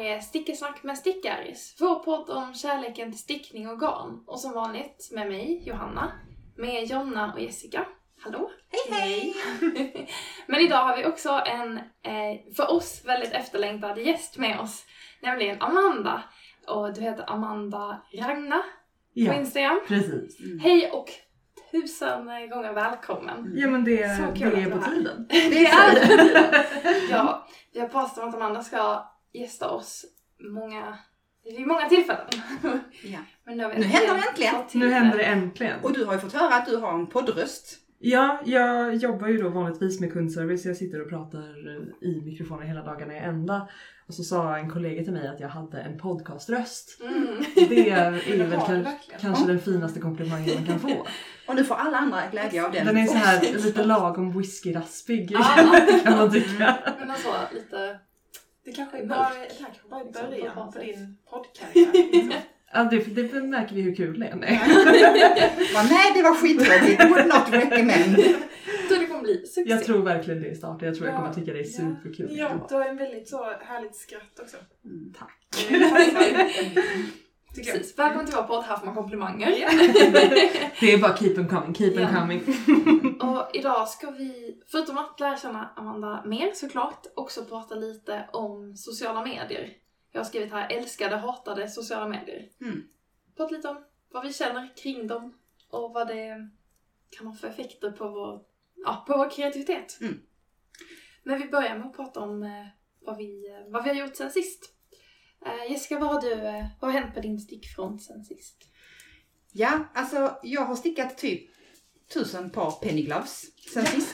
är Stickesnack med Stickaris. Vår podd om kärleken till stickning och garn. Och som vanligt med mig, Johanna. Med Jonna och Jessica. Hallå! Hej! Men idag har vi också en för oss väldigt efterlängtad gäst med oss. Nämligen Amanda. Och du heter Amanda Ragna på Instagram. Precis. Hej och 1000 gånger välkommen. Ja, men det Så kul är att på du är tiden. Det är på tiden. Ja, vi har pratat om att Amanda ska gästa oss vid många tillfällen. Ja. Men nu händer det äntligen. Nu händer det äntligen. Och du har ju fått höra att du har en poddröst. Ja, jag jobbar ju då vanligtvis med kundservice. Jag sitter och pratar i mikrofonen hela dagarna i ända. Och så sa en kollega till mig att jag hade en podcaströst. Det är väl kanske den finaste komplimangen man kan få. Och nu får alla andra glädje av den. Den är så här lite lagom whisky-raspig kan man tycka. Men alltså lite... Det kanske är bara början på din poddkarriär. Ja, det märker vi hur kul det är. Nej, det var skittråkigt. Would not recommend. Då det kommer bli succé. Jag tror verkligen det är starten. Jag tror jag kommer tycka det är superkul. Ja, du har en väldigt så härligt skratt också. Tack. Precis. Välkommen till vår podd, här får man komplimanger. Det är bara keep them coming, keep them coming. Och idag ska vi, förutom att lära känna Amanda mer såklart, också prata lite om sociala medier. Jag har skrivit här, älskade, hatade sociala medier. Prata lite om vad vi känner kring dem och vad det kan ha för effekter på vår kreativitet. Men vi börjar med att prata om vad vi har gjort sen sist. Jessica, vad har hänt på din stickfront sen sist? Ja, alltså jag har stickat typ 1000 par penny gloves sen sist.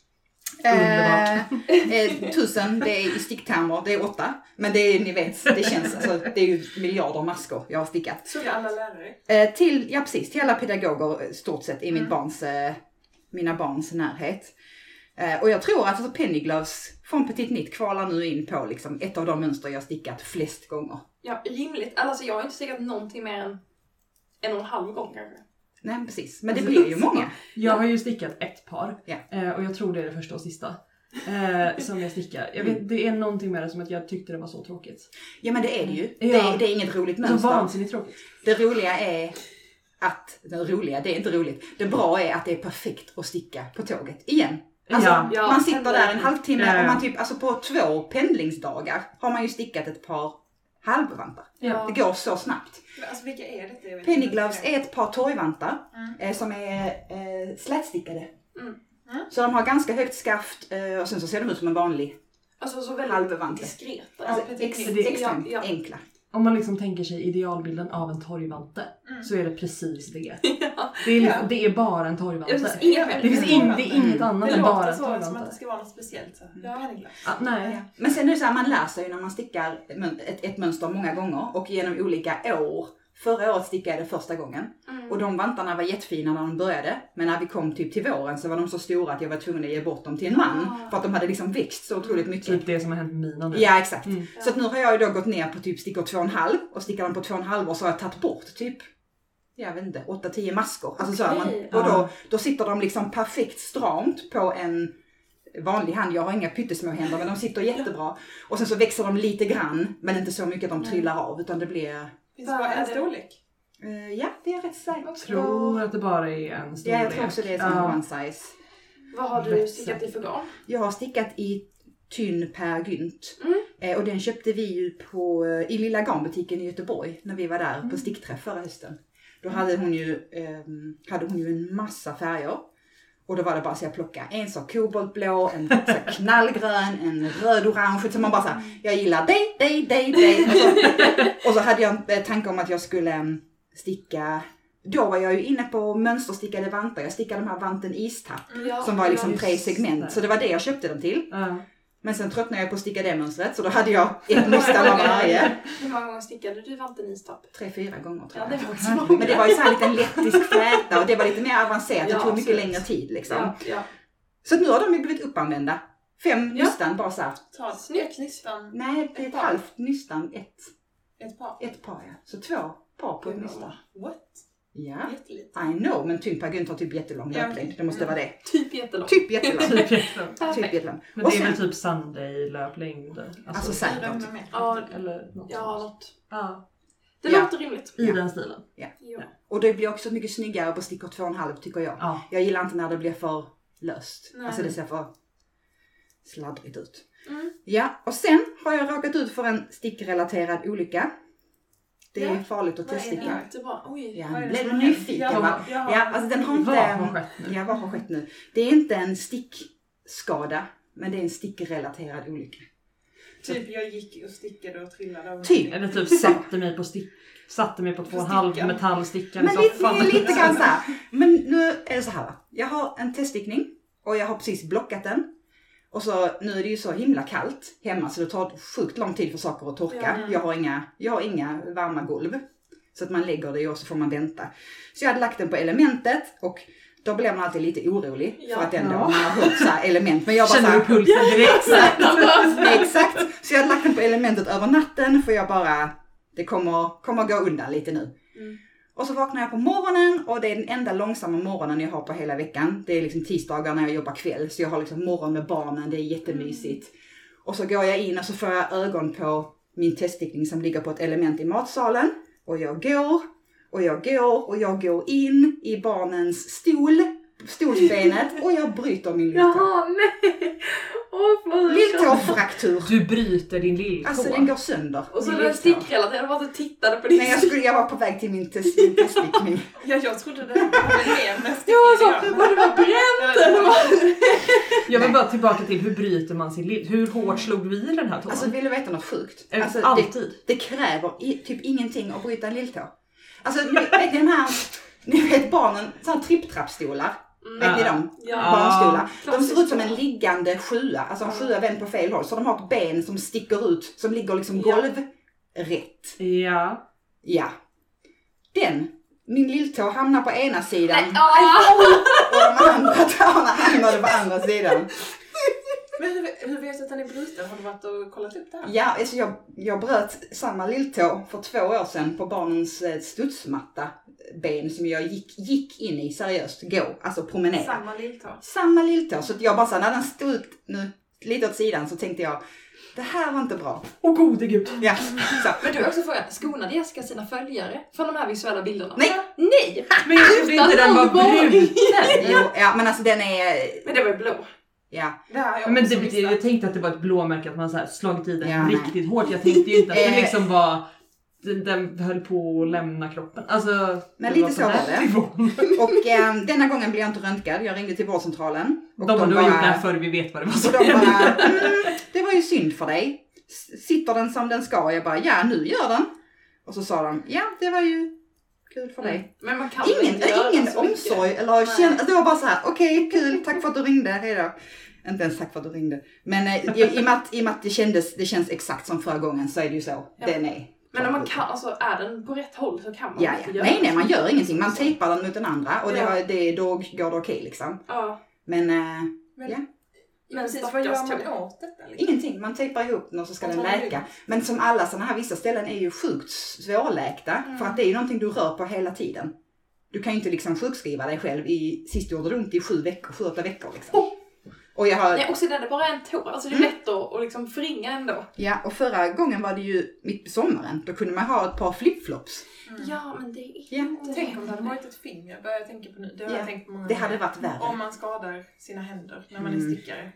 1000, det är i sticktermer, det är 8. Men det är, ni vet, det känns, alltså, det är ju miljarder maskor jag har stickat. Så alla lärare? Till alla pedagoger stort sett i mina barns närhet. Och jag tror att alltså, penny gloves från Petit Knit kvalar nu in på liksom, ett av de mönster jag stickat flest gånger. Ja, rimligt. Alltså jag har inte stickat någonting mer än 1,5 gång kanske. Nej, precis. Men det blir ju många. Jag har ju stickat ett par. Yeah. Och jag tror det är det första och sista. Som jag stickar. Jag vet, det är någonting med det som att jag tyckte det var så tråkigt. Ja, men det är det ju. Ja. Det är inget roligt mönster. Så vansinnigt tråkigt. Det roliga är att... det är inte roligt. Det bra är att det är perfekt att sticka på tåget igen. Alltså, man sitter där en halvtimme och man typ, alltså på 2 pendlingsdagar har man ju stickat ett par halvvantar. Ja. Det går så snabbt. Men alltså vilka är det? Penny gloves är ett par torgvantar som är slätstickade. Så de har ganska högt skaft och sen så ser de ut som en vanlig alltså så väldigt halvvanta. diskreta. Alltså, extremt enkla. Om man liksom tänker sig idealbilden av en torgvante så är det precis det. Det är bara en torgvante. Det finns inget annat än bara en torgvante. Det låter som att det ska vara något speciellt. Så. Nej. Men sen är det så här, man lär sig ju när man stickar ett mönster många gånger och genom olika år. Förra året stickade jag det första gången. Och de vantarna var jättefina när de började. Men när vi kom typ till våren så var de så stora att jag var tvungen att ge bort dem till en man. För att de hade liksom växt så otroligt mycket. Typ det som har hänt med mina nu. Ja, exakt. Så att nu har jag ju då gått ner på typ stickor 2,5. Och stickar de på 2,5 och så har jag tagit bort typ, jag vet inte, 8-10 maskor. Alltså så och då sitter de liksom perfekt stramt på en vanlig hand. Jag har inga pyttesmå händer men de sitter jättebra. Och sen så växer de lite grann men inte så mycket att de trillar av utan det blir... Finns det bara en storlek? Ja, det är rätt säkert. Jag tror att det bara är en storlek. Ja, jag tror också det är som one size. Vad har du stickat i för garn? Jag har stickat i Tynn Per Gynt. Och den köpte vi ju i lilla garnbutiken i Göteborg när vi var där på stickträff förra hösten. Då hade hon ju en massa färger. Och då var det bara så jag plockade en så koboltblå, en så knallgrön, en röd-orange. Så man bara så här, jag gillar dig. Och så hade jag en tanke om att jag skulle sticka. Då var jag ju inne på mönsterstickade vantar. Jag stickade de här vanten istapp som var liksom 3 segment. Så det var det jag köpte dem till. Men sen tröttnade jag på att sticka det mönstret. Så då hade jag ett mönster av varje. Hur många gånger stickade du vanten istapp? 3-4 gånger tror jag. Ja, det var så många. Men det var ju så här lite en lettisk fläta. Och det var lite mer avancerat. Det tog mycket längre tid liksom. Ja. Så nu har de ju blivit uppanvända. 5 nystan bara så här. Snyggt nystan. Nej, det är ett halvt nystan. Ett par? Ett par, ja. Så 2 par på ett nystan. What? Ja, jättelite. I know, men tyngd per gynt har typ jättelång löplängd. Det måste vara det. Typ jättelång. Typ jättelång. Typ jättelång. Men det är väl typ Sunday-löplängd? Alltså säkert. Ja, eller något något. Ja. Det låter rimligt. I den stilen. Ja. Ja. Och det blir också mycket snyggare på stickor 2,5 tycker jag. Ja. Jag gillar inte när det blir för löst. Nej. Alltså det ser för sladdrigt ut. Mm. Ja, och sen har jag rakat ut för en stickrelaterad olycka. Det är farligt att teststicka. Det var, oj. Ja, Vad är det blev som du har nyfiken hänt? va? Ja, alltså den har inte... Vad har skett nu? Ja, vad har skett nu? Det är inte en stickskada, men det är en stickrelaterad olycka. Typ jag gick och stickade och trillade av Typ. Eller typ satte mig på 2,5 metallstickan i Men soffan. lite grann så här. Men nu är det så här. Jag har en teststickning och jag har precis blockat den. Och så nu är det ju så himla kallt hemma så det tar sjukt lång tid för saker att torka. Ja. Jag har inga varma golv. Så att man lägger det och så får man vänta. Så jag hade lagt den på elementet och då blev man alltid lite orolig. Ja. För att ändå man har hört så här element. Men jag bara Känner du så här, pulsen direkt? exakt. Så jag hade lagt den på elementet över natten för jag bara, det kommer gå undan lite nu. Mm. Och så vaknar jag på morgonen och det är den enda långsamma morgonen jag har på hela veckan. Det är liksom tisdagar när jag jobbar kväll så jag har liksom morgon med barnen, det är jättemysigt. Och så går jag in och så får jag ögon på min teststickning som ligger på ett element i matsalen. Och jag går in i barnens stolsbenet och jag bryter min lilltå. Jaha, nej. Lilltåfraktur. Du bryter din lilltå. Alltså den går sönder. Och så Min den lilltå. stickrelaterad, bara att du tittade på din Nej, jag var på väg till min teststickning. Ja, jag trodde det var mer med Jag så, det var bränt eller Jag vill bara tillbaka till hur bryter man sin lilltå? Hur hårt slog du i den här tån? Alltså vill du veta något sjukt? Alltså, alltid. Det kräver typ ingenting att bryta en lilltå. Alltså ni vet barnen, sådana tripptrappstolar. Vet ni dem? Ja. Barnstolar. De ser klassiskt ut som en liggande sjua. Alltså en sjua vänd på fel håll. Så de har ett ben som sticker ut. Som ligger liksom golvrätt. Ja. Ja. Min lilltå hamnar på ena sidan. Och de andra tårna hamnade på andra sidan. Men hur vet du att den är bruten? Har du varit och kollat upp det här? Ja, alltså jag bröt samma lilltå för 2 år sedan på barnens studsmatta ben som jag gick in i seriöst alltså promenera. Samma lilltå. Så att jag bara så när den stod nu lite åt sidan så tänkte jag det här var inte bra. Åh gode gud. Ja. Så. Men du har också frågat, skonade Jessica sina följare från de här visuella bilderna? Nej. Men jag trodde inte den var bruten. Jo, ja men alltså den är... Men det var blå. Ja. Men jag tänkte att det var ett blåmärke att man så här slagit i den riktigt nej. hårt. Jag tänkte ju inte att det liksom var... Den höll på att lämna kroppen. Alltså, men lite så var det. Och denna gången blev jag inte röntgad. Jag ringde till vårdcentralen. Och du har gjort det här förr, vi vet vad det var som och de bara, det var ju synd för dig. Sitter den som den ska? Och jag bara, ja nu gör den. Och så sa de, ja det var ju kul för dig. Men man kan ingen omsorg. Eller det var bara så här, okej, kul, tack för att du ringde. Hejdå. Inte ens tack för att du ringde. Men i och med att det känns exakt som förra gången så är det ju så. Ja. Den är. Men om man kan, alltså är den på rätt håll så kan man inte göra. Nej, man gör ingenting. Man tejpar den mot den andra och då går det okej liksom. Ja. Men ja. Men precis, vad gör man åt detta? Liksom? Ingenting, man tejpar ihop den och så ska den läka. Men som alla sådana här vissa ställen är ju sjukt svårläkta. För att det är ju någonting du rör på hela tiden. Du kan ju inte liksom sjukskriva dig själv sist gjorde det ont i 7-8 veckor liksom. Och jag har... Nej, och så är det bara en tå. Alltså det är lätt att liksom förringa ändå. Ja, och förra gången var det ju mitt på sommaren. Då kunde man ha ett par flipflops. Ja, men det är Tänk om det hade varit ett finger. Börjar jag tänka på nu. Det har jag tänkt på många det hade varit värre. Om man skadar sina händer när man är stickare.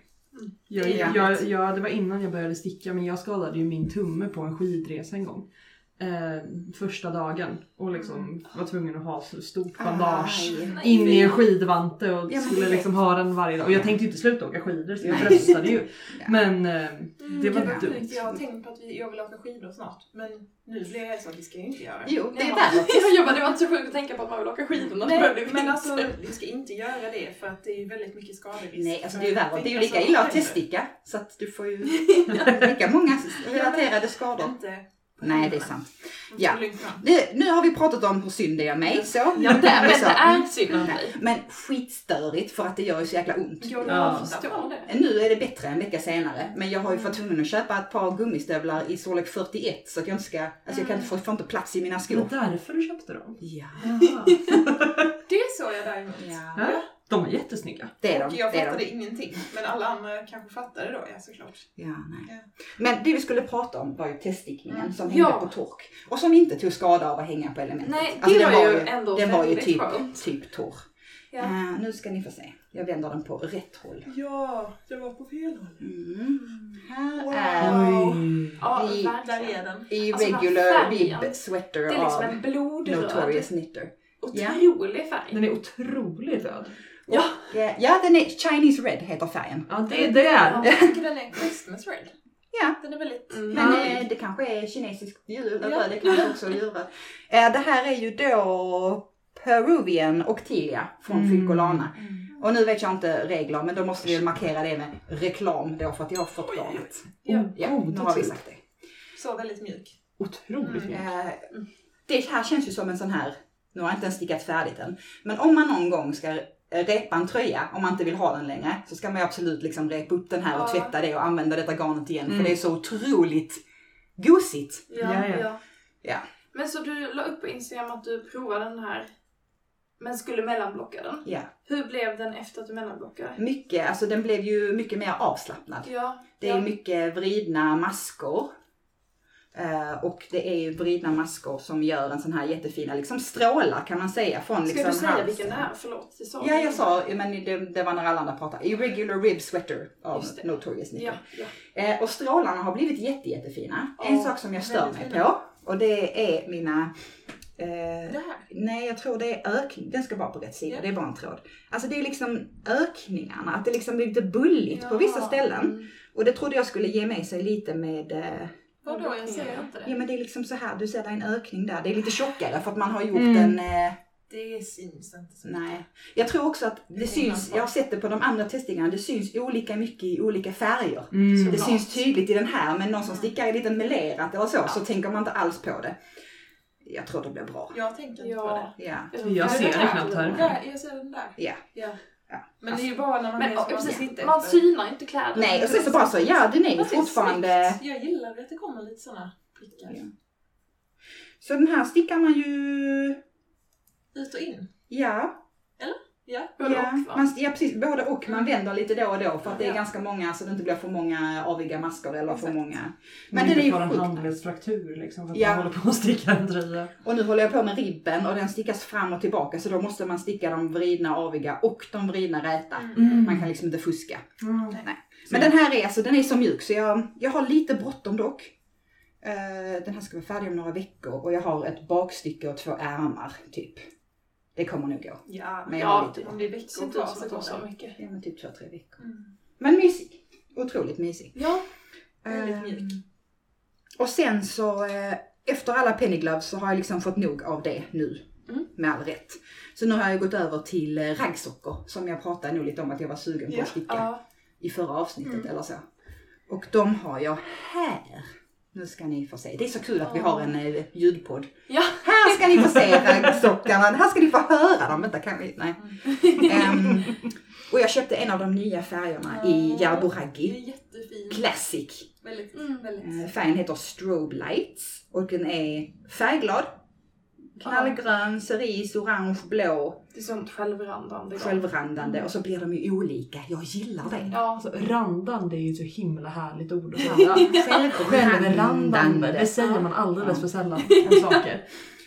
Det var innan jag började sticka, men jag skadade ju min tumme på en skidresa en gång. Första dagen och liksom var tvungen att ha så stort bandage in i en skidvante och skulle liksom ha den varje dag. Och jag tänkte ju inte sluta åka skidor så jag tröstade ju. Men det var dumt. Jag har tänkt på att jag vill åka skidor snart, men nu blir jag så att vi ska inte göra. Jo, det är värre. Det var inte så sjukt att tänka på att man vill åka skidor. Nej, men alltså vi ska inte göra det för att det är väldigt mycket skaderisk. Nej, alltså det är ju värre. Det är ju lika illa att teststicka så att du får ju lika många relaterade skador. Nej, det är sant. Ja. Nu har vi pratat om hur synd det är mig. Så. Ja, det är synd om dig. Men skitstörigt för att det gör ju så jäkla ont. Jag förstår det. Nu är det bättre en vecka senare. Men jag har ju fått tvungen att köpa ett par gummistövlar i storlek 41. Så att jag inte ska, alltså jag kan inte få inte plats i mina skor. Det är därför du köpte dem? Ja. Det är så jag däremot. Ja. De är jättesnygga. Det är de. Och jag fattade ingenting. Men alla andra kanske fattade då, såklart. Ja, nej. Ja. Men det vi skulle prata om var ju teststickningen som hängde på tork. Och som inte tog skada av att hänga på elementet. Nej, det alltså, var ju ändå den var ju typ torr. Ja. Nu ska ni få se. Jag vänder den på rätt håll. Ja, jag var på fel håll. Här är den. I regular rib sweater det är liksom en blodröd. Notorious Knitter. Otrolig färg. Den är otroligt röd. Ja. Ja, den är Chinese Red heter färgen. Ja, det är det. Jag tycker den är Christmas Red. Ja. Den är väldigt... Men det kanske är kinesiskt djur. Ja. Det kanske också djuret. Det här är ju då Peruvian Octilia från Filcolana. Och nu vet jag inte regler, men då måste vi markera det med reklam då för att jag har fått garnet. Ja, nu har vi sagt det. Så väldigt mjuk. Otroligt mjuk. Det här känns ju som en sån här, nu har jag inte ens stickat färdigt än, men om man någon gång ska repa en tröja, om man inte vill ha den längre, så ska man ju absolut liksom repa upp den här och tvätta det och använda detta garnet igen, för det är så otroligt gosigt. Ja. Men så du la upp på Instagram att du provade den här, men skulle mellanblocka den. Ja. Hur blev den efter att du mellanblockade? Mycket, alltså den blev ju mycket mer avslappnad. Ja. Det är mycket vridna maskor. Och det är ju vridna maskor som gör en sån här jättefina liksom strålar kan man säga. Från, ska liksom du säga halsen. vilken det är? Förlåt. Ja, jag sa, men det var när alla andra pratade. Irregular Rib Sweater av Notorious Knitter. Ja. Och strålarna har blivit jättefina. En sak som jag stör mig på. Och det är mina... det här? Nej, jag tror det är ökning. Den ska vara på rätt sida, det är bara en tråd. Alltså det är liksom ökningarna. Att det liksom blir lite bulligt på vissa ställen. Och det trodde jag skulle ge mig sig lite med... Vadå? Jag ser inte det. Ja, men det är liksom så här. Du ser där en ökning där. Det är lite tjockare för att man har gjort en... Det syns inte så. Nej. Jag tror också att det syns... Jag har sett det på de andra testningarna. Det syns olika mycket i olika färger. Så det syns tydligt i den här. Men någon som stickar lite melerat eller så tänker man inte alls på det. Jag tror det blir bra. Jag tänker inte på det. Ja. Jag ser det knappt här. Ja, jag ser den där. Ja. Men det är ju bara när man är så man synar inte kläder. Nej, och sen så bara så, den är ju fortfarande... Jag gillar att det kommer lite sådana prickar. Ja. Så den här stickar man ju... Ut och in? Ja. Eller? Ja. Precis, både och. Man vänder lite då och då för att det är ganska många så det inte blir för många aviga maskor eller för många. Men det är ju en handledsfraktur liksom för att man håller på att sticka en tröja. Och nu håller jag på med ribben och den stickas fram och tillbaka så då måste man sticka de vridna aviga och de vridna räta. Man kan liksom inte fuska. Nej. Men den här är alltså, den är så mjuk så jag har lite bråttom dock. Den här ska vara färdig om några veckor och jag har ett bakstycke och 2 ärmar typ. Det kommer nog gå. Ja, men jag har lite om det är veckor kvar så går så mycket. Ja, men typ 2-3 veckor. Men mysig. Otroligt mysig. Ja. Väldigt mjuk. Och sen så efter alla penny gloves så har jag liksom fått nog av det nu. Med all rätt. Så nu har jag gått över till raggsockor som jag pratade nog lite om att jag var sugen på att sticka i förra avsnittet eller så. Och de har jag här. Nu ska ni få se. Det är så kul att vi har en ljudpodd. Ja. Här ska ni få se raggsockarna. Här ska ni få höra dem. Vänta, kan vi? Nej. Och jag köpte en av de nya färgerna i Jarboraggi. Det är jättefin. Classic. Väldigt. Färgen heter Strobe Lights. Och den är färgglad. Knallgrön, cerise, orange, blå. Det är sånt självrandande. Självrandande. Och så blir de ju olika. Jag gillar det. Ja, alltså, randande är ju så himla härligt ord att säga. Självrandande. Det säger man alldeles för sällan om saker.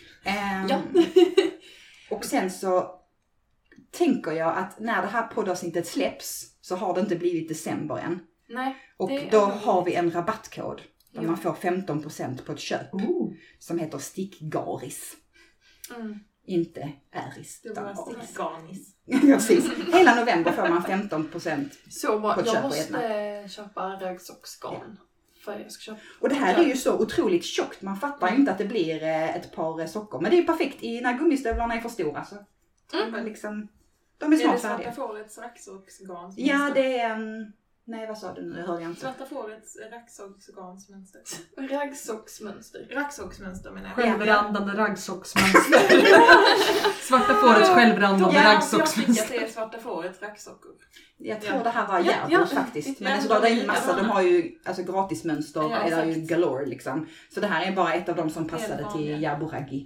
Och sen så tänker jag att när det här poddavsnittet släpps så har det inte blivit december än. Nej. Och då har vi en rabattkod. Där man får 15% på ett köp. Som heter Stickgaris. Inte Äris. Det var Stickgarnis. Precis. Hela november får man 15% så bra. på ett jag måste köpa raggsocksgarn. För jag ska köpa. Och det här är ju så otroligt tjockt. Man fattar ju inte att det blir ett par sockor. Men det är ju perfekt när gummistövlarna är för stora. Så. Liksom, de är snart färdiga. Är det svarta fårets raggsocksgarn? Ja, det är Nej, vad sa du nu? Jag hörde inte. Svarta fårets raggsocksmönster. Raggsocksmönster. Raggsocksmönster menar jag. Självrandande raggsocksmönster. Svarta fårets självrandande raggsocksmönster. Jag tycker att det är svarta fårets raggsockor. Jag tror det här var Järbos faktiskt. Men så det är en massa, de har ju alltså gratismönster, är ju galore liksom. Så det här är bara ett av dem som passade till Järboraggi.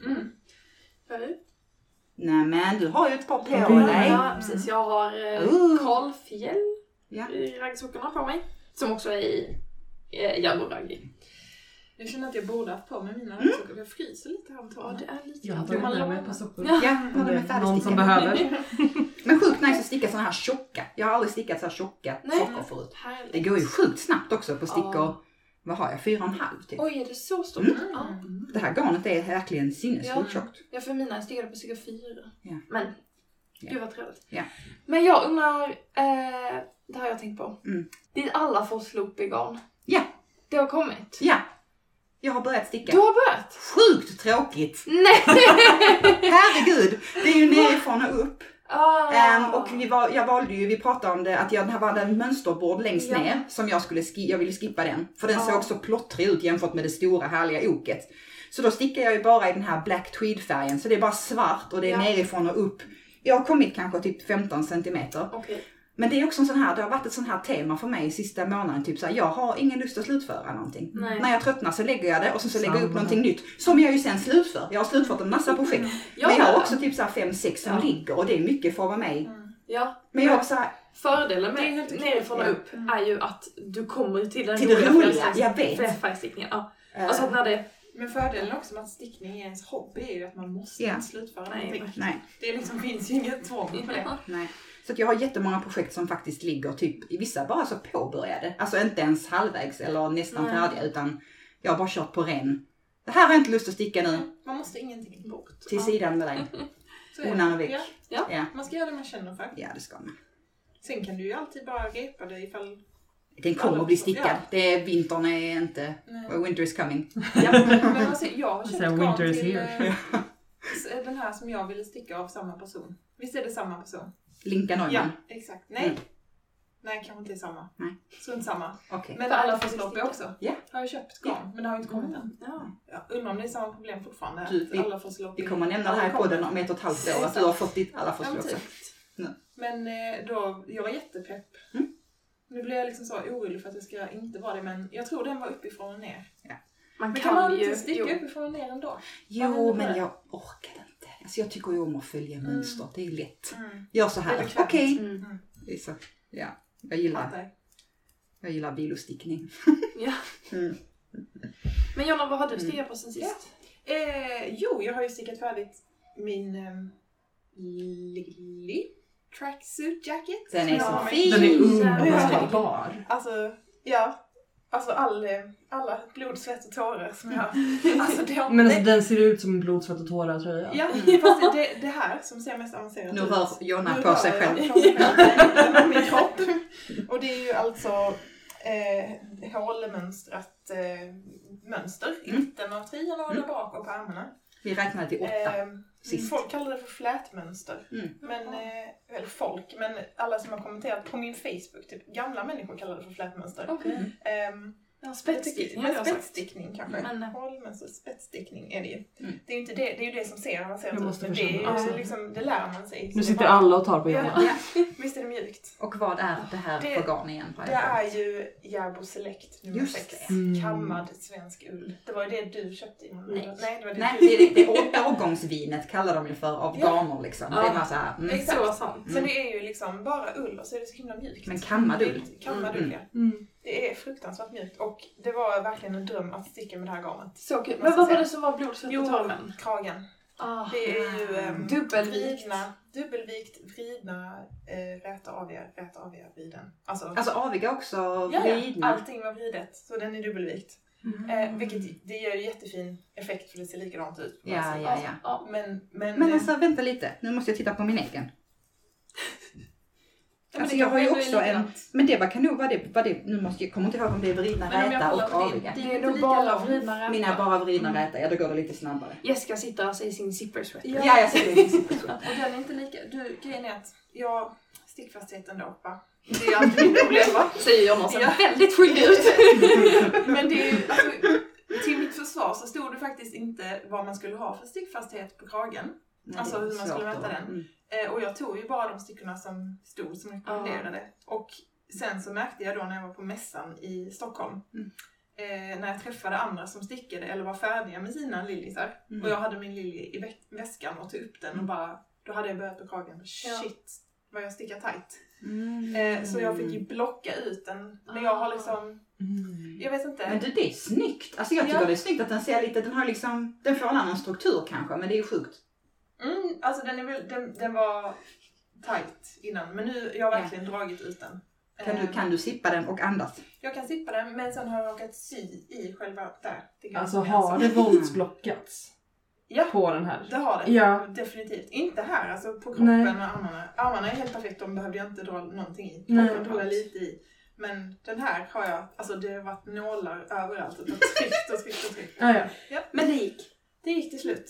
Nej men du har ju ett par på dig. Ja, precis. Jag har Carl Fjäll i raggsockorna på mig. Som också är i Järboraggi. Jag känner att jag borde haft på mig mina raggsockor. Jag fryser lite här om tårna. Ja, det är lite. Jag har tagit med mig ett par sockor. Ja, har de är någon som behöver. Men sjukt nice att sticka såna här tjocka. Jag har aldrig stickat så här tjocka sockor förut. Härligt. Det går ju sjukt snabbt också på stickor. Vad har jag? 4,5 typ. Oj, är det så stort? Det här garnet är verkligen sinnessjukt tjockt. Ja, för mina är stickade på cirka 4. Ja. Men, gud vad trevligt. Ja. Men jag undrar, det har jag tänkt på. Ditt Allafors loopy-garn. Ja. Det har kommit. Ja. Jag har börjat sticka. Du har börjat? Sjukt tråkigt. Nej! Herregud. Det är ju nerifrån och upp. Och jag valde ju, vi pratade om det, att jag hade en mönsterbord längst ner som jag ville skippa den. För den såg så plottrig ut jämfört med det stora härliga oket. Så då stickar jag ju bara i den här black tweed färgen. Så det är bara svart och det är nerifrån och upp. Jag har kommit kanske typ 15 centimeter. Okay. Men det är också en sån här, det har varit ett sån här tema för mig sista månaden. Typ så här, jag har ingen lust att slutföra någonting. Nej. När jag tröttnar så lägger jag det och så lägger jag upp någonting nytt. Som jag ju sen slutför. Jag har slutfört en massa projekt. Men jag har också typ så här 5-6 som ligger och det är mycket för att vara med. Ja. Men jag har så här, fördelen med nerifrån och upp är ju att du kommer till den roliga, jag vet. Färgstickningen. Ja. Alltså när det... Men fördelen också med att stickning är ens hobby är ju att man måste slutföra någonting. Nej. Det liksom finns ju inget tvång på det. Nej. Så att jag har jättemånga projekt som faktiskt ligger typ i vissa bara så påbörjade. Alltså inte ens halvvägs eller nästan färdiga utan jag har bara kört på ren. Det här har jag inte lust att sticka nu. Man måste ingenting bort. Till sidan med dig. Onarna väck. Ja. Man ska göra det man känner för. Ja, det ska man. Sen kan du ju alltid bara repa det ifall... Den kommer att bli stickad. Ja. Det är vintern är inte... Winter is coming. Ja, men alltså, jag har köpt garn till den här som jag ville sticka av samma person. Visst är det samma person? Linka Neumann. Ja, exakt. Nej. Nej, kanske inte är samma. Nej. Strunt samma. Okay. Men alla förlopp också. Yeah. Har jag köpt garn, men det har inte kommit än. Ja. Undrar om det är samma problem fortfarande. Alla förlopp. Vi kommer nämna det här i podden om 1,5 år. Att du har fått ditt alla förlopp också. Men då, jag var jättepepp. Nu blir jag liksom så orolig för att det ska inte vara det. Men jag tror den var uppifrån och ner. Ja. Men kan man inte sticka uppifrån och ner ändå? Jo, men jag orkar inte. Alltså jag tycker ju om att följa mönster. Det är lätt. Gör så här. Okej. Ja, jag gillar vilostickning. Ja. Men Jonna, vad har du stickat på sen sist? Jo, jag har ju stickat färdigt min Lily tracksuit jacket. Den är så fin. Den är underbar. Alltså alla blod, svett och tårar som jag... Alltså men den ser ut som en blod, svett och tårar tror jag. Ja, fast det här som ser mest avancerat ut. Nu rör Jonna på sig själv. Med min kropp. Och det är ju alltså hålmönstrat mönster i mitten av tröjan och där bak och på armarna. Vi räknade till 8 sist. Folk kallar det för flätmönster. Men, eller folk, men alla som har kommenterat på min Facebook, typ gamla människor kallar det för flätmönster. Spetsstickning. Men spetsstickning kanske. Hålmönster, spetsstickning är det ju. Det är ju inte det är ju det som ser avancerat ut. Men det är ju liksom, det lär man sig. Nu sitter alla och tar på Jonna. Visst är det mjukt. Och vad är det här för garn igen? Det är ju Järbo Select nummer 6. Kammad svensk ull. Det var ju det du köpte innan. Nej, det var det årgångsvinet kallar de ju för av garner liksom. Det är bara så här. Det är så sant. Men det är ju liksom bara ull och så är det så himla mjukt. Men kammad ull. Kammad ull, ja. Det är fruktansvärt mjukt och det var verkligen en dröm att sticka med det här garnet. Så kul. Men vad var det som var blodsvett och tormen? Kragen. Det är ju dubbelvikt, vridna, räta aviga vriden. Alltså aviga också vridna? Ja, allting var vridet. Så den är dubbelvikt. Vilket det ger ju jättefin effekt för det ser likadant ut. Ja. Men alltså vänta lite, nu måste jag titta på min egen. Alltså jag har ju också en, men det kan nog vara det, nu måste jag komma inte ihåg om det är vridna räta och aviga. Det är nog bara vridna räta. Mina bara vridna räta, ja då går det lite snabbare. Jessica sitter alltså i sin zipper sweater. Ja, jag sitter i sin zipper sweater. Och den är inte lika, grejen är att stickfastheten då, Det är alltid mitt problem, va? Säger jag någonsin väldigt skyldig ut. Men det är ju, alltså, till mitt försvar så stod det faktiskt inte vad man skulle ha för stickfasthet på kragen. Nej, alltså hur man skulle mäta den. Mm. Och jag tog ju bara de stickorna som stod som rekommenderade. Och sen så märkte jag då när jag var på mässan i Stockholm. När jag träffade andra som stickade eller var färdiga med sina lillisar. Och jag hade min lilje i väskan och tog upp den och bara, då hade jag börjat på kragen. Shit, vad jag stickar tight. Så jag fick ju blocka ut den. Men jag har liksom, jag vet inte. Men det är snyggt. Alltså jag tycker det är snyggt att den ser lite, den har liksom, den får en annan struktur kanske, men det är sjukt. Alltså den var tight innan, men nu jag har verkligen dragit ut den. Kan du sippa den och andas? Jag kan sippa den, men sen har jag råkat sy i själva där. Alltså har det våldsblockats? Ja, på den här? Det har det. Ja. Definitivt. Inte här, alltså på kroppen med armarna. Armarna är helt perfekt, de behövde jag inte dra någonting i. Kroppen drog jag lite i. Men den här har jag, alltså det har varit nålar överallt. Och tryckt. Ja. Men det gick. Det gick till slut.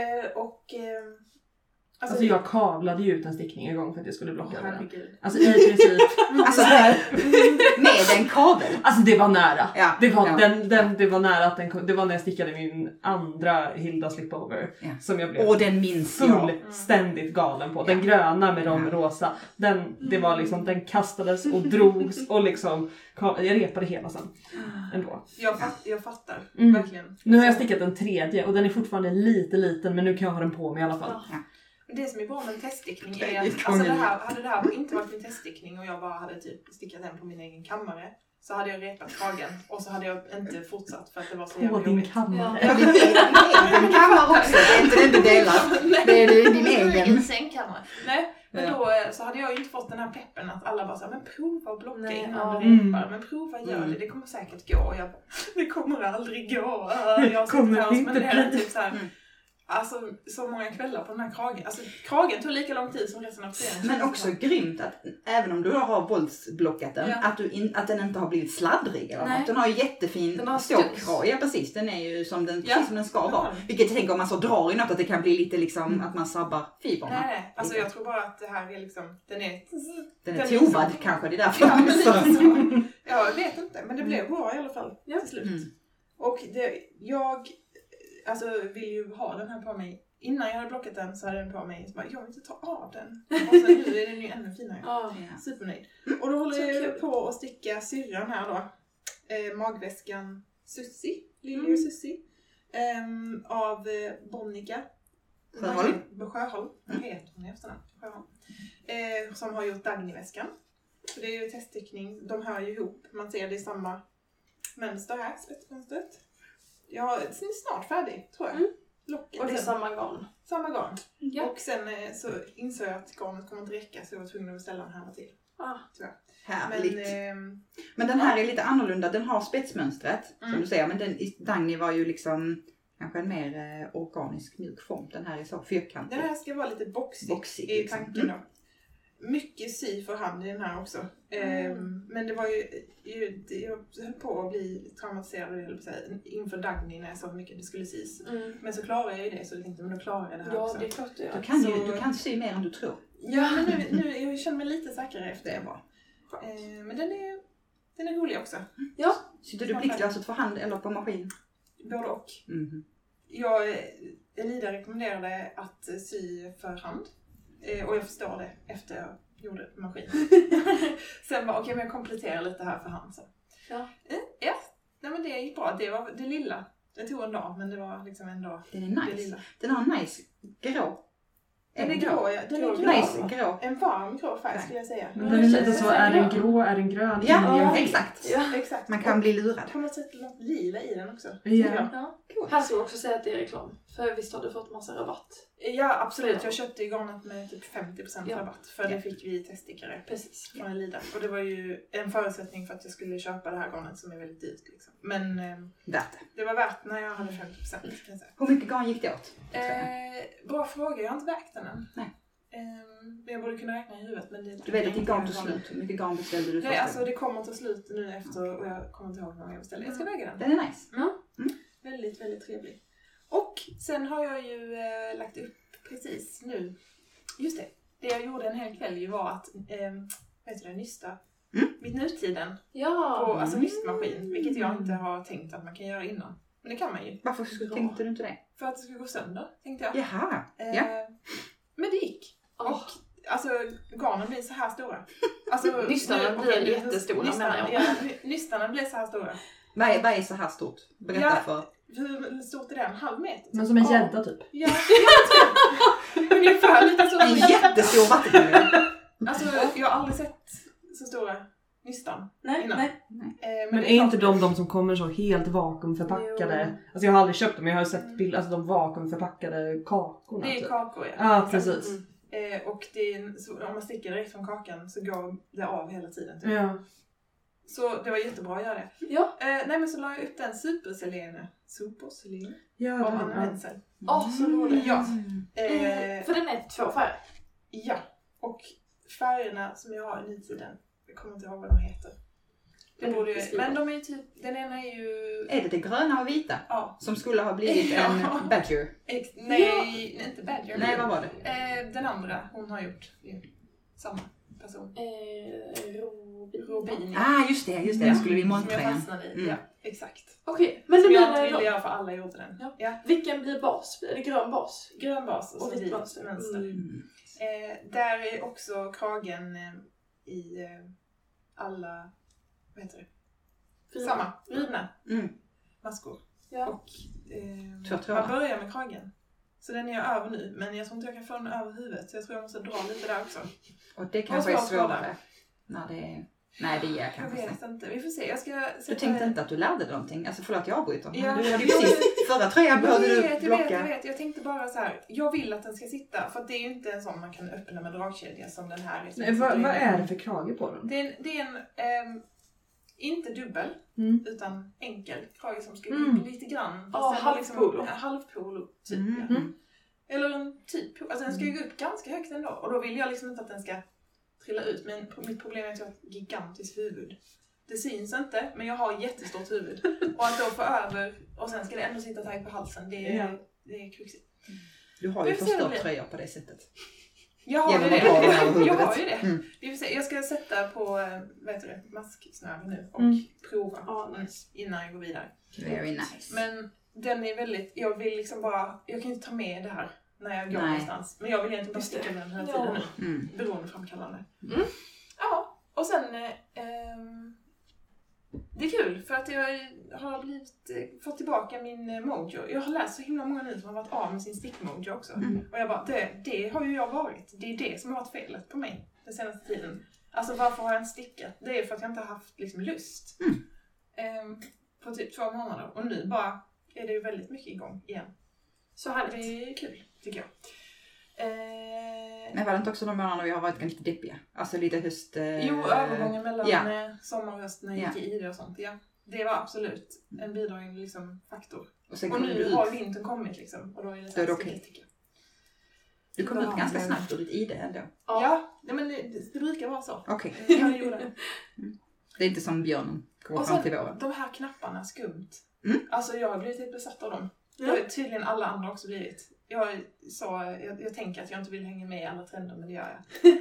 Alltså jag kavlade ju ut en stickning en gång för att jag skulle blocka den. Alltså i princip. Alltså där, med en kabel. Alltså det var nära. Ja, det var nära att det var när jag stickade min andra Hilda Slipover. Ja. Som jag blev den minns fullständigt galen på. Den gröna med de rosa. Det var liksom, den kastades och drogs och liksom, jag repade hela sen. Ändå. Jag fattar. Verkligen. Nu har jag stickat en tredje och den är fortfarande lite liten, men nu kan jag ha den på mig i alla fall. Ja. Det som är bra med en teststickning är att alltså hade det här inte varit min teststickning och jag bara hade typ stickat den på min egen kammare, så hade jag repat kragen och så hade jag inte fortsatt för att det var så jävla jobbigt. På din kammare? Ja. Din kammare också, det är inte den du delar. Det är din egen sängkammare. Nej, men då så hade jag ju inte fått den här peppen att alla bara sa, men prova att blocka innan du repar. Men prova gör det kommer säkert gå. Och jag bara, det kommer aldrig gå. Jag kommer inte bli typ så här. Alltså så många kvällar på den här kragen. Alltså kragen tog lika lång tid som resten av serien. Men också grymt att även om du har våldsblockat den, att den inte har blivit sladdrig eller något. Den har ju jättefin ståkrage. Ja precis, den är ju som den, precis som den ska vara. Vilket jag tänker om man så drar i något att det kan bli lite liksom att man sabbar fibrerna. Nej, alltså jag tror bara att det här är liksom, den är tovad kanske, det är därför. Jag vet inte, men det blev bra i alla fall till slut. Och jag vill ju ha den här på mig. Innan jag hade blockat den så hade den på mig. Så bara, jag vill inte ta av den. Och sen nu är den ju ännu finare. Supernöjd. Och då håller jag på att sticka syrran här då. Magväskan Sussi. Lilja Sussi. Av Bonnica. Sjöholm. Vad heter hon i efternamn? Sjöholm. Som har gjort Dagny-väskan. Så det är ju teststickning. De hör ju ihop. Man ser det i samma mönster här. Spetsmönstret. Ja, den är snart färdig, tror jag. Locket och det är samma garn. Samma garn. Ja. Och sen så insåg jag att garnet kommer inte räcka, så jag var tvungen att beställa en här till. Härligt. Men den här är lite annorlunda. Den har spetsmönstret, som du säger. Men den i Dagny var ju liksom kanske en mer organisk mjuk form. Den här är så fyrkantig. Den här ska vara lite boxig i tanken då. Mycket sy för hand i den här också. Men det var ju jag höll på att bli traumatiserad inför Dagny när jag sa hur mycket det skulle sys. Men så klarar jag ju det, så jag tänkte, men då klarar jag det här också. Ja, det är klart du gör. Du kan sy mer än du tror. Ja, men nu jag känner mig lite säkrare efter det. Bra. Men den är rolig också. Ja. Syr du blickglaset för hand eller på maskin? Både och. Elida rekommenderade att sy för hand. Och jag förstår det efter jag gjorde det på maskin. Sen bara, men jag kompletterar lite här för hand. Så. Ja. Nej, men det gick bra. Det var det lilla. Det tog en dag, men det var liksom en dag. Den är nice. Det lilla. Den har nice grå. Den är grå, ja. Den är grå. Nice, grå. En varm grå färg skulle jag säga. Men den är lite så, är den grå, är den grön? Ja, exakt. Ja, exakt. Man kan bli lurad. På något sätt något lila i den också. Ja. Cool. Här ska jag också säga att det är reklam. För visst har du fått massa rabatt? Ja, absolut. Jag köpte ju garnet med typ 50% rabatt. För det fick vi teststickare. Precis. Från Elida. Och det var ju en förutsättning för att jag skulle köpa det här garnet som är väldigt dyrt. Liksom. Men det var värt när jag hade 50%. Kan jag säga. Hur mycket garn gick det åt? Bra fråga. Jag har inte vägt den än. Nej. Jag borde kunna räkna i huvudet, men det... Du vet att det garn tar slut. Hur mycket garn beställde du? Nej, alltså det kommer ta slut nu efter och jag kommer inte ihåg när jag beställde. Jag ska väga den. Den är nice. Väldigt, väldigt trevlig. Och sen har jag ju lagt upp precis nu. Just det. Det jag gjorde en hel kväll ju var att nysta mitt nutiden. Ja. På alltså nystmaskin, vilket jag inte har tänkt att man kan göra innan. Men det kan man ju. Varför tänkte du inte det? För att det skulle gå sönder, tänkte jag. Jaha, ja. Men det gick. Och alltså garnen blir så här stora. Alltså, nystarna blir jättestora menar jag. Ja, nystarna blir så här stora. Vad är så här stort? Berätta för. Hur stort är det? 1,5 meter? Men som en gädda typ. Ja, ungefär lite så. En jättestor vattenmelon. Alltså jag har aldrig sett så stora nystan innan. Nej. Men är inte de som kommer så helt vakuumförpackade? Jo. Alltså jag har aldrig köpt dem, men jag har sett bilder, alltså de vakuumförpackade kakorna. Det är typ. kakor, ja. Ja, precis. Och det är så, om man sticker direkt från kakan så går det av hela tiden. Typ. Ja. Så det var jättebra att göra det. Ja. Nej men så la jag upp den superselene. Ja, Om man använder sig. Så roligt. Ja. För den är 2 färger. Ja. Och färgerna som jag har i nutiden, jag kommer inte ihåg vad de heter. Det borde ju, men de är ju typ, den ena är ju... Är det gröna och vita? Ja. Som skulle ha blivit en badger? Nej, inte badger. Nej, vad var det? Den andra hon har gjort. Samma person. Robin. Just det. Den skulle vi Som jag montrén. fastnade i. Ja, exakt. Okej, men Som det jag blir inte ville det göra för alla gjorde den. Ja. Vilken blir bas? Är det grön bas? Grön bas Och och vitt vit mönster. mönster. Där är också kragen i alla, vad heter det? Samma, ridna maskor. Ja. Och Två man börjar med kragen. Så den är jag över nu, men jag tror inte jag kan få den över huvudet. Så jag tror jag måste dra lite där också. Och det kanske är svårare. Nej, det är Jag kanske vet inte, vi får se. Jag ska Du tänkte inte att du lärde dig någonting? Alltså förlåt, jag avbryter. Ja. Du hade ju precis, förra tröjan behövde du blocka. Jag vet. Jag tänkte bara så här. Jag vill att den ska sitta. För att det är ju inte en sån man kan öppna med dragkedja som den här är. Nej, vad är det för krage på den? Det är en, inte dubbel, utan enkel krage som ska upp lite grann. Halvpolo. Halvpolo, typ. Ja. Eller en typ. Alltså den ska ju gå upp ganska högt ändå. Och då vill jag liksom inte att den ska trilla ut. Men mitt problem är att jag har ett gigantiskt huvud. Det syns inte, men jag har jättestort huvud. Och att då få över, och sen ska det ändå sitta tajt på halsen, det är kruxigt. Du har ju förstört tröjor på det sättet. Jag har ju det. Jag har ju det. Vi får se. Jag ska sätta på masksnören nu och prova innan jag går vidare. Very nice. Men den är väldigt, jag vill liksom bara, jag kan inte ta med det här när jag går någonstans. Men jag vill egentligen bara sticka med den hela tiden nu. Beroendeframkallande. Ja, och sen det är kul för att jag har fått tillbaka min mojo. Jag har läst så himla många nu som har varit av med sin stickmojo också. Och jag bara, det har ju jag varit. Det är det som har varit felet på mig den senaste tiden. Alltså varför har jag inte stickat? Det är för att jag inte har haft liksom lust. På typ 2 månader. Och nu bara är det ju väldigt mycket igång igen. Så härligt. Det är kul, tycker jag. Men var det inte också de månader vi har varit ganska deppiga? Alltså lite höst... Jo, övergången mellan sommar och höst när jag gick i det och sånt. Ja. Det var absolut en bidragande liksom, faktor. Och nu har vintern kommit liksom. Och då är det så här okej. Du kom ut ganska snabbt ur ditt ID ändå. Ja, men det brukar vara så. Okej. Ja, det gjorde det. Det är inte som björnen går och fram till sen våren. de här knapparna, skumt. Alltså jag har blivit helt besatt av dem. Det har tydligen alla andra också blivit. Jag tänker att jag inte vill hänga med i alla trender, men det gör jag.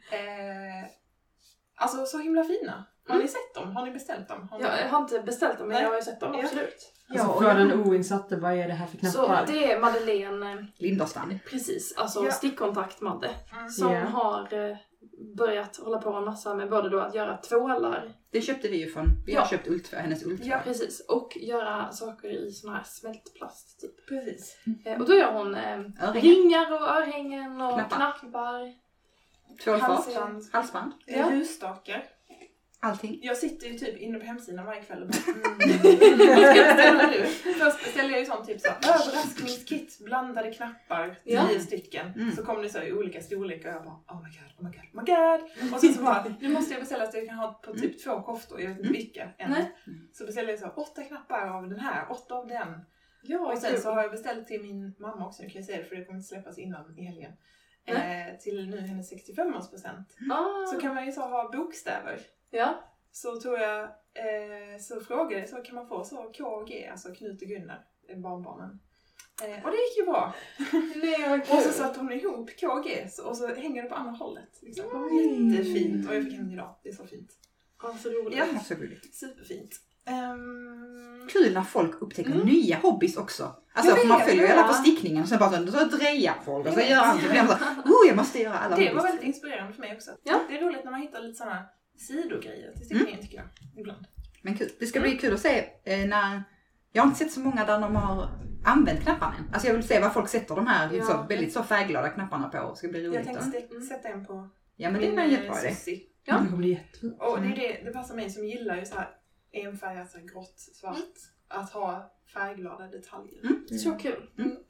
Alltså så himla fina. Har ni sett dem? Har ni beställt dem? Jag har inte beställt dem, men jag har ju sett dem, absolut. Alltså för den oinsatte, vad är det här för knappar? Så det är Madeleine Linderstam. Precis, alltså stickkontakt Madde. Som har börjat hålla på en massa med både då att göra tvålar. Det köpte vi ju från. Vi har köpt hennes ulltvål. Ja, precis. Och göra saker i sån här smältplast typ. Precis. Och då gör hon ringar och örhängen och knappar. Tvålfat, halsband. Ljusstakar. Allting. Jag sitter ju typ inne på hemsidan varje kväll och bara vad ska jag beställa nu? Först beställer jag ju sånt typ så överraskningskit, blandade knappar, 10 stycken. Så kommer det så i olika storlekar och jag bara oh my god. Och så bara, nu måste jag beställa så jag kan ha på typ 2 koftor, jag vet inte vilka än. Så beställer jag så 8 knappar av den här, 8 av den. Ja, och sen så har jag beställt till min mamma också, nu kan jag säga det för det kommer inte släppas innan i helgen. Till nu hennes 65-årspresent. Så kan man ju så ha bokstäver. Ja. Så tror jag, så frågade jag så kan man få så K och G, alltså Knut och Gunnar, barnbarnen. Och det gick ju bra. Nej, och så satte hon ihop KG och så hänger det på andra hållet. Liksom. Jättefint. Och jag fick hem idag. Det är så fint. Ja, så roligt. Ja, så roligt. Superfint. Kul när folk upptäcker nya hobbys också. Alltså för man följer ju alla på stickningen och sen bara så drejar folk och så gör allt. Jag måste göra alla det hobbys. var väldigt inspirerande för mig också. Ja. Det är roligt när man hittar lite sådana sidogrejer till stickningen tycker jag. Ibland. Men kul. Det ska bli kul att se när... Jag har inte sett så många där de har använt knapparna än. Alltså jag vill se vad folk sätter de här så, väldigt så färgglada knapparna på. Det ska bli roligt. Jag tänkte sätta en på ja, men det är en jättebra idé. Ja. Det kommer bli jättefint. Och det passar mig som gillar ju så här enfärgat, så här grått, svart. Att ha färgglada detaljer. Så kul.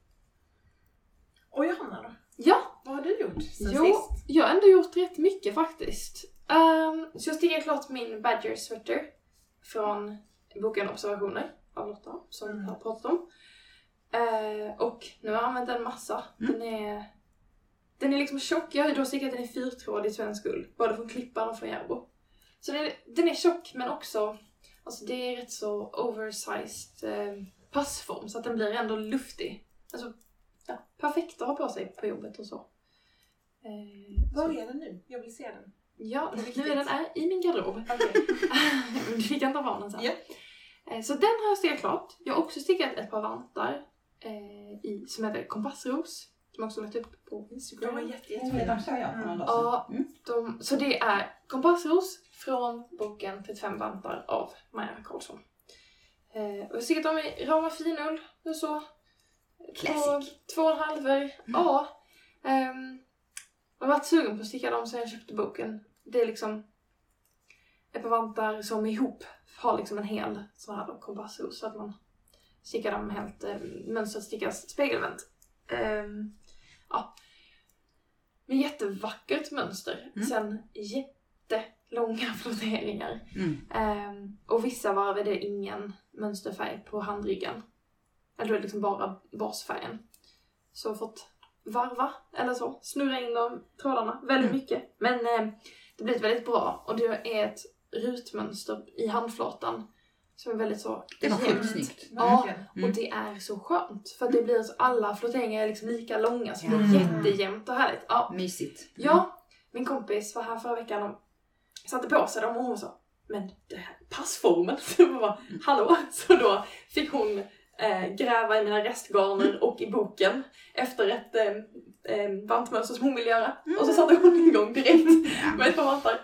Och Johanna då? Ja. Vad har du gjort sen Jo, sist? jag har ändå gjort rätt mycket faktiskt. Så jag stickade klart min Badger sweater från boken Observationer av Lotta som jag har pratat om. Och nu har jag använt en massa. Den är liksom tjock. Jag har då stickat den i 4-trådig svensk ull. Både från Klippan och från Järbo. Så den är tjock men också... Alltså det är rätt så oversized passform. Så att den blir ändå luftig. Alltså perfekt att ha på sig på jobbet och så. Var är den nu? Jag vill se den. Ja, nu är den i min garderob. Okay. Vi kan ta fram den sen. Yeah. Så den har jag stickat klart. Jag har också stickat ett par vantar som heter Kompassros. Som jag också lagt upp på Instagram. De var jättefina. Ja, så det är Kompassros från boken 35 vantar av Maja Karlsson. Och jag har stickat dem i rama finull. Och så. Classic. 2,5. Ja. Jag har varit sugen på att sticka dem sen jag köpte boken. Det är liksom ett par vantar som ihop har liksom en hel sån här kompassros. Så att man stickar dem helt mönstret stickas spegelvänt. Ja. Med jättevackert mönster. Sen jättelånga flotteringar. Och vissa varv är det ingen mönsterfärg på handryggen. Eller då är det liksom bara basfärgen. Så jag har fått varva eller så. Snurra in de trådarna väldigt mycket. Men det blir väldigt bra. Och det är ett rutmönster i handflatan. Som är väldigt så... Det var sjukt snyggt. Ja, och det är så skönt. För det blir så, alla flotteringar är liksom lika långa. Så det är jättejämnt och härligt. Ja. Mysigt. Ja, min kompis var här förra veckan och satte på sig dem och hon sa, men det här passformen. Så jag bara, hallå. Så då fick hon gräva i mina restgarner och i boken efter ett vantmönster som hon ville göra. Och så satte hon igång direkt med ett par vantar.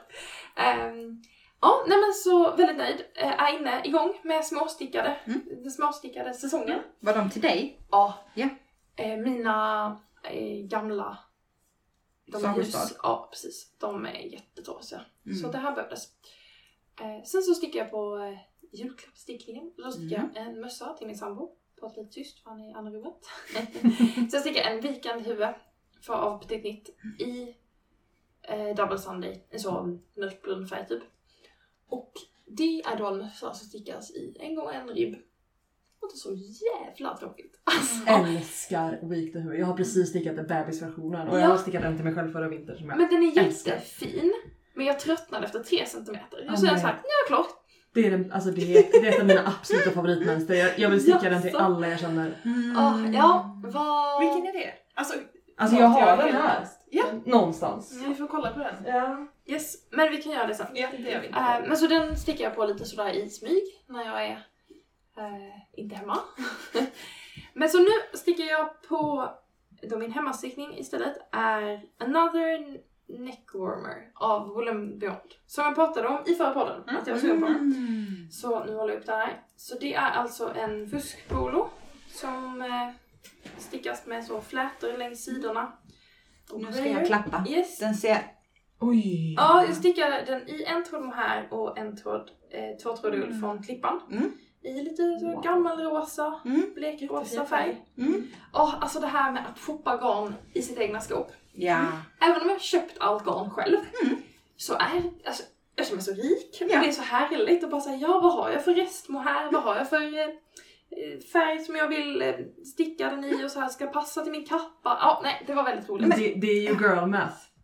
Ja, nej men så väldigt nöjd. Är inne igång med den småstickade säsongen. Var de till dig? Ja. Yeah. Mina gamla... Sagostad. Ja, precis. De är jättetrasiga. Så det här behövdes. Sen så stickar jag på julklappsstickningen. Då stickar jag en mössa till min sambo. Pratar lite tyst för han är i andra rummet. Sen stickar jag en vikande huvud av Petit Knit i Double Sunday. En sån mörkbrun färg typ. Och det är då en mössa som stickas i en gång en ribb. Och det är så jävla tråkigt. Alltså. Älskar Week the Hue. Jag har precis stickat den bebisversionen. Och jag har stickat den till mig själv förra vinter. Som jag men den är älskar. jättefin. Men jag tröttnade efter 3 centimeter. Jag säger såhär, nu är jag klar. Det är, alltså det är ett av mina absoluta favoritmönster. Jag vill sticka den till alla jag känner. Vilken är det? Alltså jag har den här. Ja. Någonstans. Vi får kolla på den. Ja. Yes, men vi kan göra det sen. Ja, det gör vi. Men så den stickar jag på lite sådär i smyg när jag är inte hemma. Men så nu stickar jag på då min hemmastickning istället är Another Neckwarmer av Woollen Beyond. Som jag pratade om i förra podden. Att jag var sugen på den. Så nu håller jag upp det här. Så det är alltså en fuskpolo som stickas med så flätor längs sidorna. Och nu ska jag klappa. Yes. Den ser... Oj. Ja, jag stickar den i en tråd mohair och en tråd, 2-trådig ull från Klippan. I lite så gammalrosa, blekrosa färg. Alltså det här med att shoppa garn i sitt egna skåp. Ja. Även om jag har köpt allt garn själv. Så alltså, jag känner mig så rik. Ja. Det är så härligt att bara säga, vad har jag för restmohair? Vad har jag för färg som jag vill sticka den i och så här ska passa till min kappa. Ja, nej, det var väldigt roligt. Men det är ju girl math.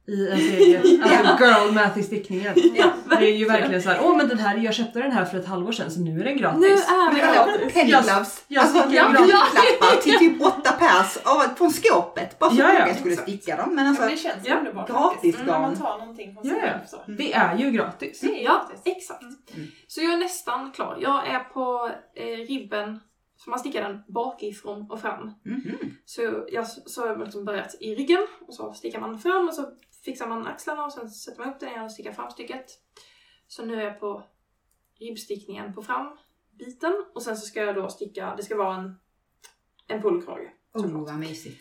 i en serie. Alltså girl math i stickningen. Det är ju verkligen så här, men den här, jag köpte den här för ett halvår sedan så nu är den gratis. Nu är den gratis. Penny gloves. Alltså julklappar till typ 8 pers från skåpet. Bara så att jag skulle sticka dem. Men alltså, det känns underbart. Gratis när man tar någonting från sig själv så. Det är ju gratis. Ja, exakt. Så jag är nästan klar. Jag är på ribben. Så man stickar den bakifrån och fram. Så jag har liksom börjat i ryggen. Och så stickar man fram och så fixar man axlarna. Och sen sätter man upp den igen och stickar framstycket. Så nu är jag på ribbstickningen på frambiten. Och sen så ska jag då sticka, det ska vara en polokrage. vad mysigt.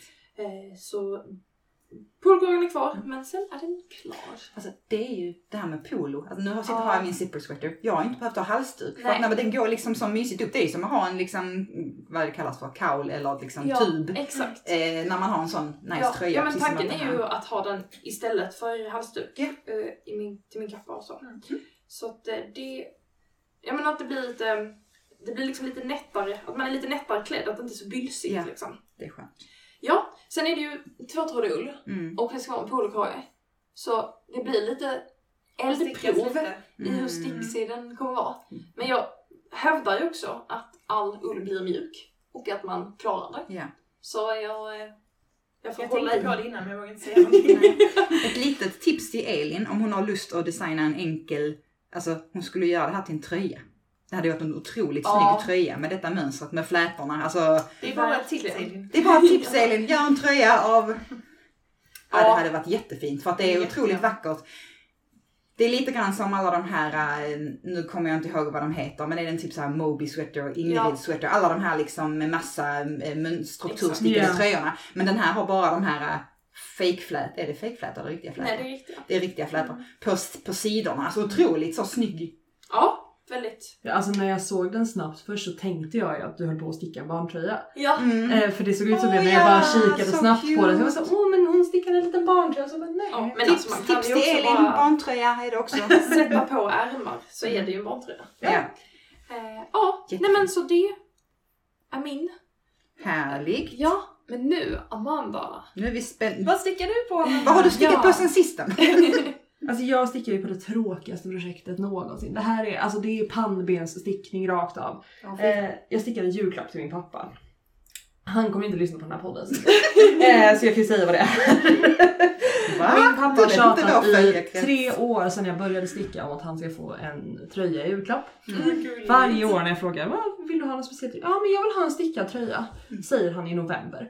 Så polokragen är kvar, men sen är den klar. Alltså det är ju det här med polo. Alltså, nu har jag min zipper sweater. Jag har inte behövt ha halsduk. För att när den går liksom som mysigt upp, det är som att ha en liksom, vad det kallas för, kaul eller liksom tub. Exakt. När man har en sån nice tröja. Ja, men tanken är ju att ha den istället för halsduk till min kappa och så. Så att det, jag menar att det blir liksom lite nättare, att man är lite nättare klädd, att det inte är så bylsigt liksom. Det är skönt. Ja, sen är det ju tvåtrådig ull och det ska vara en polokrage. Så det blir lite eldprov i hur sticksig den kommer vara. Men jag hävdar ju också att all ull blir mjuk och att man klarar det. Ja. Så jag får jag hålla tänkte i. på det innan men jag vågar inte säga någonting. Ett litet tips till Elin om hon har lust att designa en enkel, alltså hon skulle göra det här till en tröja. Det hade varit en otroligt snygg tröja med detta mönstret med flätorna. Alltså, det är bara ett tips, Elin. Det är bara ett tips, Elin. Gör en tröja av... Ja, det hade varit jättefint för att det är otroligt vackert. Det är lite grann som alla de här, nu kommer jag inte ihåg vad de heter, men det är en typ så här Moby sweater och Ingrid sweater. Alla de här liksom med massa strukturstickade tröjorna. Men den här har bara de här fake-flät. Är det fake-flät eller riktiga flätor? Nej, det är riktiga. Det är riktiga flätor. På sidorna. Alltså otroligt så snygg. Ja. Väldigt. Ja, alltså när jag såg den snabbt först så tänkte jag ju att du höll på att sticka en barntröja. Ja. För det såg ut som det när jag bara kikade snabbt cute. på den. Jag var så, men hon stickar en liten barntröja. Så bara, nej. Ja, men alltså, man kan tips ju till också Elin, bara barntröja är det också. sätta på ärmar så är det ju en barntröja. Ja. Nej men så det är min. Härligt. Ja, men nu Amanda. Nu är vi spända. Vad stickar du på? Vad har du stickat på sen sist? Alltså jag stickar ju på det tråkigaste projektet någonsin. Det här är, alltså det är pannbensstickning rakt av. Jag stickade julklapp till min pappa. Han kommer inte lyssna på den här podden. Så jag kan ju säga vad det är. Min pappa har tjatat i 3 år sedan jag började sticka om att han ska få en tröja i julklapp. Varje år när jag frågar, vad vill du ha något speciellt? Ja, men jag vill ha en stickad tröja, säger han i november.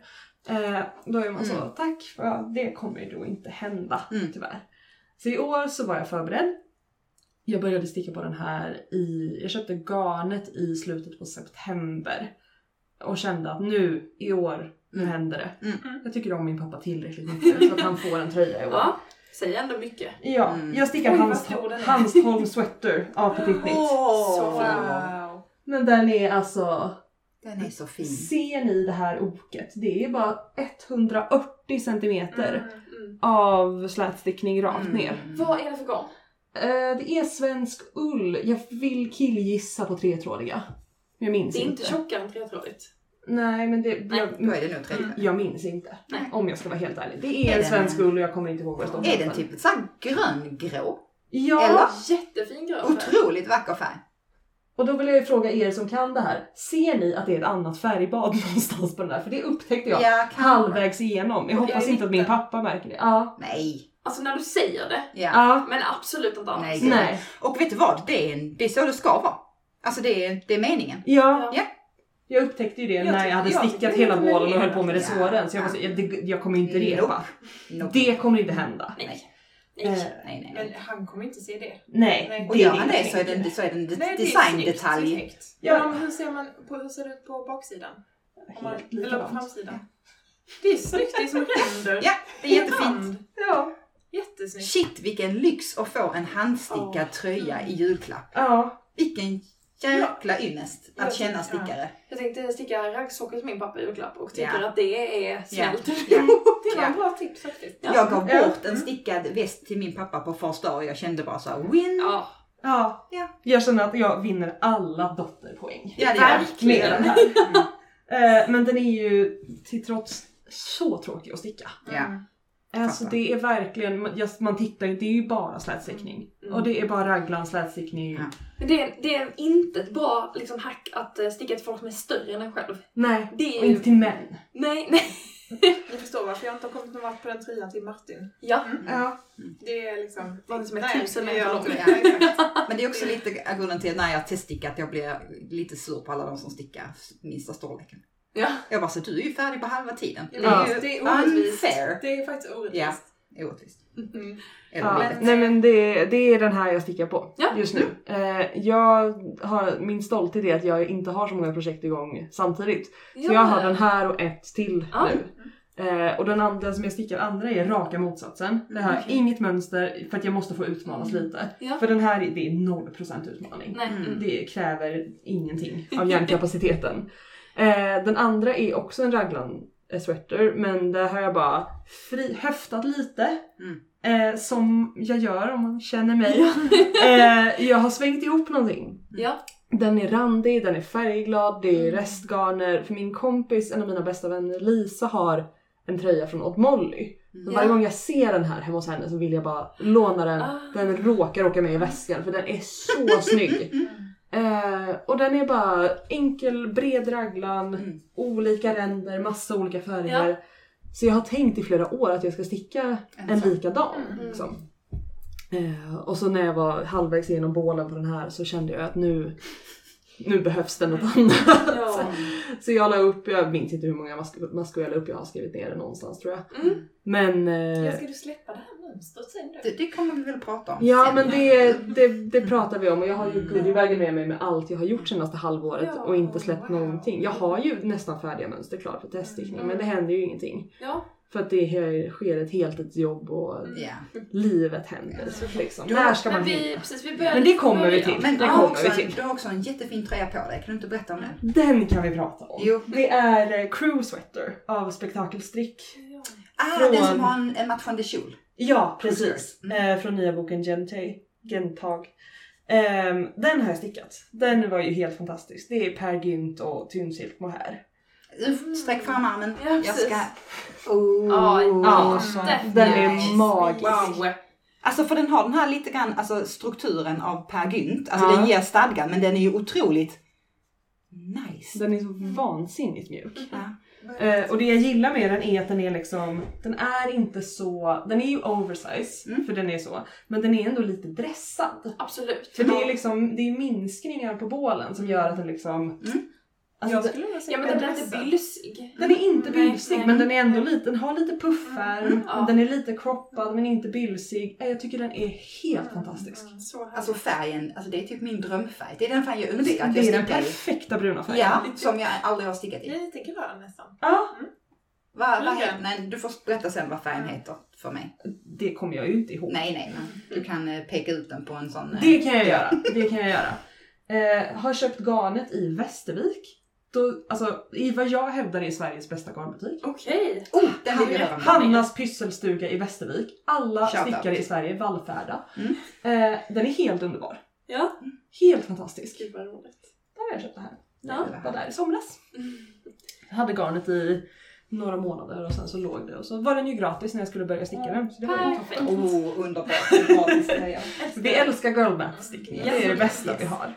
Då är man så, tack, det kommer ju då inte hända tyvärr. Så i år så var jag förberedd. Jag började sticka på den här jag köpte garnet i slutet på september. Och kände att nu händer det. Jag tycker om min pappa tillräckligt mycket så att han får en tröja i år. Ja, säger ändå mycket. Ja, jag stickar Hanstholm sweater av Petit Knit. Så wow. Men den är alltså... Den är så fin. Ser ni det här oket? Det är bara 180 centimeter av slätstickning rakt ner. Vad är det för garn? Det är svensk ull. Jag vill killgissa på 3-trådiga. Jag minns inte. Det är inte tjockare än 3-trådigt. Nej, men då är det nog 3. Jag minns inte. Nej. Om jag ska vara helt ärlig. Det är en svensk ull och jag kommer inte ihåg vad det står. Är den typ så här gröngrå? Ja. Eller? Jättefin grön. Otroligt vacker färg. Och då vill jag ju fråga er som kan det här. Ser ni att det är ett annat färgbad någonstans på den där? För det upptäckte jag halvvägs igenom. Jag hoppas inte att min pappa märker det. Ja. Nej. Alltså när du säger det. Ja. Men absolut inte annars. Nej. Och vet du vad? Det är så det ska vara. Alltså det är meningen. Ja. Jag upptäckte ju det när jag hade stickat hela bålen och höll på med resåren. Så jag kommer inte repa. Det kommer inte hända. Nej. Men han kommer inte se det. Nej. Och gör han det så är det en designdetalj. Ja, men hur ser det ut på baksidan? Eller på framsidan? Det är snyggt, det är som händer. Ja, det är jättefint. Ja. Jättesnyggt. Shit, vilken lyx att få en handstickad tröja i julklapp. Ja. Vilken jäkla ynnest att känna stickare. Jag tänkte sticka raggsockor till min pappa i julklapp och tycker att det är snällt. Det var en bra tips faktiskt. Jag gav bort en stickad väst till min pappa på första år och jag kände bara så här, win. Ja. Jag känner att jag vinner alla dotterpoäng. Ja, det är verkligen. Med den här. Men den är ju till trots så tråkig att sticka. Ja. Alltså det är verkligen, man tittar, det är ju bara slätstickning. Och det är bara raglan, slätstickning. Ja. Men det är inte ett bra liksom, hack att sticka till folk som är större än en själv. Nej, det är och inte till män. Nej. Ni förstår varför jag inte har kommit någon vart på den tröjan till Martin. Ja. Det är liksom... Var det som är 1000 meter lång. Men det är också lite grunden till när jag teststickat att jag blir lite sur på alla de som stickar minsta storleken. Ja. Jag bara, så du är ju färdig på halva tiden. Det är orättvist. Unfair. Det är faktiskt orättvist. Ja, orättvist. Nej men det är den här jag stickar på just nu. Jag har min stolthet är att jag inte har så många projekt igång samtidigt. Så jag har den här och ett till nu. Och den andra som jag stickar andra är raka motsatsen. Det här inget mönster för att jag måste få utmanas lite. För den här det är 0% utmaning. Det kräver ingenting av hjärnkapaciteten. Den andra är också en raglan sweater, men där har jag bara höftat lite. Som jag gör om man känner mig. Jag har svängt ihop någonting. Den är randig, den är färgglad, det är restgarner. För min kompis, en av mina bästa vänner, Lisa, har en tröja från Odd Molly. Varje gång jag ser den här hemma hos henne så vill jag bara låna den. Den råkar åka med i väskan för den är så snygg. Och den är bara enkel, bred raglan, olika ränder, massa olika färger. Så jag har tänkt i flera år att jag ska sticka en likadan. Liksom. Och så när jag var halvvägs igenom bålen på den här så kände jag att nu behövs det något annat. Så jag la upp, jag minns inte hur många maskor jag la upp, jag har skrivit ner det någonstans tror jag. Men ska du släppa det här mönstret sen då? Det kommer vi väl prata om. Ja, men det pratar vi om, och jag har ju goodievägen med mig med allt jag har gjort senaste halvåret och inte släppt någonting. Jag har ju nästan färdiga mönster klart för teststickning, men det händer ju ingenting. För att det sker ett heltidsjobb och livet händer. Så liksom, där ska man hitta. Men det kommer vi till. Men du har också en jättefin tröja på dig. Kan du inte berätta om det? Den kan vi prata om. Jo. Det är Crew Sweater av Spektakelstrick. Den som har en matchande kjol. Ja, precis. Från nya boken Gentag. Den har jag stickat. Den var ju helt fantastisk. Det är Per Gynt och Tunsilk mohair. Sträck fram armen. Jag ska... Den är magisk. Wow. Alltså för den har den här lite grann strukturen av Per Gynt. Alltså den ger stadgan, men den är ju otroligt nice. Den är så vansinnigt mjuk. Och det jag gillar med den är att den är liksom, den är inte så, den är ju oversize för den är så, men den är ändå lite dressad. Absolut. För det är liksom, det är minskningar på bålen som gör att den liksom Alltså, jag skulle säga men den är inte bylsig. Den är inte bylsig, men den är ändå lite, den har lite puffar. Den är lite croppad men inte bylsig. Jag tycker den är helt fantastisk. Alltså färgen, alltså det är typ min drömfärg. Det är den färg jag önskar att jag stickar. Det är den perfekta bruna färgen. Ja, som jag aldrig har stickat i. Lite grön nästan. Nej, du får berätta sen vad färgen heter för mig. Det kommer jag ju inte ihåg. Nej, men du kan peka ut den på en sån... Det kan jag göra. Har köpt garnet i Västervik. Alltså, i vad jag hävdar är Sveriges bästa garnbutik. Okej. Den vill jag höra. Hannas pysselstuga i Västervik. Alla stickare i Sverige vallfärda. Den är helt underbar. Ja. Helt fantastisk. Gud vad roligt. Där har jag köpt det här. Det var där i somras. Jag hade garnet i några månader och sen så låg det. Och så var den ju gratis när jag skulle börja sticka den. Så det var ju toppen. Underbart. Vi älskar girlmat-stickning. Det är det bästa vi har.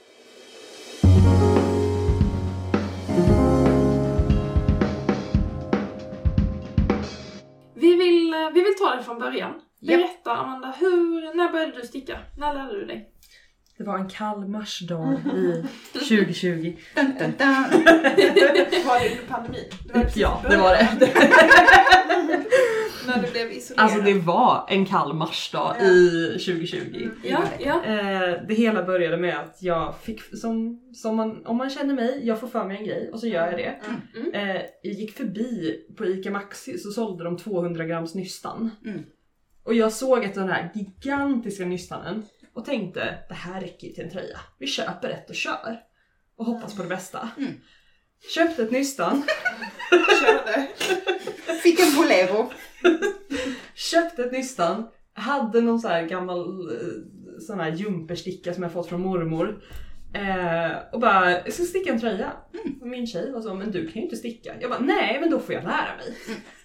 Vi vill ta det från början. Berätta Amanda, när började du sticka? När lärde du dig? Det var en kall marsdag i 2020. Dun, dun, dun. Var det under pandemin? Det var det. När du blev isolerad. Alltså det var en kall marsdag i 2020. Det hela började med att jag fick, om man känner mig, jag får för mig en grej och så gör jag det. Jag gick förbi på Ica Maxi så sålde de 200 grams nystan. Och jag såg ett av den här gigantiska nystanen och tänkte, det här räcker till en tröja. Vi köper ett och kör. Och hoppas på det bästa. Köpte ett nystan. Körde. Fick en bolero. Köpte ett nystan. Hade någon så här gammal sån här jumpersticka som jag fått från mormor. Och bara, jag ska sticka en tröja. Och min tjej var så, men du kan ju inte sticka. Jag bara, nej men då får jag lära mig.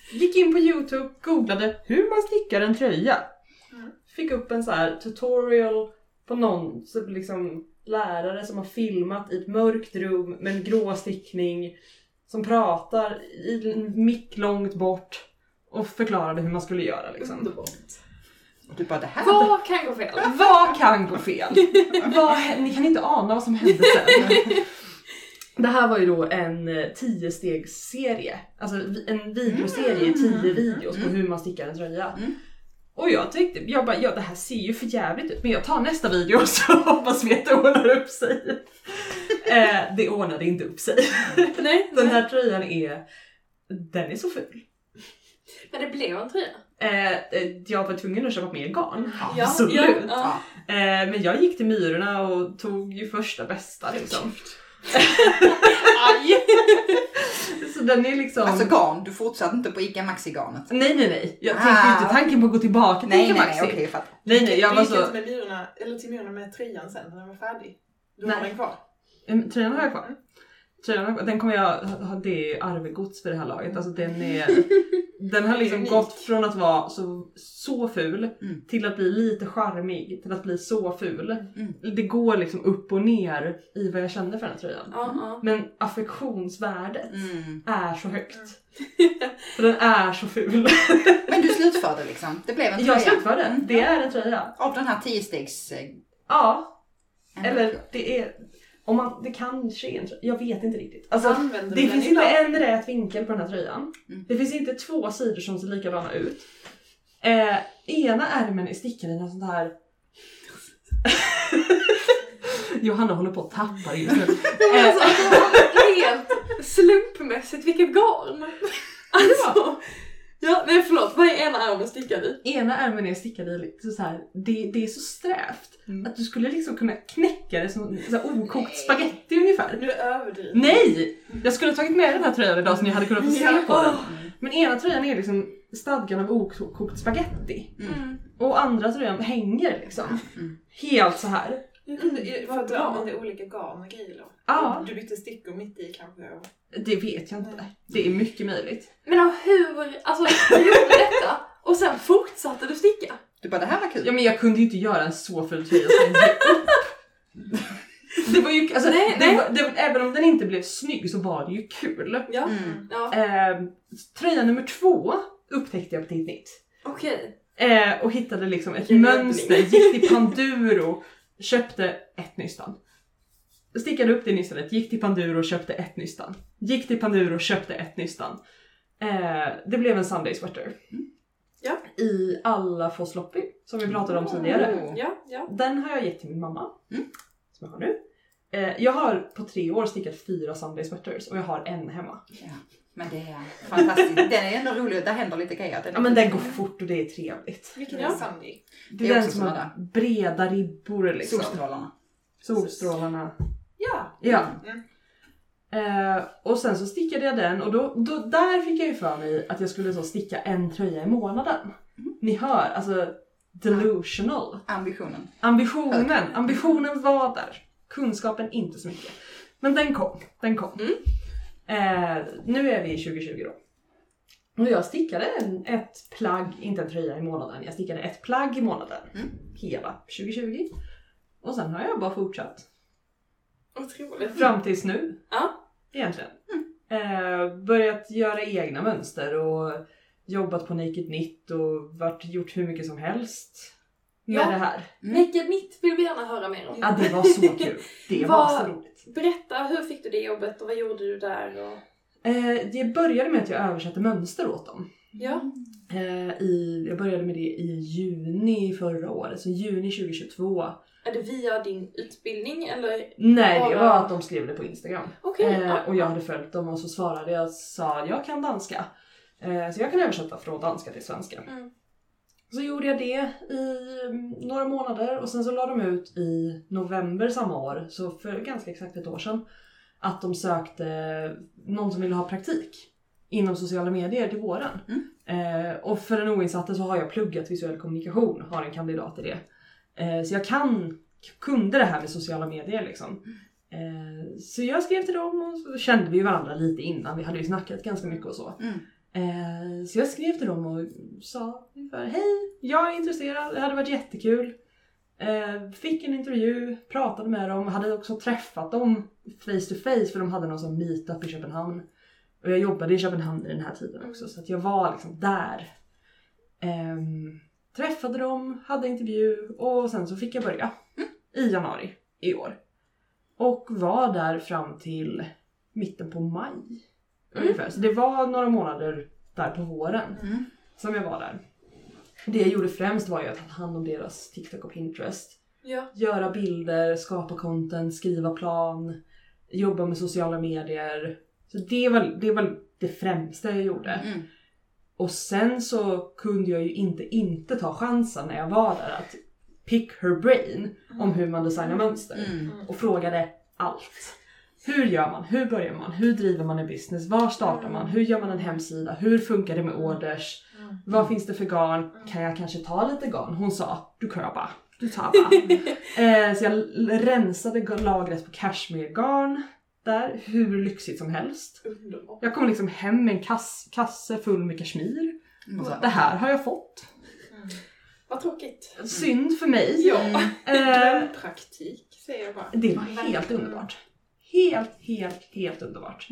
Gick in på YouTube, googlade hur man stickar en tröja. Fick upp en så här tutorial på någon liksom lärare som har filmat i ett mörkt rum med en grå stickning som pratar i en mick långt bort och förklarade hur man skulle göra liksom. Underbart. Du bara, det här... Vad kan gå fel? Vad kan gå fel? Ni kan inte ana vad som hände sen. Det här var ju då en 10-stegsserie. Alltså en videoserie, 10 videos på hur man stickar en tröja. Och jag tänkte, det här ser ju för jävligt ut. Men jag tar nästa video så hoppas vi att det ordnar upp sig. Det ordnade inte upp sig. Nej. Den här tröjan den är så ful. Men det blev en tröja. Jag var tvungen att köpa mer garn. Ja, absolut. ja. Men jag gick till Myrorna och tog ju första bästa liksom. Aj! Så den är liksom... Alltså garn, du fortsatte inte på Ica Maxi-garnet. Nej. Jag tänkte inte tanken på att gå tillbaka till Ica Maxi. Nej, okej, jag fattar. Nej, jag var så... Du gick inte med Myrorna, eller till Myrorna med tröjan sen när den var färdig? Du har den kvar? Tröjan har jag kvar. Den kommer jag ha, det är arvegods för det här laget. Alltså den har liksom gått från att vara så ful till att bli lite charmig, till att bli så ful. Det går liksom upp och ner i vad jag kände för den här tröjan. Men affektionsvärdet är så högt. För den är så ful. Men du slutförde liksom. Det blev en tröja. Jag slutförde. Det är en tröja. Av den här 10-stegs... Ja. Eller det är... det kanske är en tröja. Jag vet inte riktigt. Alltså, det finns inte en rätt vinkel på den här tröjan. Det finns inte 2 sidor som ser likadana ut. Ena ärmen är stickad i någon sån här... Johanna håller på att tappa det just nu. Helt slumpmässigt vilket garn. Alltså... Ja, nej förlåt. Vad är ena ärmen stickad i? Ena ärmen är stickad i lite så här. Det är så strävt. Att du skulle liksom kunna knäcka det som så här okokt spaghetti ungefär. Du överdriver. Nej! Jag skulle ha tagit med den här tröjan idag så ni hade kunnat få se på den. Men ena tröjan är liksom stadgan av okokt spaghetti. Och andra tröjan hänger liksom. Helt så här. För att du använder olika garn och grejer då? Ja. Du bytte stickor mitt i kanske? Det vet jag inte. Det är mycket möjligt. Men du gjorde detta och sen fortsatte du sticka? Du bara, det här var kul. Ja, men jag kunde ju inte göra en så full tröja så jag gick upp. Det var ju, alltså, även om den inte blev snygg så var det ju kul. Ja. Tröja nummer 2 upptäckte jag på Tittnitt. Okej. Och hittade liksom ett mönster, gick till Panduro, köpte ett nystan. Stickade upp det nystanet, gick till Panduro och köpte ett nystan. Gick till Panduro och köpte ett nystan. Det blev en Sunday sweater. Ja. I alla Fossloppy som vi pratade om tidigare. Ja. Den har jag gett till min mamma. Som jag har nu. Jag har på 3 år stickat 4 Sunday sweaters och jag har en hemma. Ja. Men det är fantastiskt. Den är ändå rolig. Där händer lite grejer. Ja, men den går fort och det är trevligt. Vilken är Sunday? Det är den som har breda ribbor liksom. Solstrålarna. Ja. Och sen så stickade jag den och då där fick jag ju för mig att jag skulle så sticka en tröja i månaden. Ni hör, alltså delusional. Ambitionen var där. Kunskapen inte så mycket. Men den kom. Nu är vi i 2020 då. Och jag stickade ett plagg, inte en tröja i månaden. Jag stickade ett plagg i månaden. Hela 2020. Och sen har jag bara fortsatt. Otroligt. Fram tills nu. Ja. Egentligen. Börjat göra egna mönster och jobbat på Naked Knit och gjort hur mycket som helst med det här. Naked Knit vill vi gärna höra mer om. Ja, det var så kul. Det var så roligt. Berätta, hur fick du det jobbet och vad gjorde du där? Det började med att jag översatte mönster åt dem. Ja. Jag började med det i juni förra året, så juni 2022. Är det via din utbildning eller? Nej, det var att de skrev det på Instagram. Okay. Och jag hade följt dem och så svarade jag och sa jag kan danska. Så jag kan översätta från danska till svenska. Så gjorde jag det i några månader och sen så la de ut i november samma år, så för ganska exakt ett år sedan, att de sökte någon som ville ha praktik inom sociala medier till våren. Och för den oinsatte så har jag pluggat visuell kommunikation, har en kandidat i det. Så jag kunde det här med sociala medier liksom. Så jag skrev till dem och så kände vi varandra lite innan. Vi hade ju snackat ganska mycket och så. Så jag skrev till dem och sa ungefär, hej, jag är intresserad, det hade varit jättekul. Fick en intervju, pratade med dem, hade också träffat dem face to face för de hade någon sån meetup i Köpenhamn. Och jag jobbade i Köpenhamn i den här tiden också, så att jag var liksom där. Träffade dem, hade intervju och sen så fick jag börja i januari i år. Och var där fram till mitten på maj ungefär. Så det var några månader där på våren som jag var där. Det jag gjorde främst var ju att ta hand om deras TikTok och Pinterest. Ja. Göra bilder, skapa content, skriva plan, jobba med sociala medier. Så det var det främsta jag gjorde. Och sen så kunde jag ju inte ta chansen när jag var där att pick her brain om hur man designar mönster. Och frågade allt. Hur gör man? Hur börjar man? Hur driver man en business? Var startar man? Hur gör man en hemsida? Hur funkar det med orders? Vad finns det för garn? Kan jag kanske ta lite garn? Hon sa, du tar bara. Så jag rensade lagret på cashmere-garn där. Hur lyxigt som helst. Jag kom liksom hem med en kasse full med kashmir. Det här har jag fått. Vad tråkigt. Synd för mig. Ja. Drömpraktik säger jag bara. Det var helt underbart. Helt underbart.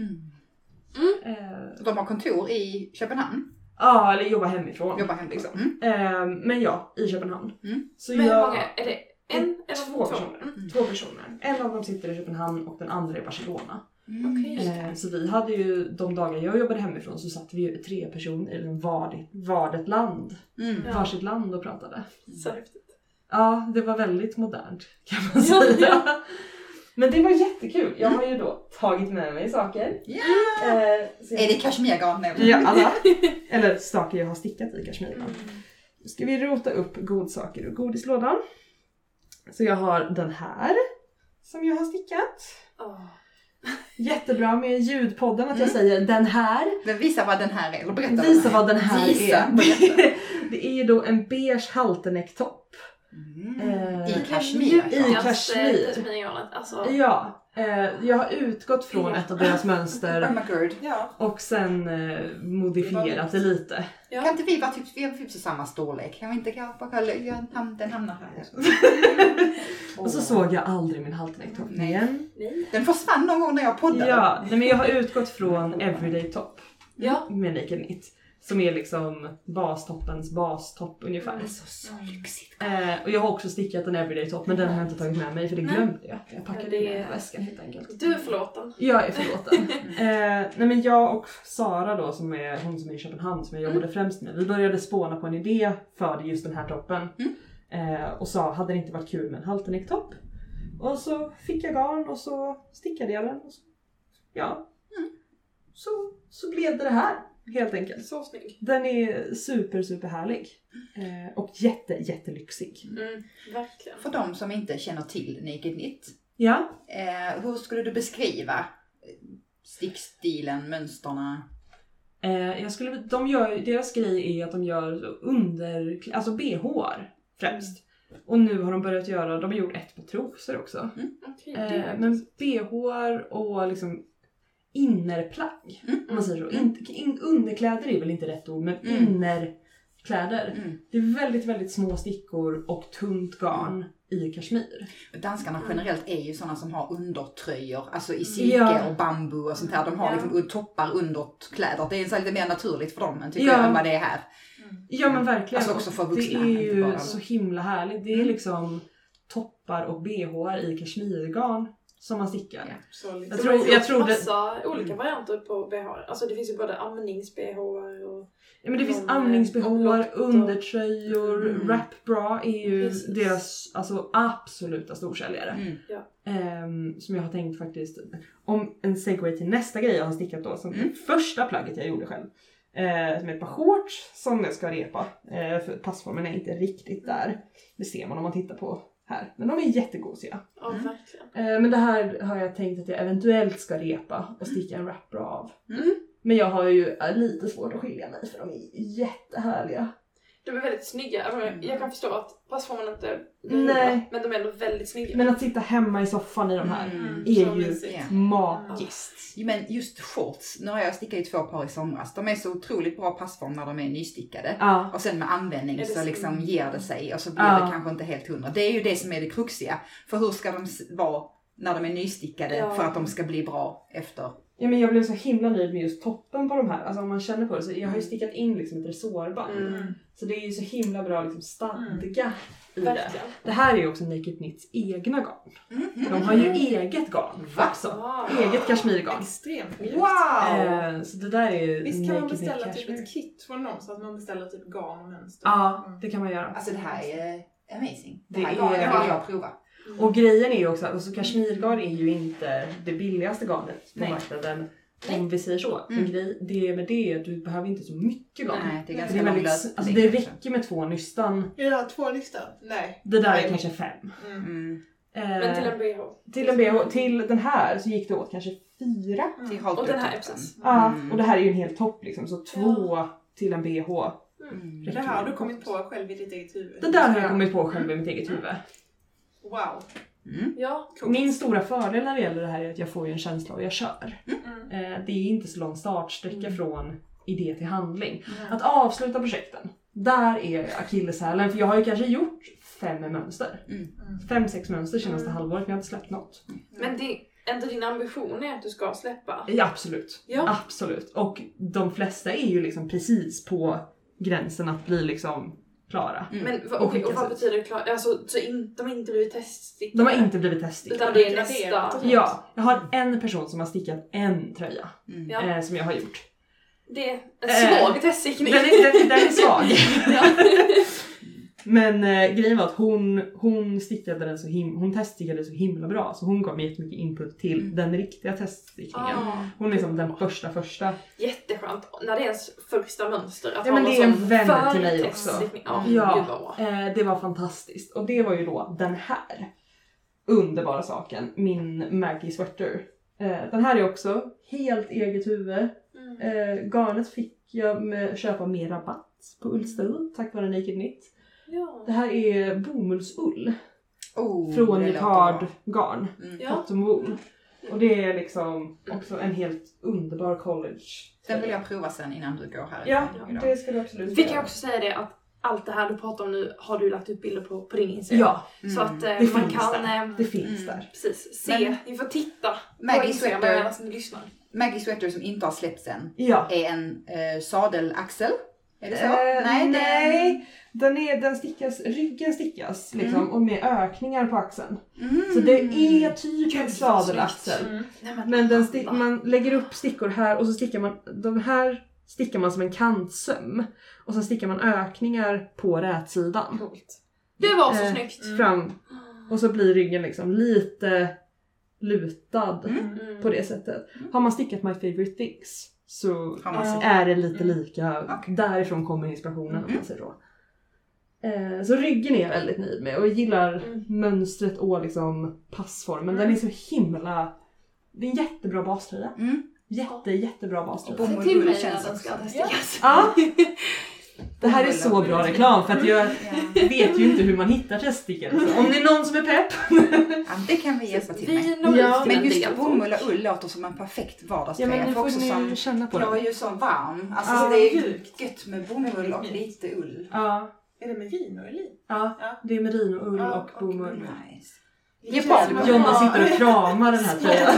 De har kontor i Köpenhamn? Ja, eller jobba hemifrån. Liksom. Men ja, i Köpenhamn. Så men hur många? Är det en eller två personer? Två personer. En av dem sitter i Köpenhamn och den andra i Barcelona. Så vi hade ju de dagar jag jobbade hemifrån så satt vi ju 3 personer i varsitt land. Varsitt land och pratade. Så häftigt. Ja, det var väldigt modernt kan man säga. Men det var jättekul. Jag har ju då tagit med mig saker. Är det kashmirgarn? Ja, alla. Eller saker jag har stickat i kashmirgarn. Nu ska vi rota upp godsaker ur godislådan. Så jag har den här som jag har stickat. Jättebra med ljudpodden att jag säger den här. Men visa vad den här är. Eller berätta vad den här är. Det är ju då en beige halternecktopp. I kashmir. Alltså. Ja. Jag har utgått från ett av deras mönster och sen modifierat det lite. Ja. Kan inte vi vara typ så samma storlek? Kan vi inte den hamnar här? Och så såg jag aldrig min halternecktopp igen. Den försvann någon gång när jag poddade. Ja, men jag har utgått från everyday top med Naked Knit. Som är liksom bastoppens bastopp ungefär. Så lyxigt. Och jag har också stickat en everyday top, men den har jag inte tagit med mig för det glömde jag. Jag packade in i väskan helt enkelt. Du är förlåten. Jag är förlåten. Nej men jag och Sara då, som är hon som är i Köpenhamn som jag jobbade främst med. Vi började spåna på en idé för just den här toppen. Och sa, hade det inte varit kul med en halternecktopp? Och så fick jag garn och så stickade jag den. Och så, så blev det här. Helt enkelt. Så snygg. Den är super härlig. Och jättelyxig. Verkligen. För de som inte känner till Naked Knit. Ja. Hur skulle du beskriva stickstilen, mönsterna? Deras grej är att de gör alltså BH:ar främst. Och nu har de börjat de har gjort ett par trosor också. Men BH:ar och liksom innerplagg, om man säger så. Underkläder är väl inte rätt ord, men innerkläder. Det är väldigt små stickor och tunt garn i kashmir. Danskarna generellt är ju sådana som har undertröjor, alltså i silke och bambu och sånt här. De har liksom toppar under kläder. Det är så lite mer naturligt för dem tycker jag än vad det är här. Ja men verkligen. Alltså också för vuxna. Det är ju så himla härligt. Det är liksom toppar och BH:ar i kashmirgarn som man stickar. Ja, så jag tror massa olika varianter på BH:ar. Alltså det finns ju både amnings-BH:ar och... Ja men det finns amnings-BH:ar, undertröjor, wrap bra är ju deras alltså absoluta storsäljare. Som jag har tänkt faktiskt, om en segway till nästa grej jag har stickat då, som första plagget jag gjorde själv. Som är ett par shorts som jag ska repa. För passformen är inte riktigt där. Det ser man om man tittar på här. Men de är jättegosiga. Ja, verkligen. Men det här har jag tänkt att jag eventuellt ska repa och sticka en wrap bra av. Men jag har ju lite svårt att skilja mig för de är jättehärliga. De är väldigt snygga. Alltså, jag kan förstå att passformen inte Nej. men de är ändå väldigt snygga. Men att sitta hemma i soffan i de här är ju magiskt. Men just shorts, nu har jag stickat i 2 par i somras. De är så otroligt bra passform när de är nystickade. Ja. Och sen med användning så liksom ger det sig och så blir det kanske inte helt 100. Det är ju det som är det kruxiga. För hur ska de vara när de är nystickade för att de ska bli bra efter? Ja, men jag blev så himla nöjd med just toppen på de här. Alltså om man känner på det så jag har ju stickat in liksom ett resårband. Så det är ju så himla bra liksom stadga i det. Det här är ju också Naked Knits egna garn. De har ju eget garn också. Eget kashmirgarn. Extremt Wow! Så det där är ju visst kan man Naked Knit beställa typ Cashmere. ett kit från någon så att man beställer typ garn och mönster? Ja, det kan man göra. Alltså det här är amazing. Det Det här är- garnet vill jag prova. Och grejen är ju också att kashmirgarn är ju inte det billigaste garnet på marknaden. Om vi säger så. Men det med det är att du behöver inte så mycket garn. Nej, det är Det, ganska är väldigt, långlöst. alltså det räcker med 2 nystan. Ja, 2 listor. Nej. Det där är kanske 5. Men till en BH. Till en BH. Till den här så gick det åt kanske 4. Till Och den här är halvtoppen. precis. Ja, och det här är ju en hel topp liksom. Så 2 till en BH. Det här har du kommit på själv i ditt eget huvud. Det där har jag kommit på själv i mitt eget huvud. Wow. Ja. Min stora fördel när det gäller det här är att jag får ju en känsla och jag kör. Det är inte så lång startsträcka från idé till handling. Att avsluta projekten, där är akilleshälen. För jag har ju kanske gjort 5 mönster. 5-6 mönster senaste halvåret, men jag har inte släppt något. Men det ändå din ambition är att du ska släppa. Ja, absolut. Ja. Absolut. Och de flesta är ju liksom precis på gränsen att bli liksom klara. Men Och skickas och vad ut. betyder det klart? Alltså, så de har inte blivit teststickade? De har inte blivit teststickade. Utan det är nästa. Ja, jag har en person som har stickat en tröja Ja. som jag har gjort. Det är en svag teststickning. Den är svag. Men grejen var att hon stickade den hon teststickade så himla bra. Så hon gav mig jättemycket input till den riktiga teststickningen. Hon är liksom den första. Jätteskönt när det är ens första mönster. Att Ja, ha men det någon är en sån vän till mig förteststickning. också. Gud vad Ja, bra. det var fantastiskt. Och det var ju då den här underbara saken. Min Maggie Sweater. Den här är också helt eget huvud. Garnet fick jag köpa med rabatt på Ullstil tack vare Naked Knit. Ja. Det här är bomullsull från det låter Jacquard bra. garn. Ja. Cotton wool. Och det är liksom också en helt underbar college. Den vill jag prova sen innan du går här. Ja, idag. det ska du absolut Vi kan göra. också säga det att allt det här du pratar om nu har du lagt upp bilder på din Instagram. Ja, Så att det man finns kan där. Det finns där. precis se. Ni får titta på Maggie Instagram Sweater. medan ni lyssnar. Maggie Sweater som inte har släppts än Ja. är en sadelaxel. Är det så? Nej, den stickas, ryggen stickas liksom, och med ökningar på axeln. Så det är typ en sadelaxel. Men man lägger upp stickor här och så stickar man, de här stickar man som en kantsöm. Och så stickar man ökningar på rätsidan. Coolt. Det var så snyggt. Fram. Och så blir ryggen liksom lite lutad på det sättet. Har man stickat My Favorite Things så är det lite lika. Därifrån kommer inspirationen om man säger så. Så ryggen är jag väldigt nöjd med och jag gillar mönstret och liksom passformen. Den är så himla. Det är en jättebra baströja. Jättebra baströja. Säg till mig när den ska testas. Ja. Det här är så bra reklam för att jag vet ju inte hur man hittar teststickor. Så om det är någon som är pepp. Ja, det kan vi hjälpa till med. Vi når ut till Men en just del. bomull och ull låter som en perfekt vardagströja. Ja, men nu för får också ni som, känna på jag det. är ju så varm. Alltså Ja, så det är gött med bomull och lite ull. Ja, Är det merino eller? det är merinoull Ja, och bomull. Nice. Jonna sitter och kramar den här tröjan.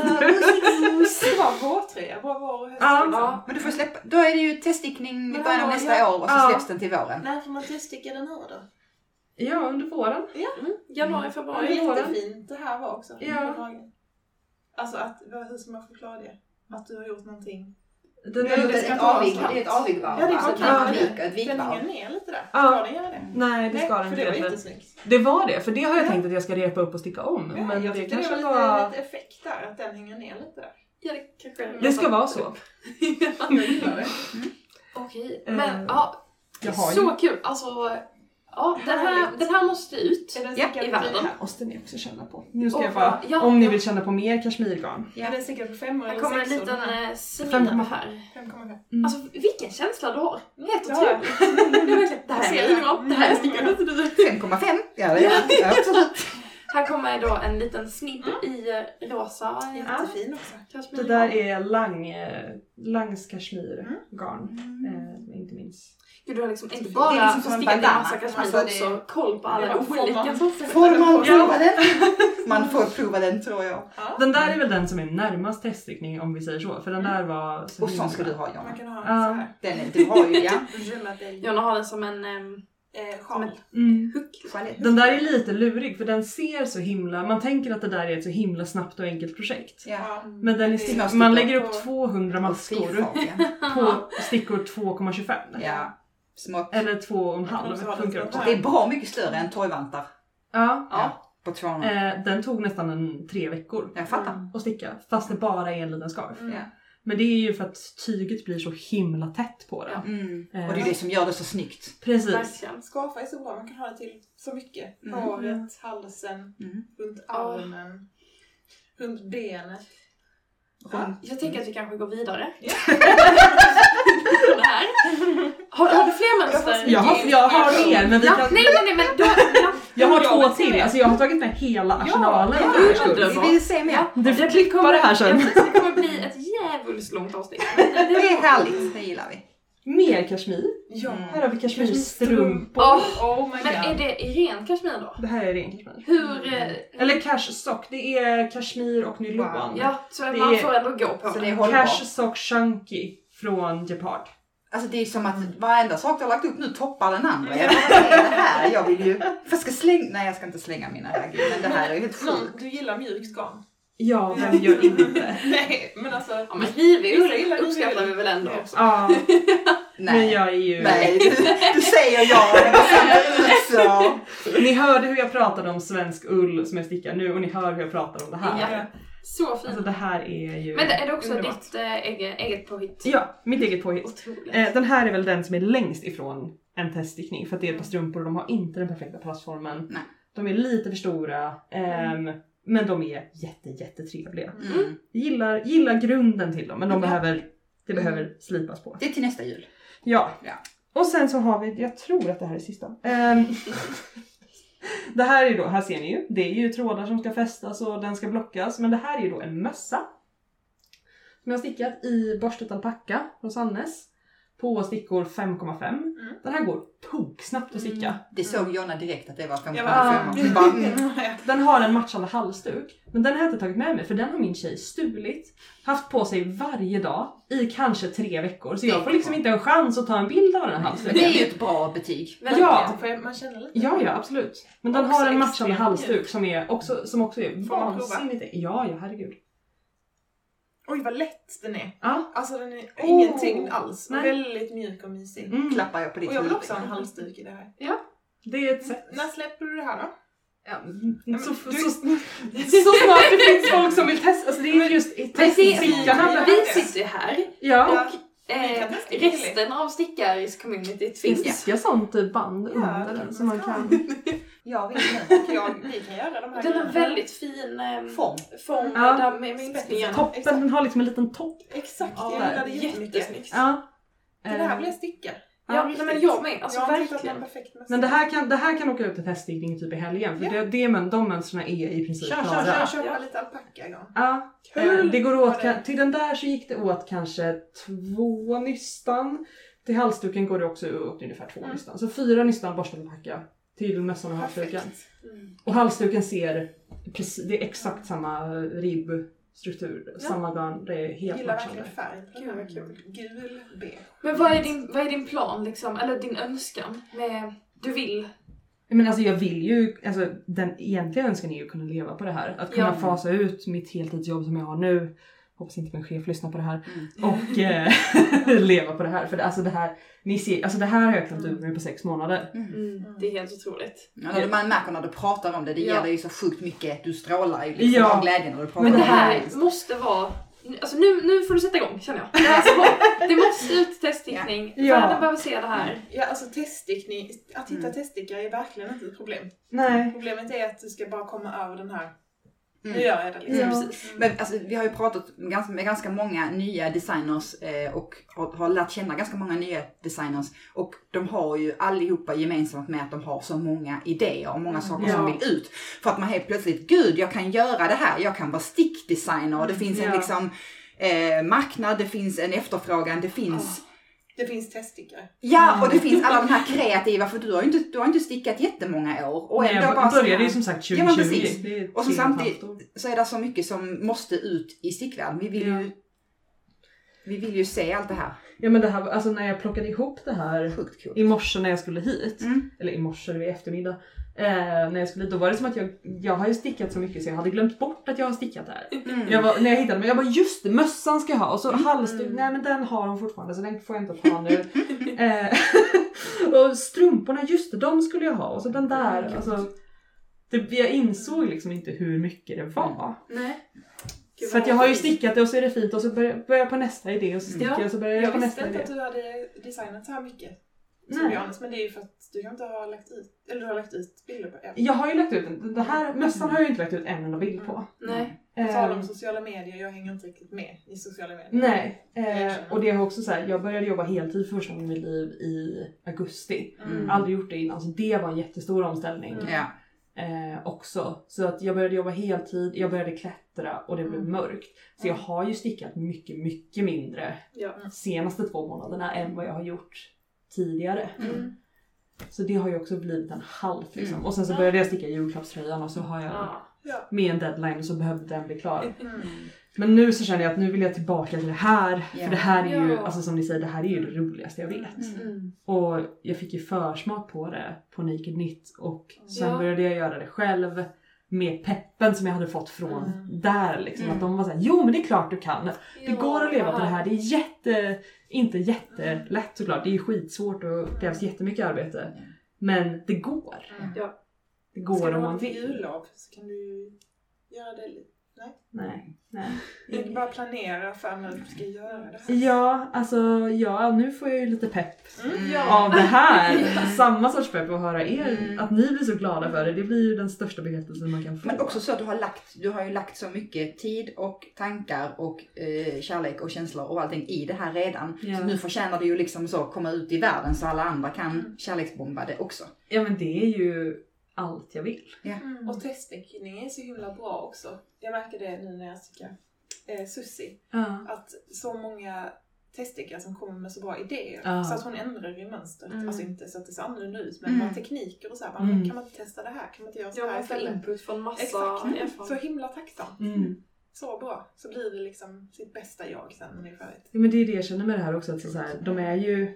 Det var vårtröja. Vad var hösten? Ja. Men du får släppa, då är det ju teststickning i början av nästa år och så släpps den till våren. När får man teststicka den här då? Ja, under våren. Januari, Ja, februari. jättefint det här var också. Ja. Alltså hur ska man förklara det? Att du har gjort någonting. Den Det är ett avigvarv. Ja, det är alltså klart. ett Den hänger vikvarv. ner lite där. Ja. Ska den göra det? Nej, det ska den för det var inte. jättesnyggt. Det var det, för det har jag tänkt att jag ska repa upp och sticka om. Ja, Men jag det tyckte kanske det var lite effekt där, att den hänger ner lite där. Ja, det kanske är. Det ska vara så. Jag gillar det. Okej, men ja. Jag har ju... Så kul. Alltså, Ja, den här måste ut i världen. Måste ni också känna på. Nu ska jag bara, om ni vill känna på mer kashmirgarn. Ja. Är den stickad på 5 eller 6? Här kommer en liten smidare här. 5,5. Alltså vilken känsla du har. Helt otroligt. Det här är det här är stickad. 5,5. Ja, det är absolut. Här kommer då en liten snibb i rosa. Jättefin också. Det där är Langs kashmirgarn. Inte minst. Gud, du har liksom inte bara stickat en massa kashmir också koll på alla olika sorter. Får man prova den? Man får prova den, tror jag. Ja. Den där är väl den som är närmast teststickning, om vi säger så. För den där var... Och sån ska du ha, Jonna. Man kan ha den så här. Du har ju, Jonna har den som en... sjal. Den där är lite lurig för den ser så himla... Man tänker att det där är ett så himla snabbt och enkelt projekt. Ja. Men den är man lägger upp 200 maskor på stickor 2,25. Ja. Små. Eller 2,5 funkar också. Det är bra mycket större än torgvantar. Ja. På 200. Den tog nästan 3 veckor. Jag fattar. Att sticka. Fast det bara är en liten scarf. Ja. Men det är ju för att tyget blir så himla tätt på det. Och det är det som gör det så snyggt. Precis. Scarfa är så bra. Man kan ha det till så mycket. Håret, halsen, runt armen, runt benet. Ja, jag tänker att vi kanske går vidare. Ja. Det här. Har du fler mönster? Jag har mer, men vi kan... Nej, men då... Jag har 2 till. Alltså jag har tagit med hela arsenalen. Vi vill se mer. Du får klippa det här sen. Det kommer bli ett jävligt långt avsnitt. Det är härligt, det gillar vi. Mer kashmir. Ja. Här har vi kashmirstrumpor. Oh my god. Men är det i ren kashmir då? Det här är ren kashmir. Hur... Eller cashsock. Det är kashmir och nylon. Wow. Ja, så man får ändå gå på så det. Det är hållbart. Cashsock chunky från Gepard. Alltså det är som att varenda sak du har lagt upp nu toppar den andra. Jag vet inte, det här, jag vill ju... Jag ska slänga... Nej, jag ska inte slänga mina här. Men det här är ju helt sjukt. Du gillar mjukt garn. Ja, vem gör inte? Nej, men alltså... Ja, men rivig uppskattar vi väl ändå också. Ja. Nej. Men jag är ju... Nej, du säger ja. Så. Ni hörde hur jag pratade om svensk ull som jag stickar nu och ni hör hur jag pratar om det här. Ja. Så fint. Alltså det här är ju... Men är det också underbart. ditt eget påhitt? Ja, mitt eget påhitt. Otroligt. Den här är väl den som är längst ifrån en teststickning för att det är ett par strumpor och de har inte den perfekta passformen. Nej. De är lite för stora, men de är jättetrevliga. Gillar grunden till dem, men det behöver slipas på. Det är till nästa jul. Ja. Och sen så har vi, jag tror att det här är sista. Det här är då, här ser ni ju, det är ju trådar som ska fästas och den ska blockas. Men det här är ju då en mössa. Som jag har stickat i borstet alpacka från Sannes. På stickor 5,5. Den här går toksnabbt att sticka. Det såg Jonna direkt att det var 5,5. Den har en matchande halsduk. Men den har jag inte tagit med mig för den har min tjej stulit. Haft på sig varje dag i kanske 3 veckor. Så jag får liksom inte en chans att ta en bild av den här halsduken. Det är ju ett bra betyg. Ja. Man känner lite. Ja, absolut. Men den också har en matchande halsduk som också är Får man prova? vansinnigt. Ja, herregud. Oj, vad lätt den är. Ja. Alltså den är ingenting alls. Nej. Väldigt mjuk och mysig. Klappar jag på ditt Och jag vill huvud. också ha en halsduk i det här. Ja, det är ett sätt. När släpper du det här då? Ja, men så snart det finns folk som vill testa. Alltså det är just i teststickarna. Vi sitter här. Ja. Resten av stickaris-communityt finns. Finns det sånt band under den som man kan... Ja, vi kan göra de här. Den har väldigt fin form Ja. där med minskningarna. Toppen, den har liksom en liten topp. Exakt, Ja, jag gillar det jättesnyggt. Ja. Det här blir stickar. Ja, men jag med. Alltså verkligen. Men det här kan åka ut till teststickning typ i helgen. För de mönstren är i princip klara. Köpa lite alpacka. Ja. Det går åt, till den där så gick det åt kanske 2 nystan. Till halsduken går det också upp ungefär 2 nystan. Så 4 nystan borstad alpacka till mössan och halsduken. Och halsduken ser precis, det är exakt samma ribbstruktur. Samma garn, det är helt jag gillar verkligen färg på den här. Gul, beige. Men vad är din plan liksom? Eller din önskan med du vill? Men alltså jag vill ju, alltså den egentliga önskan är ju att kunna leva på det här. Att kunna fasa ut mitt heltidsjobb som jag har nu. Hoppas inte min chef lyssnar på det här. Och leva på det här. För det, alltså det här, ni ser, alltså det här har jag klarat ut mig på 6 månader. Det är helt otroligt. Ja, man märker när du pratar om det. Det ger dig ju så sjukt mycket. Du strålar ju liksom av glädjen när du pratar om men det. Det här måste vara Alltså nu får du sätta igång, känner jag. Det måste ut teststickning. Ja. Världen behöver se det här. Ja, alltså teststickning, att hitta teststickare är verkligen inte ett problem. Nej. Problemet är att du ska bara komma över den här. Nu gör jag det liksom. Ja. Precis. Men alltså, vi har ju pratat med ganska många nya designers och har lärt känna ganska många nya designers. Och de har ju allihopa gemensamt med att de har så många idéer och många saker som vill ut. För att man helt plötsligt, gud jag kan göra det här, jag kan vara stickdesigner och det finns en liksom marknad, det finns en efterfrågan, det finns... Det finns teststickare. Ja, och det finns alla de här kreativa, för du har inte stickat jättemånga år. Och nej, jag började ju som sagt 2020. Ja, men precis. Och så 3,5 samtidigt år. så är det så mycket som måste ut i stickvärlden. Vi vill ju se allt det här. Ja, men det här, alltså när jag plockade ihop det här Sjukt kul. i morse när jag skulle hit, eller i morse vid eftermiddag, när jag skulle hit, då var det som att jag har ju stickat så mycket så jag hade glömt bort att jag har stickat där. När jag hittade mig, jag bara just det, mössan ska jag ha, och så halsduk, nej men den har hon fortfarande så den får jag inte ta nu. Och strumporna, just det, de skulle jag ha, och så den där, alltså jag insåg liksom inte hur mycket det var. Nej. För att jag har ju stickat det och så är det fint och så börjar jag på nästa idé och så stickar jag och så börjar jag på nästa idé. Jag visste inte att du hade designat så här mycket. Men det är ju för att du inte har lagt ut, eller du har lagt ut bilder på det. Jag har ju lagt ut den. Det här mössan har jag ju inte lagt ut en enda bild på. Nej. På tal om sociala medier, jag hänger inte riktigt med i sociala medier. Nej. Och det har också så här, jag började jobba heltid för första gången i mitt liv i augusti. Aldrig gjort det innan, så det var en jättestor omställning. Ja. Också. Så att jag började jobba heltid, jag började klättra och det blev mörkt. Så jag har ju stickat mycket, mycket mindre senaste 2 månaderna än vad jag har gjort tidigare. Så det har ju också blivit en halv liksom. Och sen så började jag sticka julklappströjan och så har jag med en deadline och så behövde den bli klar. Men nu så känner jag att nu vill jag tillbaka till det här. För det här är ju, alltså som ni säger, det här är ju det roligaste jag vet. Och jag fick ju försmak på det på Naked Knit. Och sen började jag göra det själv med peppen som jag hade fått från där liksom. Att de var såhär, jo men det är klart du kan. Det går att leva på det här. Det är inte jättelätt såklart. Det är ju skitsvårt och krävs jättemycket arbete. Men det går. Det går om man vill. Ska du ha jullov så kan du göra det lite. Nej. Inte bara planera för när du ska göra det här. Ja, alltså nu får jag ju lite pepp av det här. Samma sorts pepp att höra er. Att ni blir så glada för det. Det blir ju den största bekräftelsen man kan få. Men också så att du har ju lagt så mycket tid och tankar och kärlek och känslor och allting i det här redan. Så nu förtjänar det ju liksom så komma ut i världen så alla andra kan kärleksbomba det också. Ja, men det är ju allt jag vill. Och teststickning är så himla bra också. Jag märker det nu när jag stickar Susie. Att så många teststickare som kommer med så bra idéer. Så att hon ändrar i mönstret. Alltså inte så att det ser annorlunda ut. Men bara tekniker och så här. Kan man inte testa det här? Kan man inte göra så här istället? Input från massa. Exakt. Så himla tacksamt. Så bra. Så blir det liksom sitt bästa jag sen när det är färdigt. Ja, men det är det jag känner med det här också. Att så här, de är ju...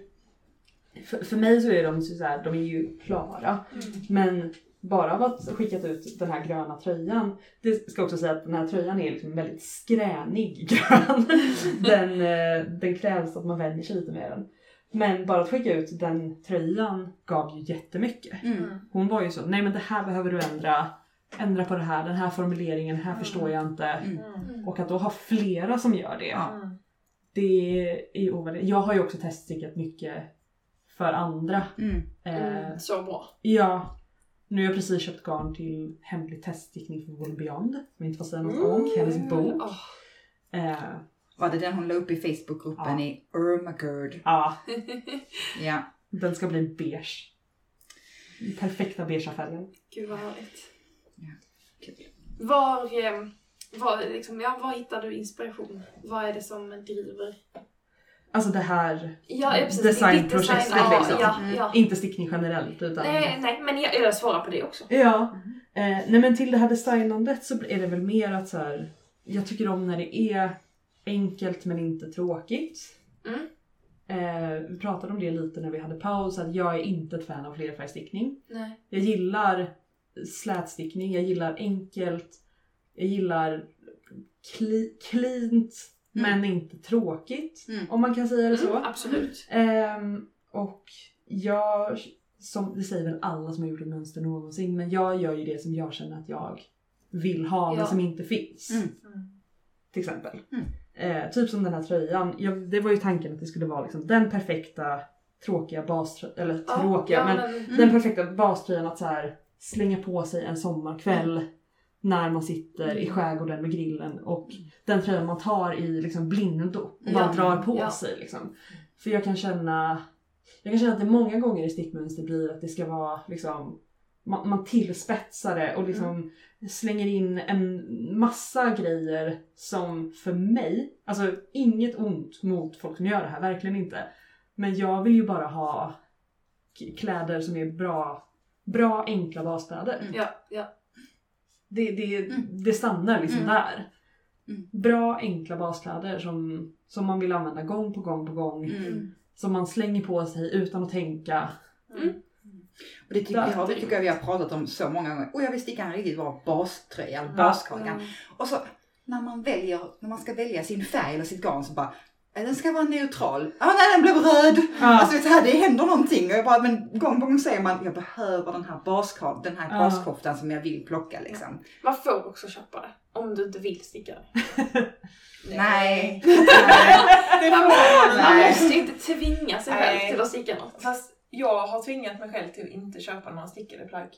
För mig så är de så här, de är ju klara. Men... Bara av att skickat ut den här gröna tröjan. Det ska också säga att den här tröjan är liksom väldigt skränig grön. Den krävs att man vänjer sig lite med den. Men bara att skicka ut den tröjan gav ju jättemycket. Hon var ju så, nej men det här behöver du ändra på det här. Den här formuleringen, här förstår jag inte. Och att då ha flera som gör det. Det är ovärdigt. Jag har ju också teststickat mycket för andra. Så bra. Ja. Nu har jag precis köpt garn till hemlig teststickning för Wool Beyond. Som jag inte får säga något om. Hennes bok. Var det den hon la upp i Facebookgruppen i Ermagerd? Ja. Ja. Den ska bli beige. Perfekta beigea färgen. Gud vad härligt. Ja, kul. Var hittar du inspiration? Vad är det som driver? Alltså det här designprojektet liksom. Inte stickning generellt utan... Nej, men jag svarar på det också. Ja. Nej, men till det här designandet så är det väl mer att så här, jag tycker om när det är enkelt men inte tråkigt. Vi pratade om det lite när vi hade paus, att jag är inte ett fan av flerfärgstickning. Nej. Jag gillar slätstickning, jag gillar enkelt, jag gillar cleant men inte tråkigt, om man kan säga det så. Absolut. Och jag, som det säger väl alla som har gjort ett mönster någonsin, men jag gör ju det som jag känner att jag vill ha men som inte finns. Till exempel. Typ som den här tröjan. Det var ju tanken att det skulle vara liksom den perfekta tråkiga baströjan. Eller tråkiga, men den perfekta baströjan att så här slänga på sig en sommarkväll när man sitter i skärgården med grillen. Och den tröjan man tar i liksom blindo och bara drar på sig. Liksom. För jag kan känna att det många gånger i stickmönster blir att det ska vara liksom, man tillspetsar det och liksom slänger in en massa grejer som för mig, alltså inget ont mot folk som gör det här, verkligen inte. Men jag vill ju bara ha kläder som är bra enkla baskläder. Ja. Det stannar liksom där. Bra enkla baskläder som man vill använda gång på gång. Som man slänger på sig utan att tänka. Och det tycker jag vi har pratat om så många gånger. Och jag vill sticka en riktigt bra baströja, baskragen. Och så när man ska välja sin färg eller sitt garn så bara, den ska vara neutral. Nej, den blev röd. Alltså det händer någonting. Och men gång på gång säger man, jag behöver den här baskoftan som jag vill plocka liksom. Man får också köpa det om du inte vill sticka det. Nej. Man måste inte tvinga sig själv till att sticka något. Fast jag har tvingat mig själv till att inte köpa några stickade plagg.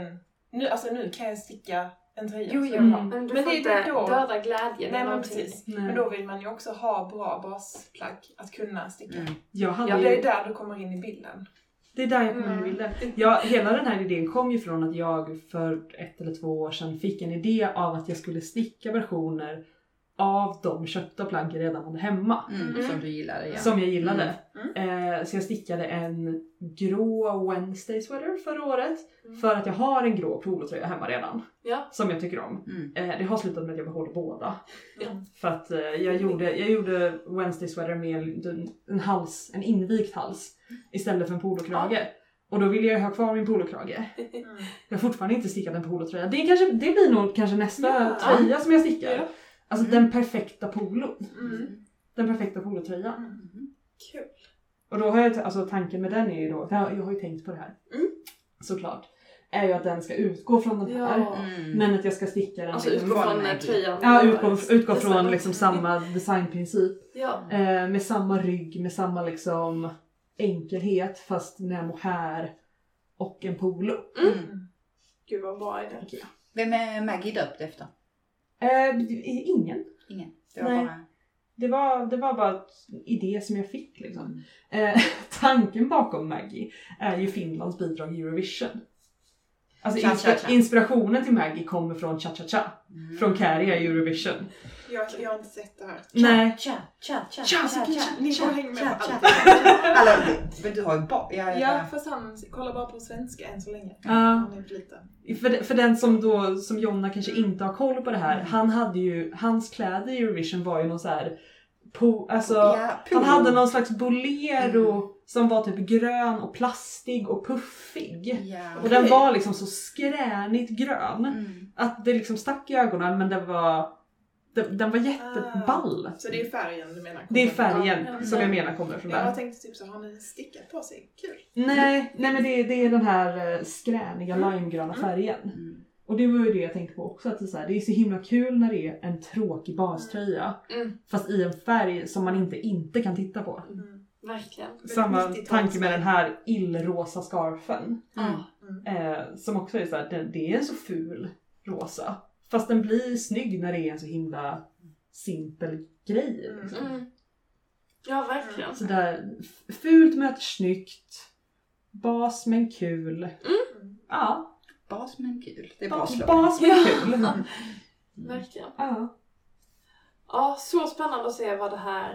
Nu kan jag sticka en tröja. Men du får inte döda glädjen. Nej, men precis. Nej. Men då vill man ju också ha bra basplagg att kunna sticka. Det är där du kommer in i bilden. Det är där jag kommer in i bilden. Hela den här idén kom ju från att jag för 1 eller 2 år sedan fick en idé av att jag skulle sticka versioner av de köpta plagg jag redan hade hemma. Som du gillade, ja. Som jag gillade. Så jag stickade en grå Wednesday sweater förra året. För att jag har en grå polotröja hemma redan. Ja. Som jag tycker om. Det har slutat med att jag behåller båda. För att jag gjorde Wednesday sweater med en invikt hals. Istället för en polokrage. Och då ville jag ha kvar min polokrage. Jag har fortfarande inte stickat en polotröja. Det blir nog kanske nästa tröja som jag stickar. Alltså den perfekta polon. Den perfekta polotröjan. Kul. Och då har jag, tanken med den är ju då, jag har ju tänkt på det här. Såklart. Är ju att den ska utgå från den här. Men att jag ska sticka den. Alltså utgå från tröjan. Ja, utgå från liksom samma designprincip. Ja. Med samma rygg, med samma liksom enkelhet. Fast med mohair och en polo. Gud vad bra är det. Vem är Maggie döpt efter? Ingen. Det var bara en idé som jag fick liksom. Tanken bakom Maggie är ju Finlands bidrag i Eurovision. Alltså inspirationen till Maggie kommer från Cha Cha Cha. Från Kärja i Eurovision. Jag har inte sett det här. Nej. Ni får hänga med på allt. Men du har ju bara... Ja, fast han kollar bara på svenska än så länge. Han är liten. För den som Jonna kanske inte har koll på det här. Hans kläder i Eurovision var ju någon så här... han hade någon slags bolero som var typ grön och plastig och puffig. Och den var liksom så skränigt grön att det liksom stack i ögonen, men den var jätteball. Så det är färgen du menar? Det är färgen som jag menar kommer från där. Jag tänkte typ så, har ni stickat på sig? Kul. Nej men det är den här skräniga limegröna färgen. Och det var ju det jag tänkte på också, att det är så himla kul när det är en tråkig baströja. Fast i en färg som man inte kan titta på. Verkligen. Samma tanke med den här illrosa scarfen. Som också är så här, det är en så ful rosa. Fast den blir snygg när det är en så himla simpel grej. Liksom. Ja, verkligen. Så där, fult möter snyggt. Bas men kul. Ja. Bas men kul. Det är bra slag. Bas men kul. Verkligen. Ja, så spännande att se vad det här...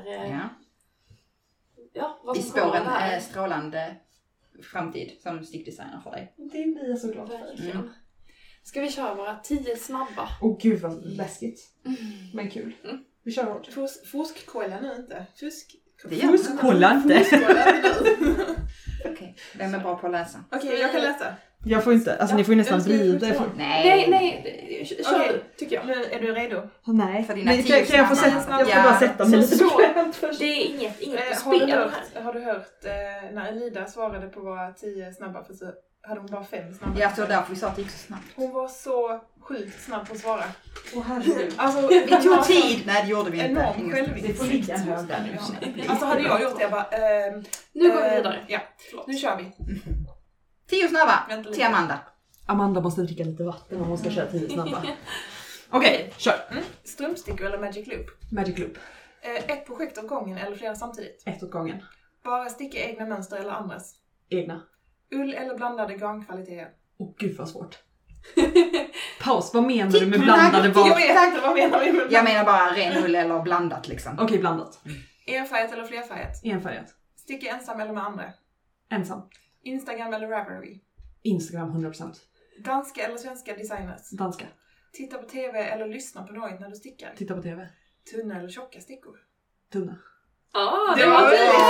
vad i som kommer spåren strålande framtid som stickdesigner för dig. Det blir jag så glad för. Ska vi köra våra 10 snabba? Gud vad läskigt. Men kul. Vi kör hårt. Fuskkolla nu inte. Fuskkolla inte. Okej, vem är bra på att läsa? Okej, jag kan läsa. Jag får inte, ni får ju nästan vrida. Nej, kör du, tycker jag. Nu är du redo? Nej, för dina kan jag få bara sätta mig lite bekvämt först. Det är inget spel här. Har du hört när Elida svarade på våra 10 snabba hade hon bara 5 snabba. Ja, så därför vi sa att det gick så snabbt. Hon var så sjukt snabb på att svara. Herregud. Alltså, Vi tog tid. Nej, det gjorde vi inte. Enorm självinsikt. får ligga hög där nu. Alltså hade jag gjort det, jag bara... nu går vi vidare. Ja, nu kör vi. 10 snabba till Amanda. Amanda måste dricka lite vatten om hon ska köra 10 snabba. Okej, kör. Strumpstickor eller Magic Loop? Magic Loop. Ett projekt åt gången eller flera samtidigt? 1 åt gången. Bara sticka egna mönster eller andras? Egna. Ull eller blandade garnkvaliteter? Gud vad svårt. Paus, vad menar du med blandade Jag var? vet inte, vad menar vi med blandade? Jag menar bara ren ull eller blandat liksom. Okej, blandat. Enfärgat eller flerfärgat? Enfärgat. Sticka ensam eller med andra? Ensam. Instagram eller Ravelry? Instagram 100%. Danska eller svenska designers? Danska. Titta på TV eller lyssna på något när du stickar? Titta på TV. Tunna eller tjocka stickor? Tunna. Det var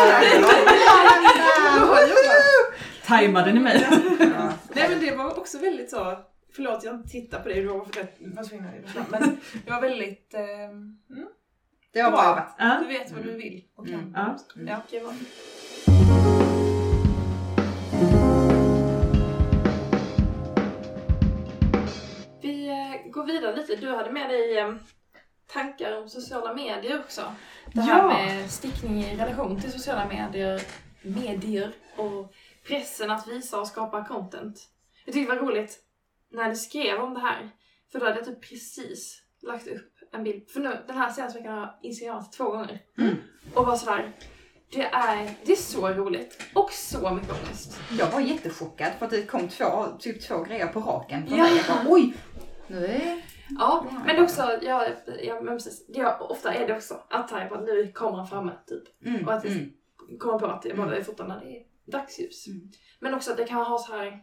Tajmade ni mig? Nej, men det var också väldigt så... Förlåt, jag inte tittar på det. Du var för det. Men det var väldigt... Det var bra jobbat. Du vet vad du vill och kan. Ja. Vi går vidare lite. Du hade med dig tankar om sociala medier också. Det här med stickning i relation till sociala medier och pressen att visa och skapa content. Jag tyckte det var roligt när du skrev om det här. För då hade jag typ precis lagt upp en bild. För nu, den här senaste veckan har jag instagrammat 2 gånger. Och var sådär, det är så roligt. Och så mycket ångest. Jag var jättechockad för att det kom 2 grejer på raken från mig. Jag bara, oj! Nu är... Ja, men också, men precis, ofta är det också att ta på att nu är kameran framme typ. Och att jag kommer på att jag bara är fotad när det är dagsljus. Men också att det kan ha så här,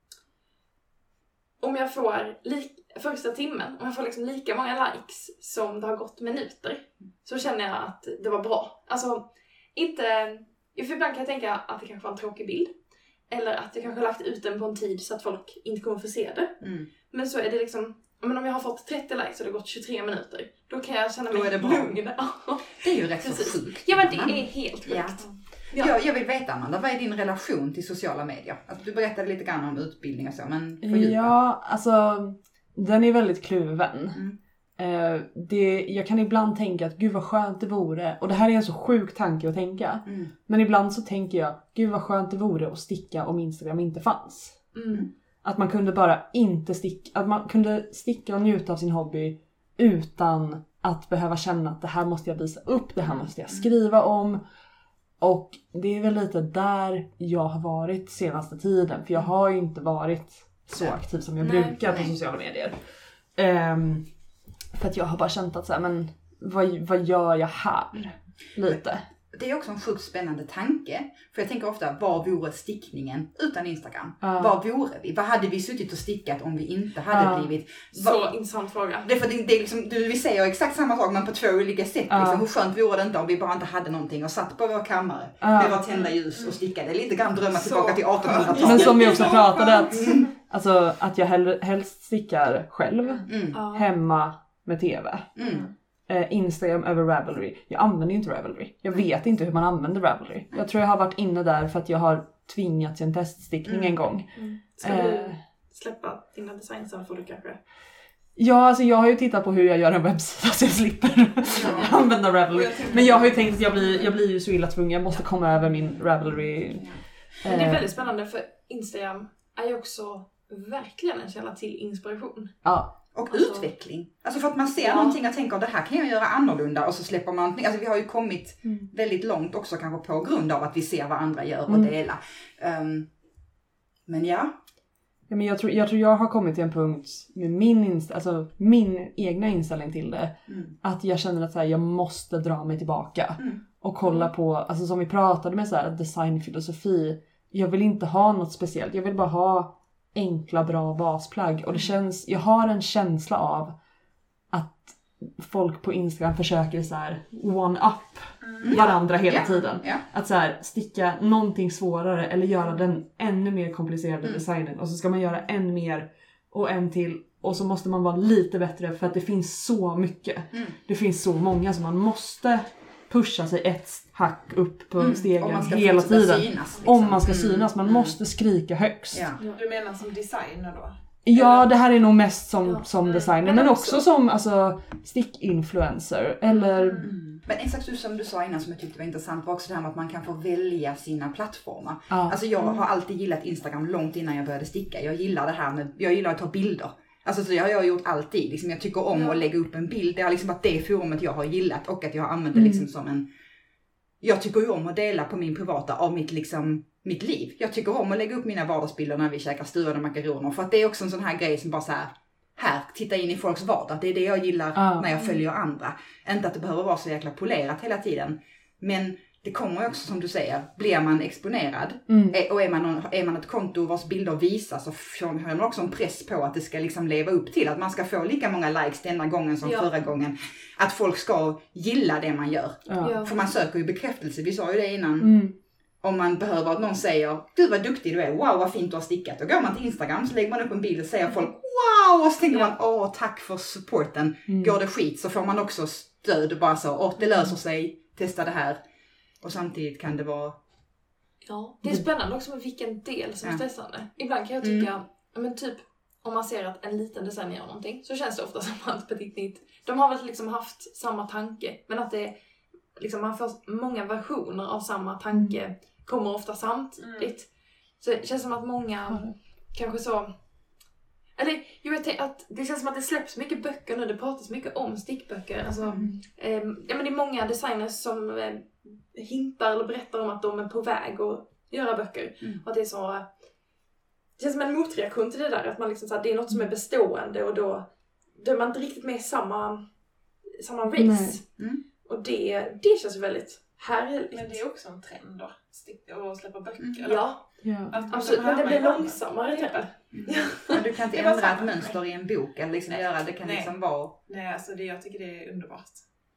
om jag får första timmen, om jag får liksom lika många likes som det har gått minuter, så känner jag att det var bra. Alltså, inte, för ibland kan jag tänka att det kanske var en tråkig bild. Eller att jag kanske lagt ut den på en tid så att folk inte kommer få se det. Men så är det liksom, men om jag har fått 30 likes och det har gått 23 minuter, då kan jag känna mig lugn. Det är ju rätt så sjukt. Ja, men det är helt sjukt. Ja. Jag vill veta, Amanda, vad är din relation till sociala medier? Alltså, du berättade lite grann om utbildning och så, men fördjupa. Ja, alltså den är väldigt kluven. Jag kan ibland tänka att gud vad skönt det vore, och det här är en så sjuk tanke att tänka, men ibland så tänker jag gud vad skönt det vore att sticka om Instagram inte fanns. Att man kunde bara inte sticka, att man kunde sticka och njuta av sin hobby utan att behöva känna att det här måste jag visa upp, det här måste jag skriva om. Och det är väl lite där jag har varit senaste tiden, för jag har ju inte varit så aktiv som jag brukar på sociala medier. För att jag har bara känt att så här, men vad gör jag här? Lite. Det är också en sjukt spännande tanke. För jag tänker ofta, vad vore stickningen utan Instagram? Vad vore vi? Vad hade vi suttit och stickat om vi inte hade blivit... Så intressant fråga. Det är liksom, vi säger exakt samma sak men på 2 olika sätt. Liksom, hur skönt vore det inte om vi bara inte hade någonting och satt på vår kammare med vårt tända ljus och stickade. Lite grann drömma tillbaka till 1800-talet. Men som vi också pratade att jag helst stickar själv hemma med TV. Instagram över Ravelry. Jag använder ju inte Ravelry. Jag vet inte hur man använder Ravelry. Jag tror jag har varit inne där för att jag har tvingats till en teststickning en gång. Ska du släppa dina designs så får du kanske? Ja, alltså jag har ju tittat på hur jag gör en webbsida så jag slipper använda Ravelry. Men jag har ju tänkt att jag blir ju så illa tvungen. Jag måste komma över min Ravelry. Men det är väldigt spännande för Instagram är ju också verkligen en källa till inspiration. Ja. Och utveckling. Alltså för att man ser någonting och tänker det här kan jag göra annorlunda och så släpper man någonting. Alltså vi har ju kommit väldigt långt också kanske på grund av att vi ser vad andra gör och delar. Men ja. Ja, men jag tror jag har kommit till en punkt med min egna inställning till det. Att jag känner att så här, jag måste dra mig tillbaka. Och kolla på, alltså som vi pratade med så här, designfilosofi. Jag vill inte ha något speciellt. Jag vill bara ha enkla, bra basplagg. Och det känns, jag har en känsla av att folk på Instagram försöker så här one-up varandra hela tiden. Att så här, sticka någonting svårare eller göra den ännu mer komplicerade designen. Och så ska man göra en mer och en till. Och så måste man vara lite bättre för att det finns så mycket. Det finns så många som man måste pusha sig ett hack upp på stegen hela tiden. Synas, liksom. Om man ska synas. Man måste skrika högst. Ja. Du menar som designer då? Ja, det här är nog mest som designer. Men också som alltså, stick-influencer. Eller... Men exakt som du sa innan som jag tyckte var intressant var också det här med att man kan få välja sina plattformar. Alltså jag har alltid gillat Instagram långt innan jag började sticka. Jag gillar det här med, jag gillar att ta bilder. Alltså så jag har gjort alltid. Liksom, jag tycker om att lägga upp en bild. Det har liksom varit det forumet jag har gillat och att jag har använt det liksom som en... Jag tycker ju om att dela på min privata av mitt liv. Jag tycker om att lägga upp mina vardagsbilder när vi käkar stuvade makaroner. För att det är också en sån här grej som bara så här, titta in i folks vardag. Det är det jag gillar när jag följer andra. Inte att det behöver vara så jäkla polerat hela tiden. Men det kommer ju också som du säger, blir man exponerad och är man ett konto vars bilder visas så får man också en press på att det ska liksom leva upp till. Att man ska få lika många likes denna gången som förra gången. Att folk ska gilla det man gör. För man söker ju bekräftelse, vi sa ju det innan. Om man behöver att någon säger, du vad duktig du är, wow vad fint du har stickat. Då går man till Instagram så lägger man upp en bild och säger folk, wow! Och så tänker man, tack för supporten. Går det skit så får man också stöd och bara så, det löser sig, testa det här. Och samtidigt kan det vara... Ja, det är spännande också med vilken del som är stressande. Ibland kan jag tycka, men typ om man ser att en liten design gör någonting så känns det ofta som att Petit Nit, de har väl liksom haft samma tanke. Men att det liksom, man får många versioner av samma tanke kommer ofta samtidigt. Så det känns som att många kanske så... Eller jag vet att det känns som att det släpps mycket böcker nu. Det pratas mycket om stickböcker. Alltså, men det är många designers som hintar eller berättar om att de är på väg att göra böcker. Och att det är så... Det känns som en motreaktion till det där. Att man liksom, så här, det är något som är bestående och då är man inte riktigt med i samma race. Och det känns väldigt härligt. Men det är också en trend då. Att släppa böcker. Ja. Absolut. Men det blir långsammare typ. Men du kan inte ändra ett mönster i en bok eller liksom göra det kan liksom vara... Nej, alltså jag tycker det är underbart.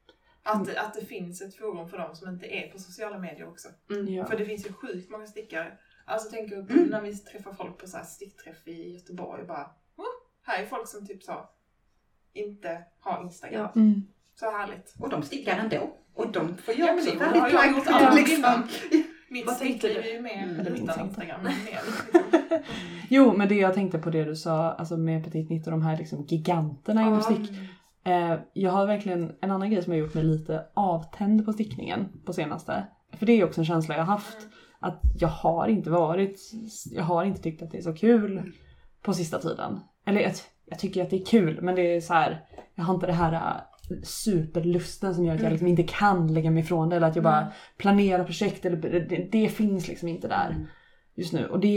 Att det finns ett forum för dem som inte är på sociala medier också. För det finns ju sjukt många stickare. Alltså tänk upp när vi träffar folk på så här stickträff i Göteborg och bara, här är folk som typ så inte har Instagram. Så härligt. Och de stickar ändå. Och de får ju också väldigt långt liksom. Mitt stickliv är ju mer utan Instagram. Jo, men det jag tänkte på det du sa, alltså med Petit Nit och de här liksom giganterna inom stick. Jag har verkligen en annan grej som jag gjort mig lite avtänd på stickningen på senaste. För det är också en känsla jag har haft. Att jag har inte tyckt att det är så kul på sista tiden. Eller jag tycker att det är kul, men det är så här, jag har inte det här superlusten som gör att jag liksom inte kan lägga mig ifrån det. Eller att jag bara planerar projekt. Eller, det finns liksom inte där just nu. Och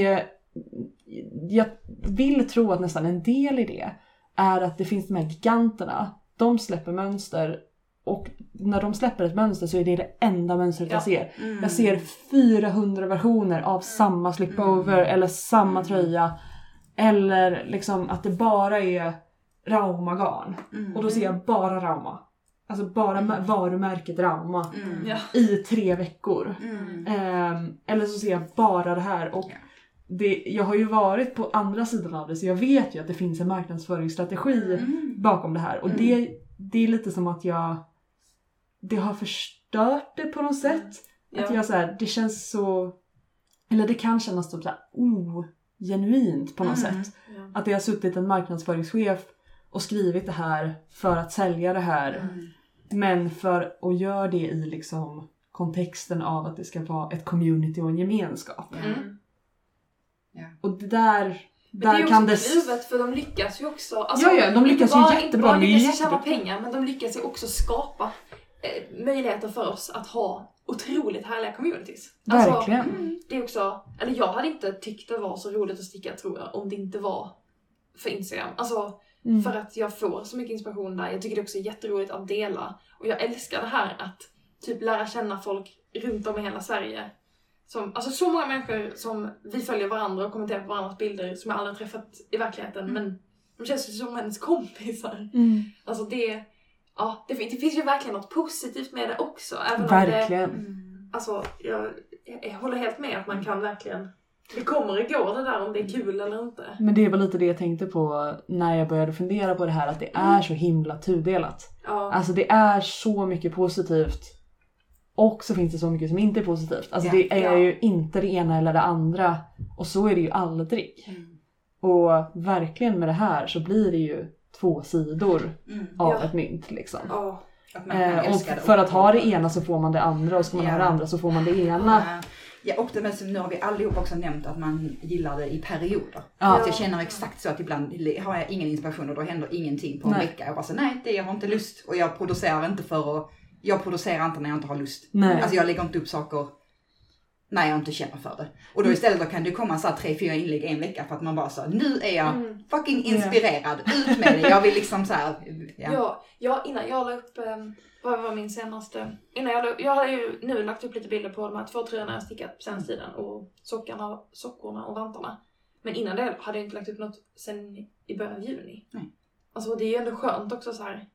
jag vill tro att nästan en del i det är att det finns de här giganterna. De släpper mönster. Och när de släpper ett mönster så är det enda mönstret jag ser. Jag ser 400 versioner av samma slipover eller samma tröja. Eller liksom att det bara är Rauma-garn. Och då ser jag bara Rauma. Alltså bara varumärket Rauma i 3 veckor. Eller så ser jag bara det här. Och jag har ju varit på andra sidan av det, så jag vet ju att det finns en marknadsföringsstrategi bakom det här. Och det är lite som att det har förstört det på något sätt. Att jag så här, det känns så, eller det kan kännas så här genuint på något sätt. Att det har suttit en marknadsföringschef och skrivit det här för att sälja det här. Men för att göra det i liksom kontexten av att det ska vara ett community och en gemenskap. Och det där kan det... kluvet, för de lyckas ju också. Alltså, de lyckas ju jättebra. Inte bara lyckas tjäna pengar, men de lyckas ju också skapa möjligheter för oss att ha otroligt härliga communities. Alltså, verkligen. Det är också, eller jag hade inte tyckt det var så roligt att sticka, tror jag, om det inte var för Instagram. Alltså, för att jag får så mycket inspiration där. Jag tycker det också är jätteroligt att dela. Och jag älskar det här att typ lära känna folk runt om i hela Sverige. Alltså så många människor som vi följer varandra och kommenterar på varandras bilder som jag aldrig träffat i verkligheten. Men de känns ju som ens kompisar. Alltså det finns ju verkligen något positivt med det också. Även verkligen. Om alltså jag håller helt med att man kan verkligen... Det kommer igår det där om det är kul eller inte. Men det var lite det jag tänkte på när jag började fundera på det här. Att det är så himla tudelat. Alltså det är så mycket positivt Och så finns det så mycket som inte är positivt. Alltså det är ju inte det ena eller det andra. Och så är det ju aldrig. Och verkligen med det här så blir det ju 2 sidor av ett mynt liksom. Och för att ha det ena så får man det andra, och ska man ha det andra så får man det ena. Ja, och det, men nu har vi allihop också nämnt att man gillar det i perioder. Att jag känner exakt så att ibland har jag ingen inspiration och då händer ingenting på en vecka. Jag bara så jag har inte lust, och jag producerar inte när jag inte har lust. Alltså jag lägger inte upp saker när jag inte känner för det. Och då istället då kan det komma så här 3-4 inlägg en vecka för att man bara så nu är jag fucking inspirerad. Ut med det. Jag vill liksom så här. Ja, innan jag la upp vad var min senaste? Jag hade ju nu lagt upp lite bilder på de här 2 tröjorna jag stickat på senaste tiden och sockorna och vantarna. Men innan det hade jag inte lagt upp något sen i början av juni. Alltså det är ju ändå skönt också så här.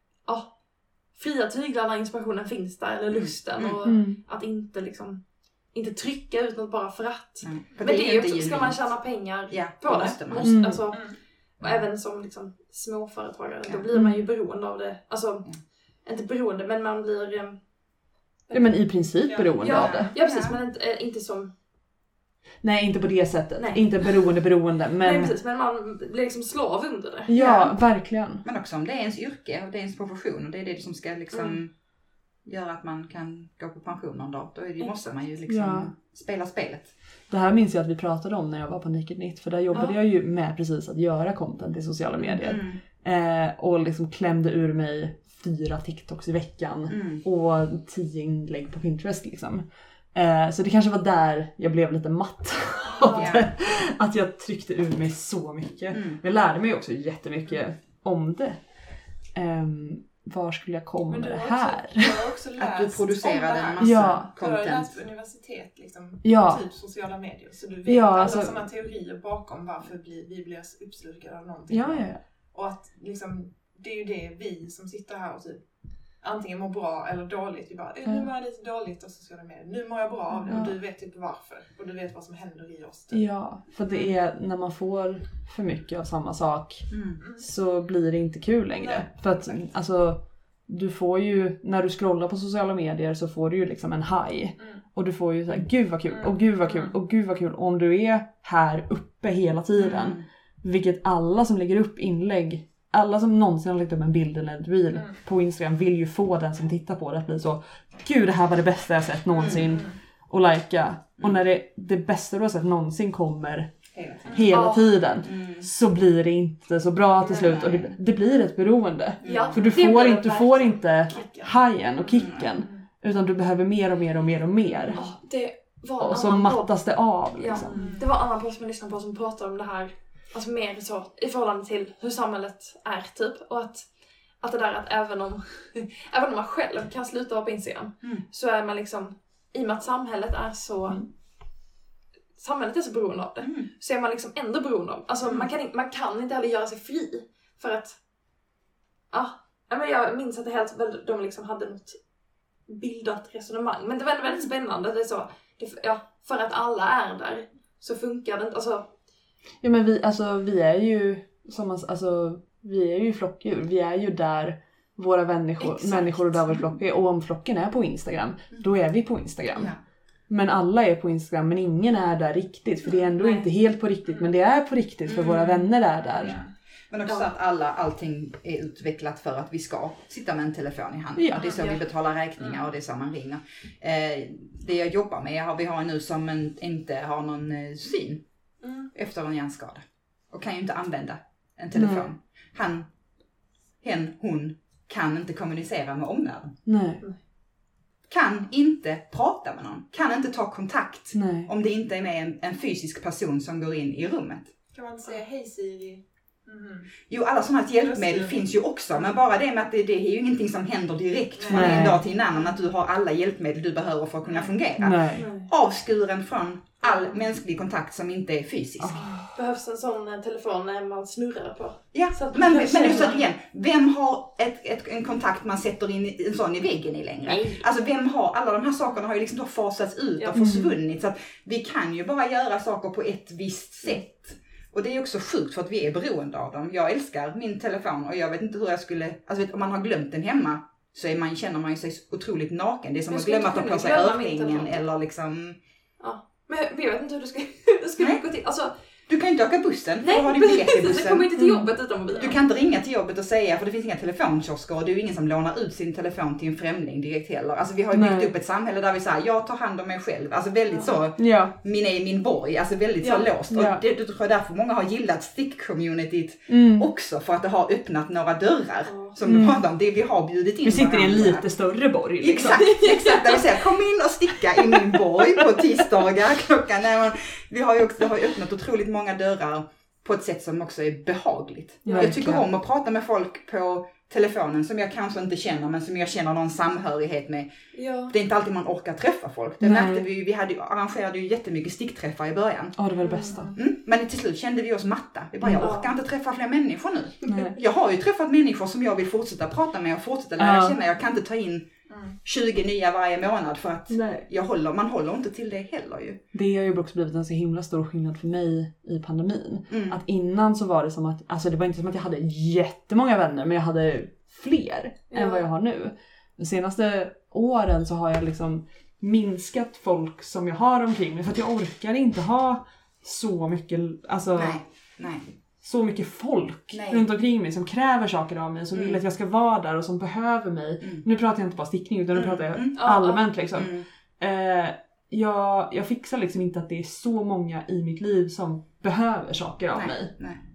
Fria tyglar när inspirationen finns där, eller lusten, och att inte trycka ut något bara för att. Men det är ju också, ska man tjäna pengar på det. Alltså, och även som liksom småföretagare, då blir man ju beroende av det. Alltså, inte beroende, men man blir... men i princip beroende av det. Ja, precis, men inte som... Nej, inte på det sättet. Nej. Inte beroende. Men... Nej, precis, men man blir liksom slav under det. Ja, verkligen. Men också om det är ens yrke och det är ens profession och det är det som ska liksom göra att man kan gå på pension någon dag. Då måste man ju liksom spela spelet. Det här minns jag att vi pratade om när jag var på Naked Knit. För där jobbade jag ju med precis att göra content i sociala medier. Och liksom klämde ur mig 4 TikToks i veckan. Och 10 inlägg på Pinterest liksom. Så det kanske var där jag blev lite matt av det. Att jag tryckte ur mig så mycket. Men jag lärde mig också jättemycket om det. Var skulle jag komma med det här? Du har också läst att du producerade en massa content. Du har läst på universitet liksom, typ sociala medier. Så du vet alla sådana teorier bakom varför vi blir uppslukade av någonting. Och att liksom, det är ju det vi som sitter här och typ antingen mår bra eller dåligt. Vi bara, nu mår jag lite dåligt av sociala medier. Nu mår jag bra av det och du vet typ varför. Och du vet vad som händer i oss. Typ. Ja, för det är när man får för mycket av samma sak så blir det inte kul längre. För att alltså, du får ju, när du scrollar på sociala medier så får du ju liksom en high. Och du får ju så här, gud vad kul, och gud vad kul, och gud vad kul. Och om du är här uppe hela tiden, vilket alla som lägger upp inlägg, alla som någonsin har lagt upp en bild eller ett reel på Instagram vill ju få den som tittar på det att bli så, gud det här var det bästa jag sett någonsin, och likea. Och när det bästa du har sett någonsin kommer hela tiden så blir det inte så bra till slut, och det blir ett beroende. För du får inte hajen och kicken, utan du behöver mer och mer och mer och mer. Och så mattas det av liksom. Det var en annan person som jag lyssnade på som pratade om det här. Alltså mer så i förhållande till hur samhället är typ. Och att det där att även om man själv kan sluta vara på Instagram så är man liksom, i och med att samhället är så beroende av det, så är man liksom ändå beroende av. Alltså man kan inte heller göra sig fri. För att men jag minns att de liksom hade något bildat resonemang. Men det var väldigt spännande. Det är så, för att alla är där så funkar det inte. Alltså, ja, men vi är ju vi är ju flockdjur. Vi är ju där våra människor och där vår flock är. Och om flocken är på Instagram, då är vi på Instagram. Ja. Men alla är på Instagram, men ingen är där riktigt. För det är ändå inte helt på riktigt, men det är på riktigt för våra vänner är där. Ja. Men också att allting är utvecklat för att vi ska sitta med en telefon i handen. Ja. Det är så vi betalar räkningar och det är så man ringer. Det jag jobbar med, vi har nu som inte har någon syn efter en hjärnskada. Och kan ju inte använda en telefon. Hon kan inte kommunicera med omvärlden. Nej. Kan inte prata med någon. Kan inte ta kontakt. Nej. Om det inte är med en fysisk person som går in i rummet. Kan man säga hej Siri? Jo, alla sådana här hjälpmedel finns ju också. Men bara det med att det är ju ingenting som händer direkt från en dag till en annan. Att du har alla hjälpmedel du behöver för att kunna fungera. Nej. Avskuren från all mänsklig kontakt som inte är fysisk. Behövs en sån telefon när man snurrar på. Ja, men just att igen. Vem har en kontakt man sätter in en sån i väggen i längre? Nej. Alltså vem har, alla de här sakerna har ju liksom då fasats ut och försvunnit. Så att vi kan ju bara göra saker på ett visst sätt. Och det är också sjukt för att vi är beroende av dem. Jag älskar min telefon och jag vet inte hur jag skulle... Alltså om man har glömt den hemma så känner man ju sig otroligt naken. Det är som att glömma att ta på sig örhängen eller liksom... Ja, men jag vet inte hur det ska gå till. Alltså, du kan ju inte åka bussen. Nej, har din biljett i bussen. Du kommer inte till jobbet utan mobilen. Du kan inte ringa till jobbet och säga, för det finns inga telefonkiosker och det är ju ingen som lånar ut sin telefon till en främling direkt heller. Alltså vi har ju byggt upp ett samhälle där vi säger, jag tar hand om mig själv. Alltså väldigt så, min borg. Alltså väldigt så låst. Och det tror jag därför många har gillat stick-communityt också, för att det har öppnat några dörrar. Som du pratar om, det vi har bjudit in. Vi sitter i en lite större borg. Liksom. Exakt. Där vi säger, kom in och sticka i min borg på tisdagar klockan. Det har öppnat otroligt många dörrar på ett sätt som också är behagligt. Ja, jag tycker om att prata med folk på telefonen som jag kanske inte känner, men som jag känner någon samhörighet med. Ja. Det är inte alltid man orkar träffa folk. Det märkte vi arrangerade ju jättemycket stickträffar i början. Ja, det var det bästa. Men till slut kände vi oss matta. Vi bara, jag orkar inte träffa fler människor nu. Nej. Jag har ju träffat människor som jag vill fortsätta prata med och fortsätta lära känna. Jag kan inte ta in 20 nya varje månad för att man håller inte till det heller ju. Det har ju också blivit en så himla stor skillnad för mig i pandemin. Att innan så var det som att, alltså det var inte som att jag hade jättemånga vänner, men jag hade fler än vad jag har nu. De senaste åren så har jag liksom minskat folk som jag har omkring mig, för att jag orkar inte ha så mycket, alltså Nej. så mycket folk runt omkring mig som kräver saker av mig, som vill att jag ska vara där och som behöver mig. Nu pratar jag inte bara stickning, utan nu pratar jag allmänt liksom. Jag fixar liksom inte att det är så många i mitt liv som behöver saker av mig.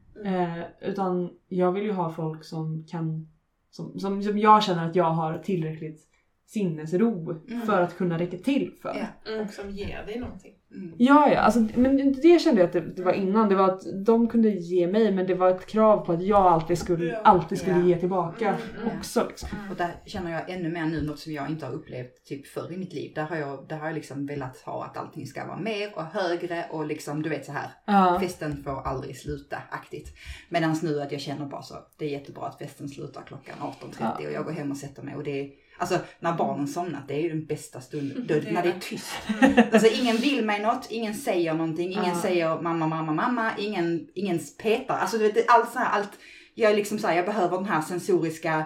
Utan jag vill ju ha folk som kan, som jag känner att jag har tillräckligt sinnesro för att kunna räcka till för. Och som ger dig någonting. Ja, alltså, men det kände jag att det var innan. Det var att de kunde ge mig, men det var ett krav på att jag alltid skulle ge tillbaka också. Liksom. Och där känner jag ännu mer nu, något som jag inte har upplevt typ förr i mitt liv. Där har jag liksom velat ha att allting ska vara mer och högre och liksom, du vet så här. Festen får aldrig sluta aktigt. Medan nu att jag känner bara så, det är jättebra att festen slutar klockan 18:30 och jag går hem och sätter mig och det är, alltså när barnen somnat, det är ju den bästa stunden, när det är tyst. Alltså ingen vill mig något, ingen säger någonting, ingen säger mamma, ingen petar. Alltså du vet, allt. Jag är liksom så här, jag behöver den här sensoriska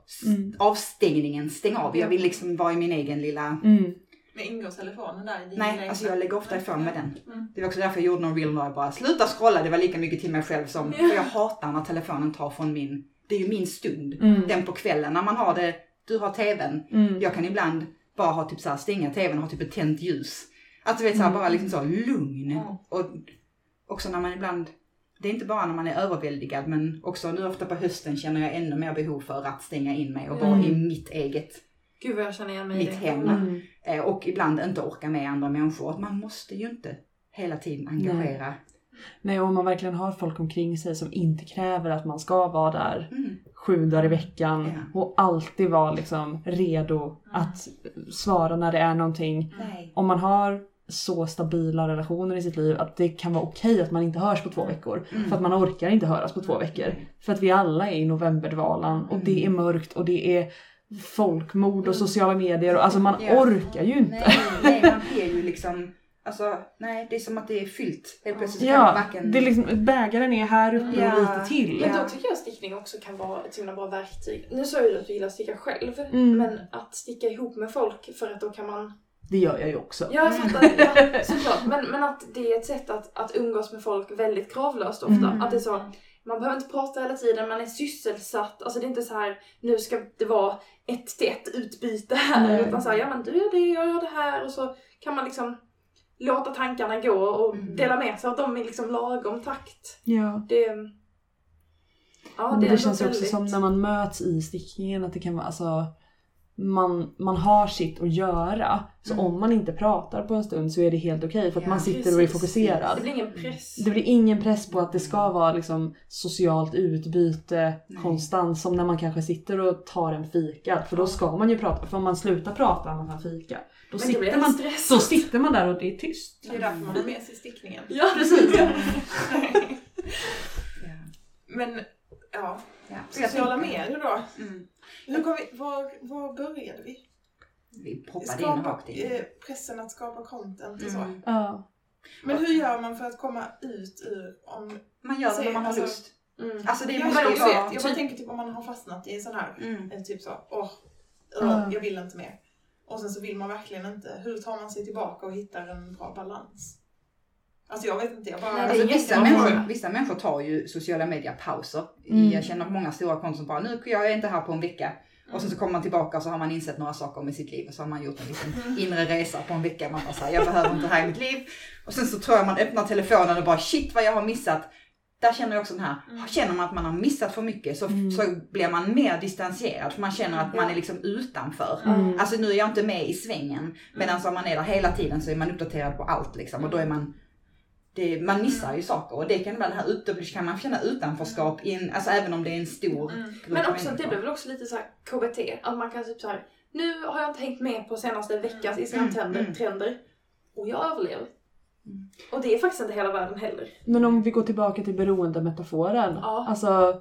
avstängningen, stäng av. Jag vill liksom vara i min egen lilla... Men ingår telefonen där? Nej, alltså jag lägger ofta ifrån med den. Det var också därför jag gjorde någon reel jag bara sluta scrolla, det var lika mycket till mig själv som... För jag hatar när telefonen tar från min... Det är ju min stund, den på kvällen. När man har det, du har tvn. Jag kan ibland bara ha typ så här, stänga tvn och ha typ ett tänt ljus. Alltså du vet så här, bara liksom så lugn. Och också när man ibland... Det är inte bara när man är överväldigad, men också nu ofta på hösten känner jag ännu mer behov för att stänga in mig och vara i mitt eget... Gud vad jag känner igen mig mitt hem. Och ibland inte orka med andra människor. Man måste ju inte hela tiden engagera. Nej, om man verkligen har folk omkring sig som inte kräver att man ska vara där 7 dagar i veckan och alltid vara liksom redo att svara när det är någonting. Om man har så stabila relationer i sitt liv att det kan vara okej att man inte hörs på 2 veckor. För att man orkar inte höras på 2 veckor. För att vi alla är i novemberdvalan och det är mörkt och det är folkmord och sociala medier. Och, alltså man orkar ju inte. Nej, man är ju liksom... Alltså, nej, det är som att det är fyllt. Helt plötsligt kan man varken... det är liksom, bägaren är här uppe och lite till. Men då tycker jag stickning också kan vara ett himla bra verktyg. Nu sa ju du att du gillar att sticka själv. Men att sticka ihop med folk, för att då kan man... Det gör jag ju också. Ja, jag fattar. Såklart. Men att det är ett sätt att umgås med folk väldigt kravlöst ofta. Att det är så... Man behöver inte prata hela tiden, man är sysselsatt. Alltså det är inte så här, nu ska det vara 1-1 utbyte här. Utan så här, ja men du gör det, jag gör det här. Och så kan man liksom låta tankarna gå och dela med sig. Att de är liksom lagom takt. Ja. Det känns också som när man möts i stickningen att det kan vara, alltså... Man har sitt att göra. Så om man inte pratar på en stund så är det helt okej. För att man sitter och är fokuserad. Det blir ingen press. Det blir ingen press på att det ska vara liksom socialt utbyte konstant. Som när man kanske sitter och tar en fika. För då ska man ju prata. För om man slutar prata när man har fika. Då sitter man där och det är tyst. Det är därför man har med sig stickningen. Ja, precis. Men, sociala medier då. Hur kom var började vi? Vi poppade in rakt in. Pressen att skapa content och så. Ja. Men hur gör man för att komma ut ur... Man gör det när man har lust. Alltså det jag bara tänker typ om man har fastnat i en sån här typ så, Jag vill inte mer. Och sen så vill man verkligen inte. Hur tar man sig tillbaka och hittar en bra balans? Alltså jag vet inte. Vissa människor tar ju sociala medier-pauser. Jag känner många stora konton som bara, nu jag är inte här på en vecka. Och så kommer man tillbaka och så har man insett några saker med sitt liv. Och så har man gjort en liten inre resa på en vecka. Man bara säger, jag behöver inte det här i mitt liv. Och sen så tror jag man öppnar telefonen och bara, shit vad jag har missat. Där känner jag också den här, känner man att man har missat för mycket så blir man mer distanserad. För man känner att man är liksom utanför. Alltså nu är jag inte med i svängen. Medan om man är där hela tiden så är man uppdaterad på allt liksom. Och då är man missar ju saker. Och det kan vara den här kan man känna utanförskap alltså även om det är en stor grupp. Men också, det blir väl också lite så här KBT. Att man kan typ så här, nu har jag inte hängt med på senaste veckans Instagram-trender. Och jag överlever. Och det är faktiskt inte hela världen heller. Men om vi går tillbaka till beroendemetaforen. Alltså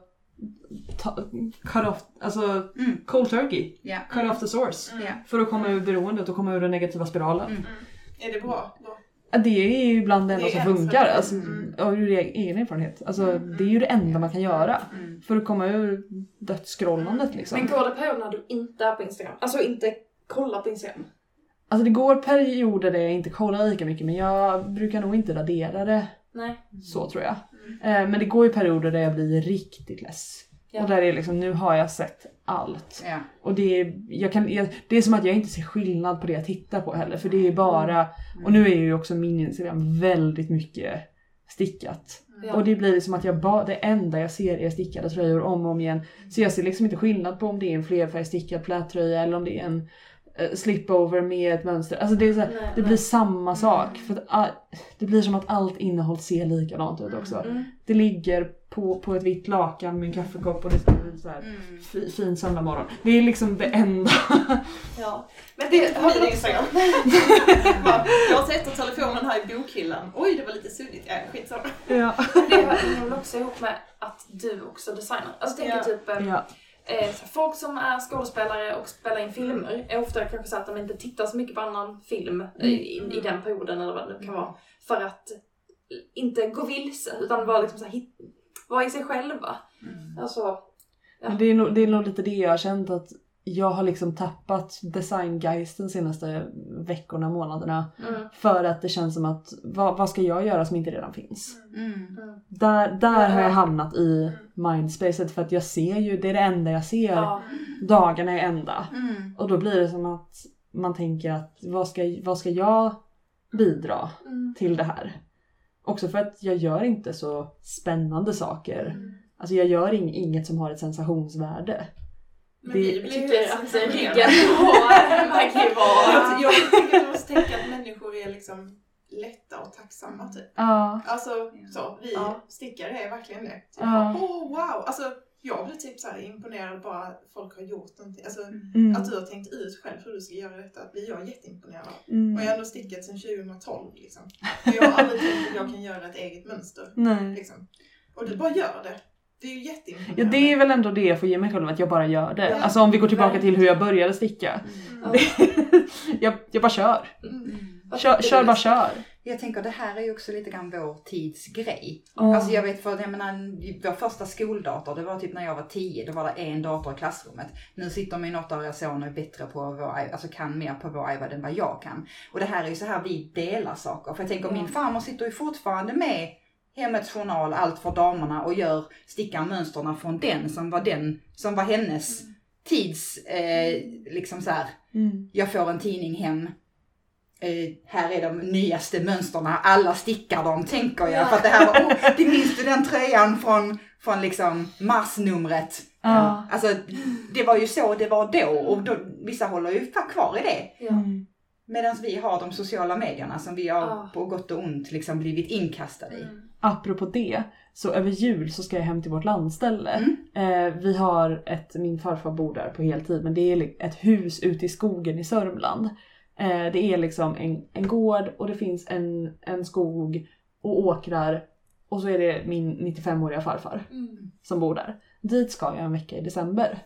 cut off, alltså cold turkey. Cut off the source. För att komma ur beroendet och komma ur den negativa spiralen. Är det bra då? Det är ju bland det enda som funkar. Alltså, ur egen erfarenhet. Alltså, det är ju det enda man kan göra. För att komma ur dödsskrolllandet liksom. Men går det perioder när du inte är på Instagram? Alltså inte kollar på Instagram? Alltså det går perioder där jag inte kollar lika mycket. Men jag brukar nog inte radera det. Nej. Så tror jag. Men det går ju perioder där jag blir riktigt less. Och där är liksom, nu har jag sett allt. Och det är som att jag inte ser skillnad på det jag tittar på heller. För det är bara, och nu är ju också min Instagram väldigt mycket stickat. Och det blir som att det enda jag ser är stickade tröjor om och om igen. Så jag ser liksom inte skillnad på om det är en flerfärgstickad plättröja eller om det är en slipover med ett mönster. Alltså det är så här, det blir samma sak. För att, det blir som att allt innehåll ser likadant ut också. Det ligger på ett vitt lakan med en kaffekopp och det ska bli så här fin söndag-morgon. Det är liksom det enda. Men det har du Instagram. Jag sätter telefonen här i bokhyllan. Oj, det var lite suddigt. Skitsamma. Det hör nog också ihop med att du också designar. Alltså tänker typ folk som är skådespelare och spelar in filmer är ofta kanske så att de inte tittar så mycket på annan film i den perioden eller vad det nu kan vara. För att inte gå vilse utan vara liksom så här, vara i sig själva. Alltså, Men det är nog lite det jag har känt, att jag har liksom tappat designgeist de senaste veckorna, månaderna. För att det känns som att vad ska jag göra som inte redan finns? Där har jag hamnat i mindspacet, för att jag ser ju, det är det enda jag ser. Dagarna är enda. Och då blir det som att man tänker att vad ska jag bidra till det här? Också för att jag gör inte så spännande saker. Alltså jag gör inget som har ett sensationsvärde. Men vi tycker att ryggen verkligen vara. Jag tycker att du måste tänka att människor är liksom lätta och tacksamma typ. Alltså så, vi stickare är verkligen det. Typ, wow! Alltså jag blir typ så här imponerad bara att folk har gjort någonting. Alltså att du har tänkt ut själv hur du ska göra detta. Blir jag jätteimponerad. Och jag har ändå stickat sedan 2012 liksom. Och jag har aldrig tänkt att jag kan göra ett eget mönster. Liksom. Och du bara gör det. Det är ju jätteimponerande. Ja, det är väl ändå det jag får ge mig själv, att jag bara gör det. Alltså om vi går tillbaka till hur jag började sticka. Jag bara kör. Kör. Jag tänker det här är ju också lite grann vår tids grej. Alltså jag vet, för jag menar, vår första skoldator, det var typ när jag var 10, då var det en dator i klassrummet. Nu sitter min 8-åriga son och är bättre på alltså kan mer på vår iPad än vad jag kan. Och det här är ju så här vi delar saker. För jag tänker, min farmor sitter ju fortfarande med Hemmets journal, allt för damerna, och stickar mönsterna från den som var hennes tids liksom så här. Jag får en tidning hem. Här är de nyaste mönsterna, alla stickar dem, tänker jag. För att det här var, det minns du den tröjan från liksom marsnumret. Alltså det var ju så det var då, och då, vissa håller ju kvar i det. Medan vi har de sociala medierna som vi har på gott och ont liksom blivit inkastade i. Apropå det, så över jul så ska jag hem till vårt landställe. Vi har min farfar bor där på heltid, men det är ett hus ute i skogen i Sörmland. Det är liksom en gård och det finns en skog och åkrar, och så är det min 95-åriga farfar som bor där. Dit ska jag en vecka i december.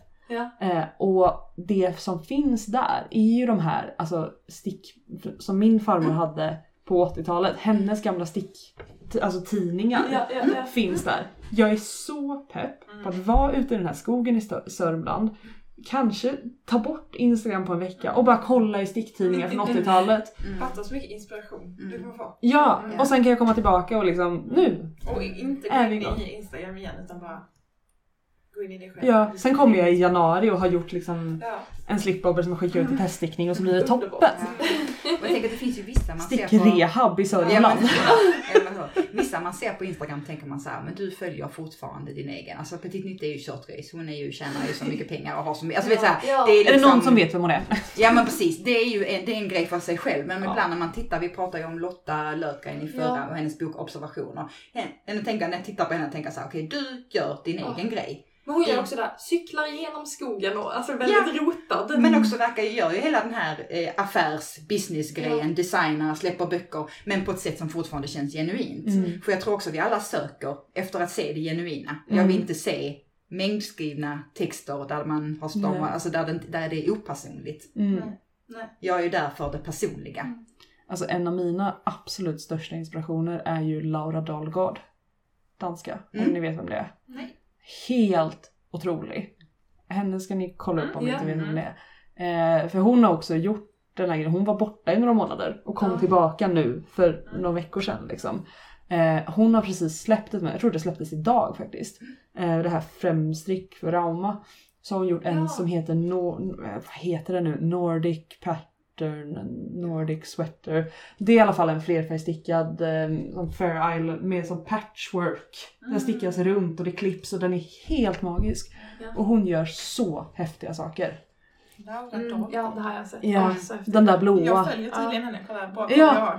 Och det som finns där är ju de här stick som min farmor hade på 80-talet. Hennes gamla tidningar finns där. Jag är så pepp på att vara ute i den här skogen i Sörmland. kanske ta bort Instagram på en vecka och bara kolla i sticktidningar från 80-talet. Fattar så mycket inspiration du kommer få. Ja, och sen kan jag komma tillbaka och liksom, nu. Och inte gå in i Instagram igen utan bara gå in i det själv. Ja, sen kommer jag i januari och har gjort liksom en slipbobber som jag skickar ut i teststickning och så blir det toppen. Och jag tänker att det finns ju vissa man ser på... Stickrehab i Sörmland. Vissa man ser på Instagram tänker man så här, men du följer fortfarande din egen. Alltså Petit Nytt är ju kört race. Hon tjänar ju så mycket pengar och har så mycket. Alltså vet så här, det är liksom... Är det någon som vet vem hon är? Ja men precis, det är ju det är en grej för sig själv. Men ibland när man tittar, vi pratar ju om Lotta Löfgren i förra och hennes bok Observationer. När jag tittar på henne och tänker så här, okej, du gör din egen grej. Men hon gör också där, cyklar genom skogen och alltså väldigt rotad. Men också gör ju hela den här affärs-business-grejen, designar, släpper böcker, men på ett sätt som fortfarande känns genuint. För jag tror också vi alla söker efter att se det genuina. Jag vill inte se mängdskrivna texter där man har stormat, alltså där det är opersonligt. Jag är ju där för det personliga. Alltså en av mina absolut största inspirationer är ju Laura Dahlgård, danska, om ni vet vem det är. Nej. Helt otrolig. Henne ska ni kolla upp om ni inte vet vem det är. För hon har också gjort den här grejen. Hon var borta i några månader och kom tillbaka nu för några veckor sedan. Liksom. Hon har precis släppt jag tror det släpptes idag faktiskt. Det här Fremstrick för Rauma. Så har hon gjort en som heter vad heter det nu? Nordic Nordic Sweater. Det är i alla fall en flerfärgstickad som Fair Isle med som patchwork. Den stickas runt och det klipps och den är helt magisk. Och hon gör så häftiga saker. Ja, det har jag sett. Ja, den där blåa. Jag följer tydligen henne, kolla på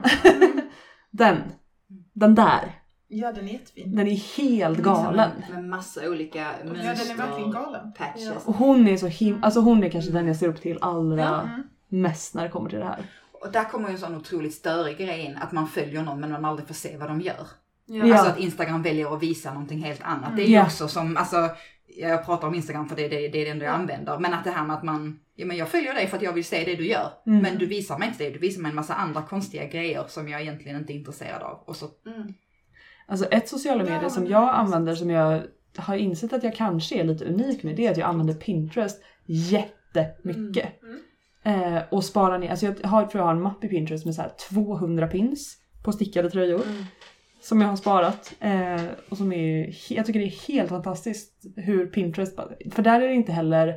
Den där. Ja, den är jättefin. Den är helt galen. Med massa olika mönster. Ja, den är verkligen galen. Patches. Och hon är så alltså hon är kanske den jag ser upp till allra mest när det kommer till det här. Och där kommer ju en sån otroligt störig grej in, att man följer någon men man aldrig får se vad de gör. Ja. Alltså att Instagram väljer att visa någonting helt annat. Det är ju också som, alltså jag pratar om Instagram för det är det enda jag använder. Men att det här med att man, men jag följer dig för att jag vill se det du gör. Men du visar mig inte det, du visar mig en massa andra konstiga grejer som jag egentligen inte är intresserad av. Och så... Alltså ett sociala medier som jag använder, som jag har insett att jag kanske är lite unik med, det är att jag använder Pinterest jättemycket. Och sparar ner, alltså jag har en mapp i Pinterest med så här 200 pins på stickade tröjor som jag har sparat och som jag tycker det är helt fantastiskt hur Pinterest, för där är det inte heller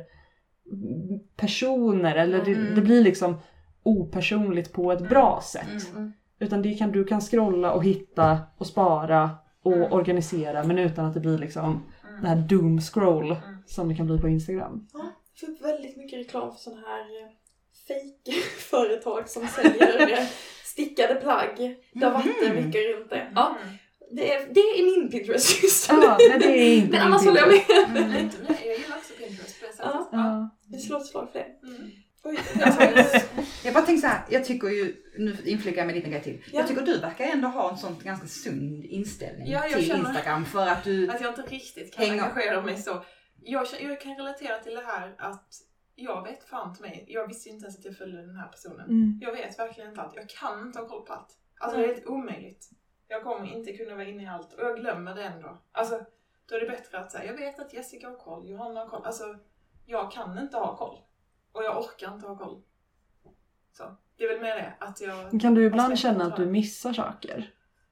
personer eller det blir liksom opersonligt på ett bra sätt utan du kan scrolla och hitta och spara och organisera, men utan att det blir liksom den här doom scroll som det kan bli på Instagram. Ja, jag får väldigt mycket reklam för sådana här fake-företag som säljer stickade plagg. Det har varit mycket runt det. Ja, det är min Pinterest just nu. Ja, men det är inte men annars håller jag med. Nej, jag gillar också Pinterest på det sättet. Ja. Vi slår ett slag för det. Oj, jag bara tänker så här, jag tycker ju, nu inflikar jag med en liten grej till. Jag tycker du verkar ändå ha en sån ganska sund inställning till Instagram för att du... Att jag inte riktigt kan engagera mig så. Jag kan relatera till det här att jag vet fan till mig. Jag visste inte ens att jag följde den här personen. Jag vet verkligen inte allt. Jag kan inte ha koll på allt. Alltså det är helt omöjligt. Jag kommer inte kunna vara inne i allt. Och jag glömmer det ändå. Alltså då är det bättre att säga, jag vet att Jessica har koll, Johanna har koll. Alltså jag kan inte ha koll. Och jag orkar inte ha koll. Så det är väl med det att jag... Kan du ibland känna att du missar saker?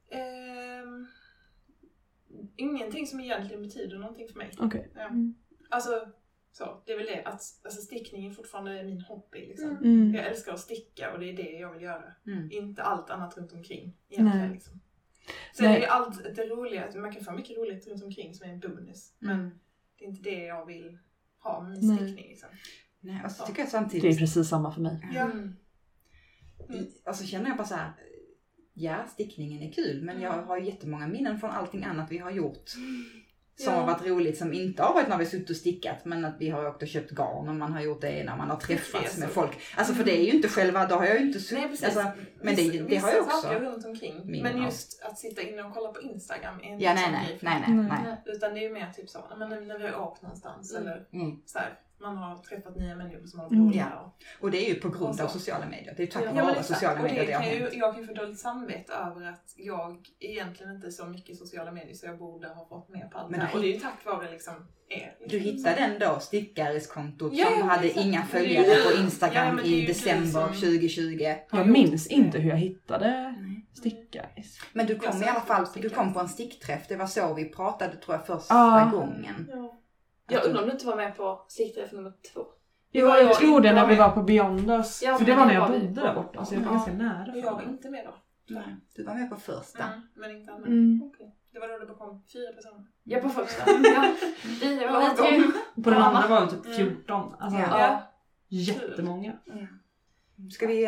Ingenting som egentligen betyder någonting för mig. Okej. Ja. Alltså... Så, det är väl det att alltså, stickning är fortfarande min hobby liksom. Jag älskar att sticka och det är det jag vill göra. Inte allt annat runt omkring egentligen liksom. Sen är det allt det roliga, man kan få mycket roligt runt omkring som är en bonus. Men det är inte det jag vill ha med min stickning liksom. Nej, alltså tycker jag samtidigt... Det är precis samma för mig. Ja. Alltså känner jag bara så här, ja, stickningen är kul, men jag har jättemånga minnen från allting annat vi har gjort. Som har varit roligt, som inte har varit när vi suttit och stickat, men att vi har åkt och köpt garn och man har gjort det när man har träffats med folk. Alltså för det är ju inte själva, då har jag ju inte suttit. Nej, precis. Alltså, men det har jag också. Saker runt omkring. Men just att sitta inne och kolla på Instagram är inte nej. Utan det är ju mer typ så, men när vi har åkt någonstans eller så här, man har träffat nya människor som har blivit Och det är ju på grund av sociala medier. Det är tack vare sociala medier det har hänt. Jag kan ju få dåligt samvete över att jag egentligen inte är så mycket sociala medier så jag borde ha fått mer på allt det här. Och det är ju tack vare liksom er. Du hittade ändå stickareskontot som hade inga följare på Instagram i december 2020. Jag minns inte hur jag hittade stickares. Men du kom i alla fall på en stickträff. Det var så vi pratade tror jag första gången. Jag undrar om du inte var med på stickträff nummer 2. Jag tror det när vi var på Beyond Us. Ja, för det var när jag bodde där borta. Så jag var ganska nära. Jag var inte med då. Nej, du var med på första. Men inte andra. Okay. Det var då det kom 4 personer. Ja, på första. Vi var lite. På den andra var det typ 14. Alltså, jättemånga. Ska vi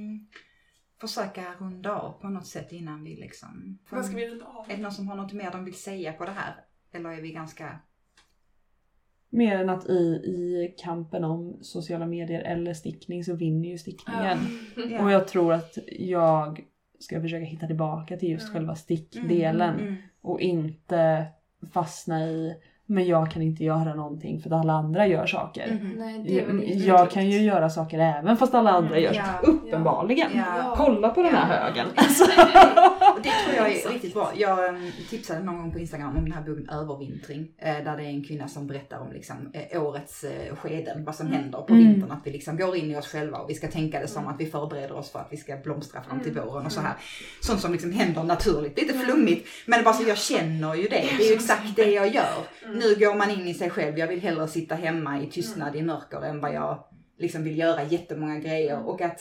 försöka runda av på något sätt innan vi liksom... Vad ska vi runda av? Är det någon som har något mer de vill säga på det här? Eller är vi ganska... Mer än att i kampen om sociala medier eller stickning så vinner ju stickningen. Och jag tror att jag ska försöka hitta tillbaka till just själva stickdelen. Och inte fastna i men jag kan inte göra någonting för att alla andra gör saker. Nej, jag kan ju göra saker även fast alla andra gör saker. Uppenbarligen. Kolla på den här högen. Det tror jag är riktigt bra. Jag tipsade någon gång på Instagram om den här boken Övervintring. Där det är en kvinna som berättar om liksom, årets skeden. Vad som händer på vintern. Att vi liksom går in i oss själva och vi ska tänka det som att vi förbereder oss för att vi ska blomstra fram till våren och så här. Sånt som liksom händer naturligt. Lite flummigt. Men bara så jag känner ju det. Det är ju exakt det jag gör. Nu går man in i sig själv. Jag vill hellre sitta hemma i tystnad i mörker än vad jag liksom vill göra jättemånga grejer. Och att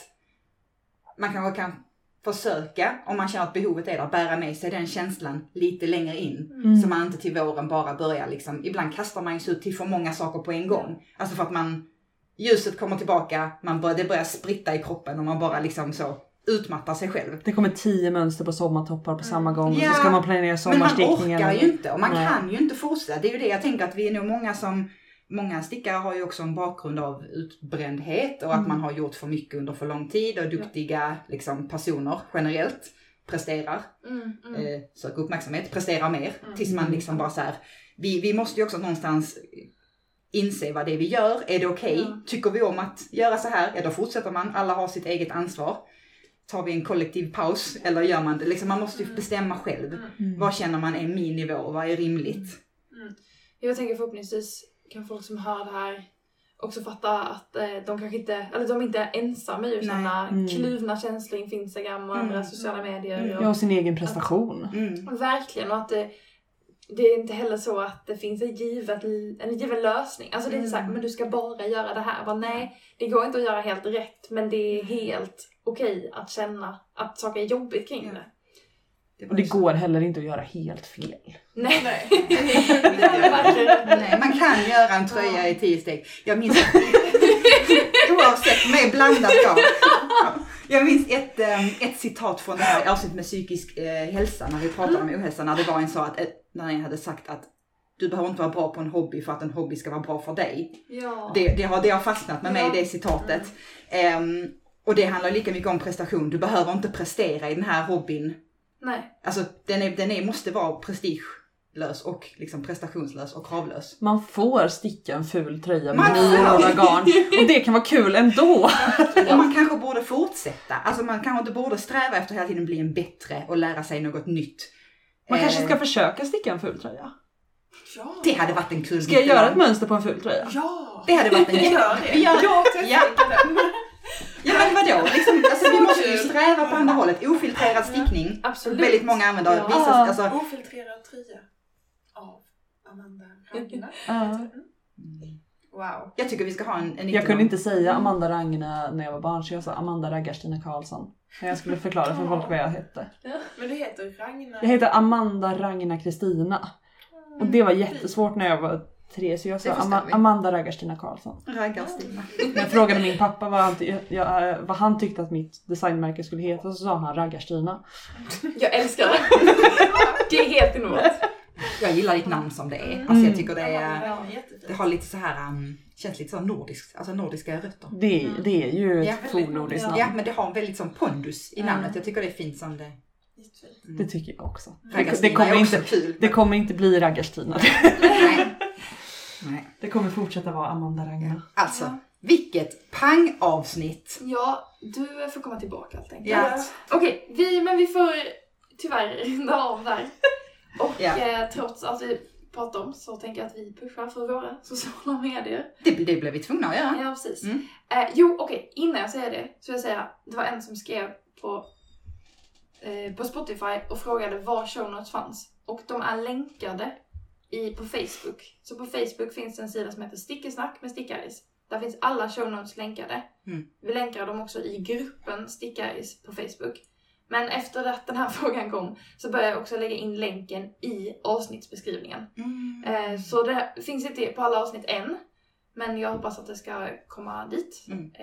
man kanske kan försöka, om man känner att behovet är där, bära med sig den känslan lite längre in. Så man inte till våren bara börjar liksom, ibland kastar man sig ut till för många saker på en gång. Alltså för att ljuset kommer tillbaka, det börjar spritta i kroppen och man bara liksom så utmattar sig själv. Det kommer 10 mönster på sommartoppar på samma gång. Och så ska man planera sommarstickningen. Men man orkar ju inte och man kan ju inte fortsätta. Det är ju det jag tänker att vi är nog många stickare har ju också en bakgrund av utbrändhet och att man har gjort för mycket under för lång tid och duktiga liksom, personer generellt presterar. Söker uppmärksamhet, presterar mer tills man liksom bara så här. Vi måste ju också någonstans inse vad det är vi gör. Är det okej? Tycker vi om att göra så här? Ja, då fortsätter man. Alla har sitt eget ansvar. Tar vi en kollektiv paus eller gör man det? Liksom, man måste ju bestämma själv. Vad känner man är min nivå? Vad är rimligt? Jag tänker förhoppningsvis kan folk som hör det här också fatta att de kanske inte, eller de inte är ensamma i sådana kluvna känslor inför Instagram och andra sociala medier. Och sin egen prestation. Verkligen, och att det är inte heller så att det finns en given lösning. Alltså det är inte så här, men du ska bara göra det här. Bara, nej, det går inte att göra helt rätt, men det är helt okej att känna att saker är jobbigt kring det. Och det går heller inte att göra helt fel. Nej. Nej, man kan göra en tröja i 10 steg. Jag minns oavsett med blandad garn. Jag minns ett citat från det här avsnitt med psykisk hälsa när vi pratade om ohälsa. När det var en så att när jag hade sagt att du behöver inte vara bra på en hobby för att en hobby ska vara bra för dig. Ja. Det har fastnat med mig, det citatet. Och det handlar lika mycket om prestation. Du behöver inte prestera i den här hobbyn. Nej. Alltså den måste vara prestigelös och liksom prestationslös och kravlös. Man får sticka en ful tröja med 9 roller garn. Och det kan vara kul ändå. Och man kanske borde fortsätta. Alltså man kanske inte borde sträva efter hela tiden bli en bättre och lära sig något nytt. Man kanske ska försöka sticka en ful tröja. Ja. Det hade varit en kul. Ska jag göra ett mönster på en ful tröja? Ja. Det hade varit en Ja, men vadå? Liksom, alltså, vi måste ju sträva på andra hållet. Ofiltrerad stickning. Absolut. Väldigt många använder. Ofiltrerad tröja av Amanda Ragna. Wow. Jag tycker vi ska ha en jag kunde inte säga Amanda Ragna när jag var barn, så jag sa Amanda Raggarstina Karlsson. Jag skulle förklara för folk vad jag hette. Men du heter Ragna? Jag heter Amanda Ragna Kristina. Och det var jättesvårt när jag var 3, så jag sa Amanda Raggarstina Karlsson. Raggarstina. När jag frågade min pappa vad han tyckte att mitt designmärke skulle heta, så sa han Raggarstina. Jag älskar det. Det är helt innovativt. Jag gillar ditt namn som det är. Alltså jag tycker det har lite så här känns lite så nordiskt, alltså nordiska rötter. Det är ju ett fornnordiskt namn. Ja, men det har en väldigt sån pondus i namnet. Jag tycker det är fint som det. Det tycker jag också. Det kommer inte bli Raggarstina. Nej. Nej. Det kommer fortsätta vara Amanda Ragnar. Alltså, vilket pangavsnitt. Ja, du får komma tillbaka helt enkelt. Ja. Okej, vi får tyvärr runda av där. Och trots att vi pratar om så tänker jag att vi pushar för våra sociala medier. Det blev vi tvungna att göra. Ja, precis. Mm. Innan jag säger det så vill jag säga, det var en som skrev på Spotify och frågade var show notes fanns. Och de är länkade på Facebook. Så på Facebook finns det en sida som heter Stickersnack med Stickaris. Där finns alla show notes länkade. Vi länkar dem också i gruppen Stickaris på Facebook. Men efter att den här frågan kom så började jag också lägga in länken i avsnittsbeskrivningen. Så det finns inte på alla avsnitt än. Men jag hoppas att det ska komma dit.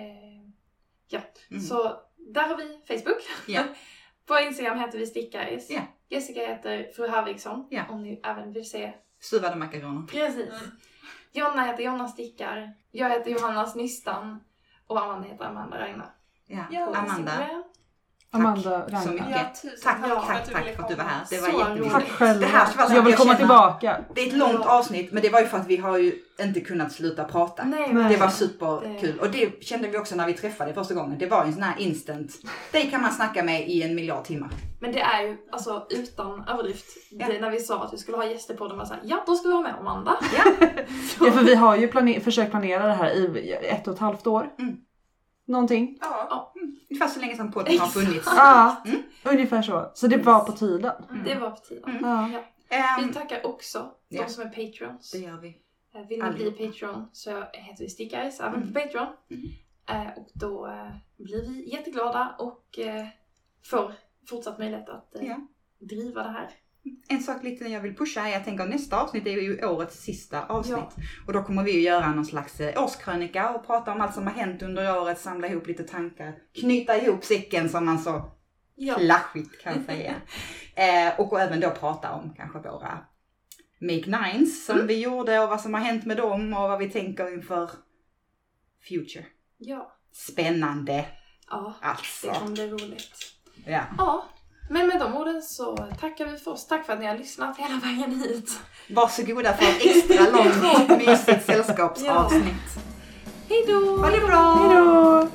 Så där har vi Facebook. Yeah. På Instagram heter vi Stickaris. Yeah. Jessica heter Fru Harvigsson. Yeah. Om ni även vill se. Stuvade makaroner. Precis. Jonna heter Jonna Stickar. Jag heter Johanna Snystan. Och Amanda heter Amanda Ragnar. Ja. Amanda. Amanda Tack så Ragnar. mycket. Tack för att du var här. Det var jätteroligt. Tack själv. Det här jag vill komma tillbaka. Det är ett långt avsnitt, men det var ju för att vi har ju inte kunnat sluta prata. Nej. Det var superkul. Och det kände vi också när vi träffade första gången. Det var ju en sån här instant. Det kan man snacka med i 1 miljard timmar. Men det är ju alltså utan överdrift. Det, när vi sa att vi skulle ha gäster på den var så här, ja då ska vi ha med Amanda. Ja, för vi har ju försökt planera det här i 1,5 år. Någonting. Ja. Ungefär så länge som podden har funnits. Ja, ungefär så. Så det var på tiden. Det var på tiden. Vi tackar också de som är Patreons. Det gör vi. Vill ni bli Patreon så heter vi Stickaris även på Patreon. Och då blir vi jätteglada och får fortsatt möjlighet att driva det här. En sak lite jag vill pusha är, jag tänker nästa avsnitt är ju årets sista avsnitt. Och då kommer vi ju göra någon slags årskrönika och prata om allt som har hänt under året, samla ihop lite tankar, knyta ihop säcken som man så flashigt kan säga. Och även då prata om kanske våra Make Nines som vi gjorde och vad som har hänt med dem och vad vi tänker inför future. Ja. Spännande. Ja, alltså. Det kommer bli roligt. Ja. Men med de orden så tackar vi för oss. Tack för att ni har lyssnat hela vägen hit. Varsågoda för ett extra långt mysigt sällskapsavsnitt. Hej då! Ha det bra! Hej då!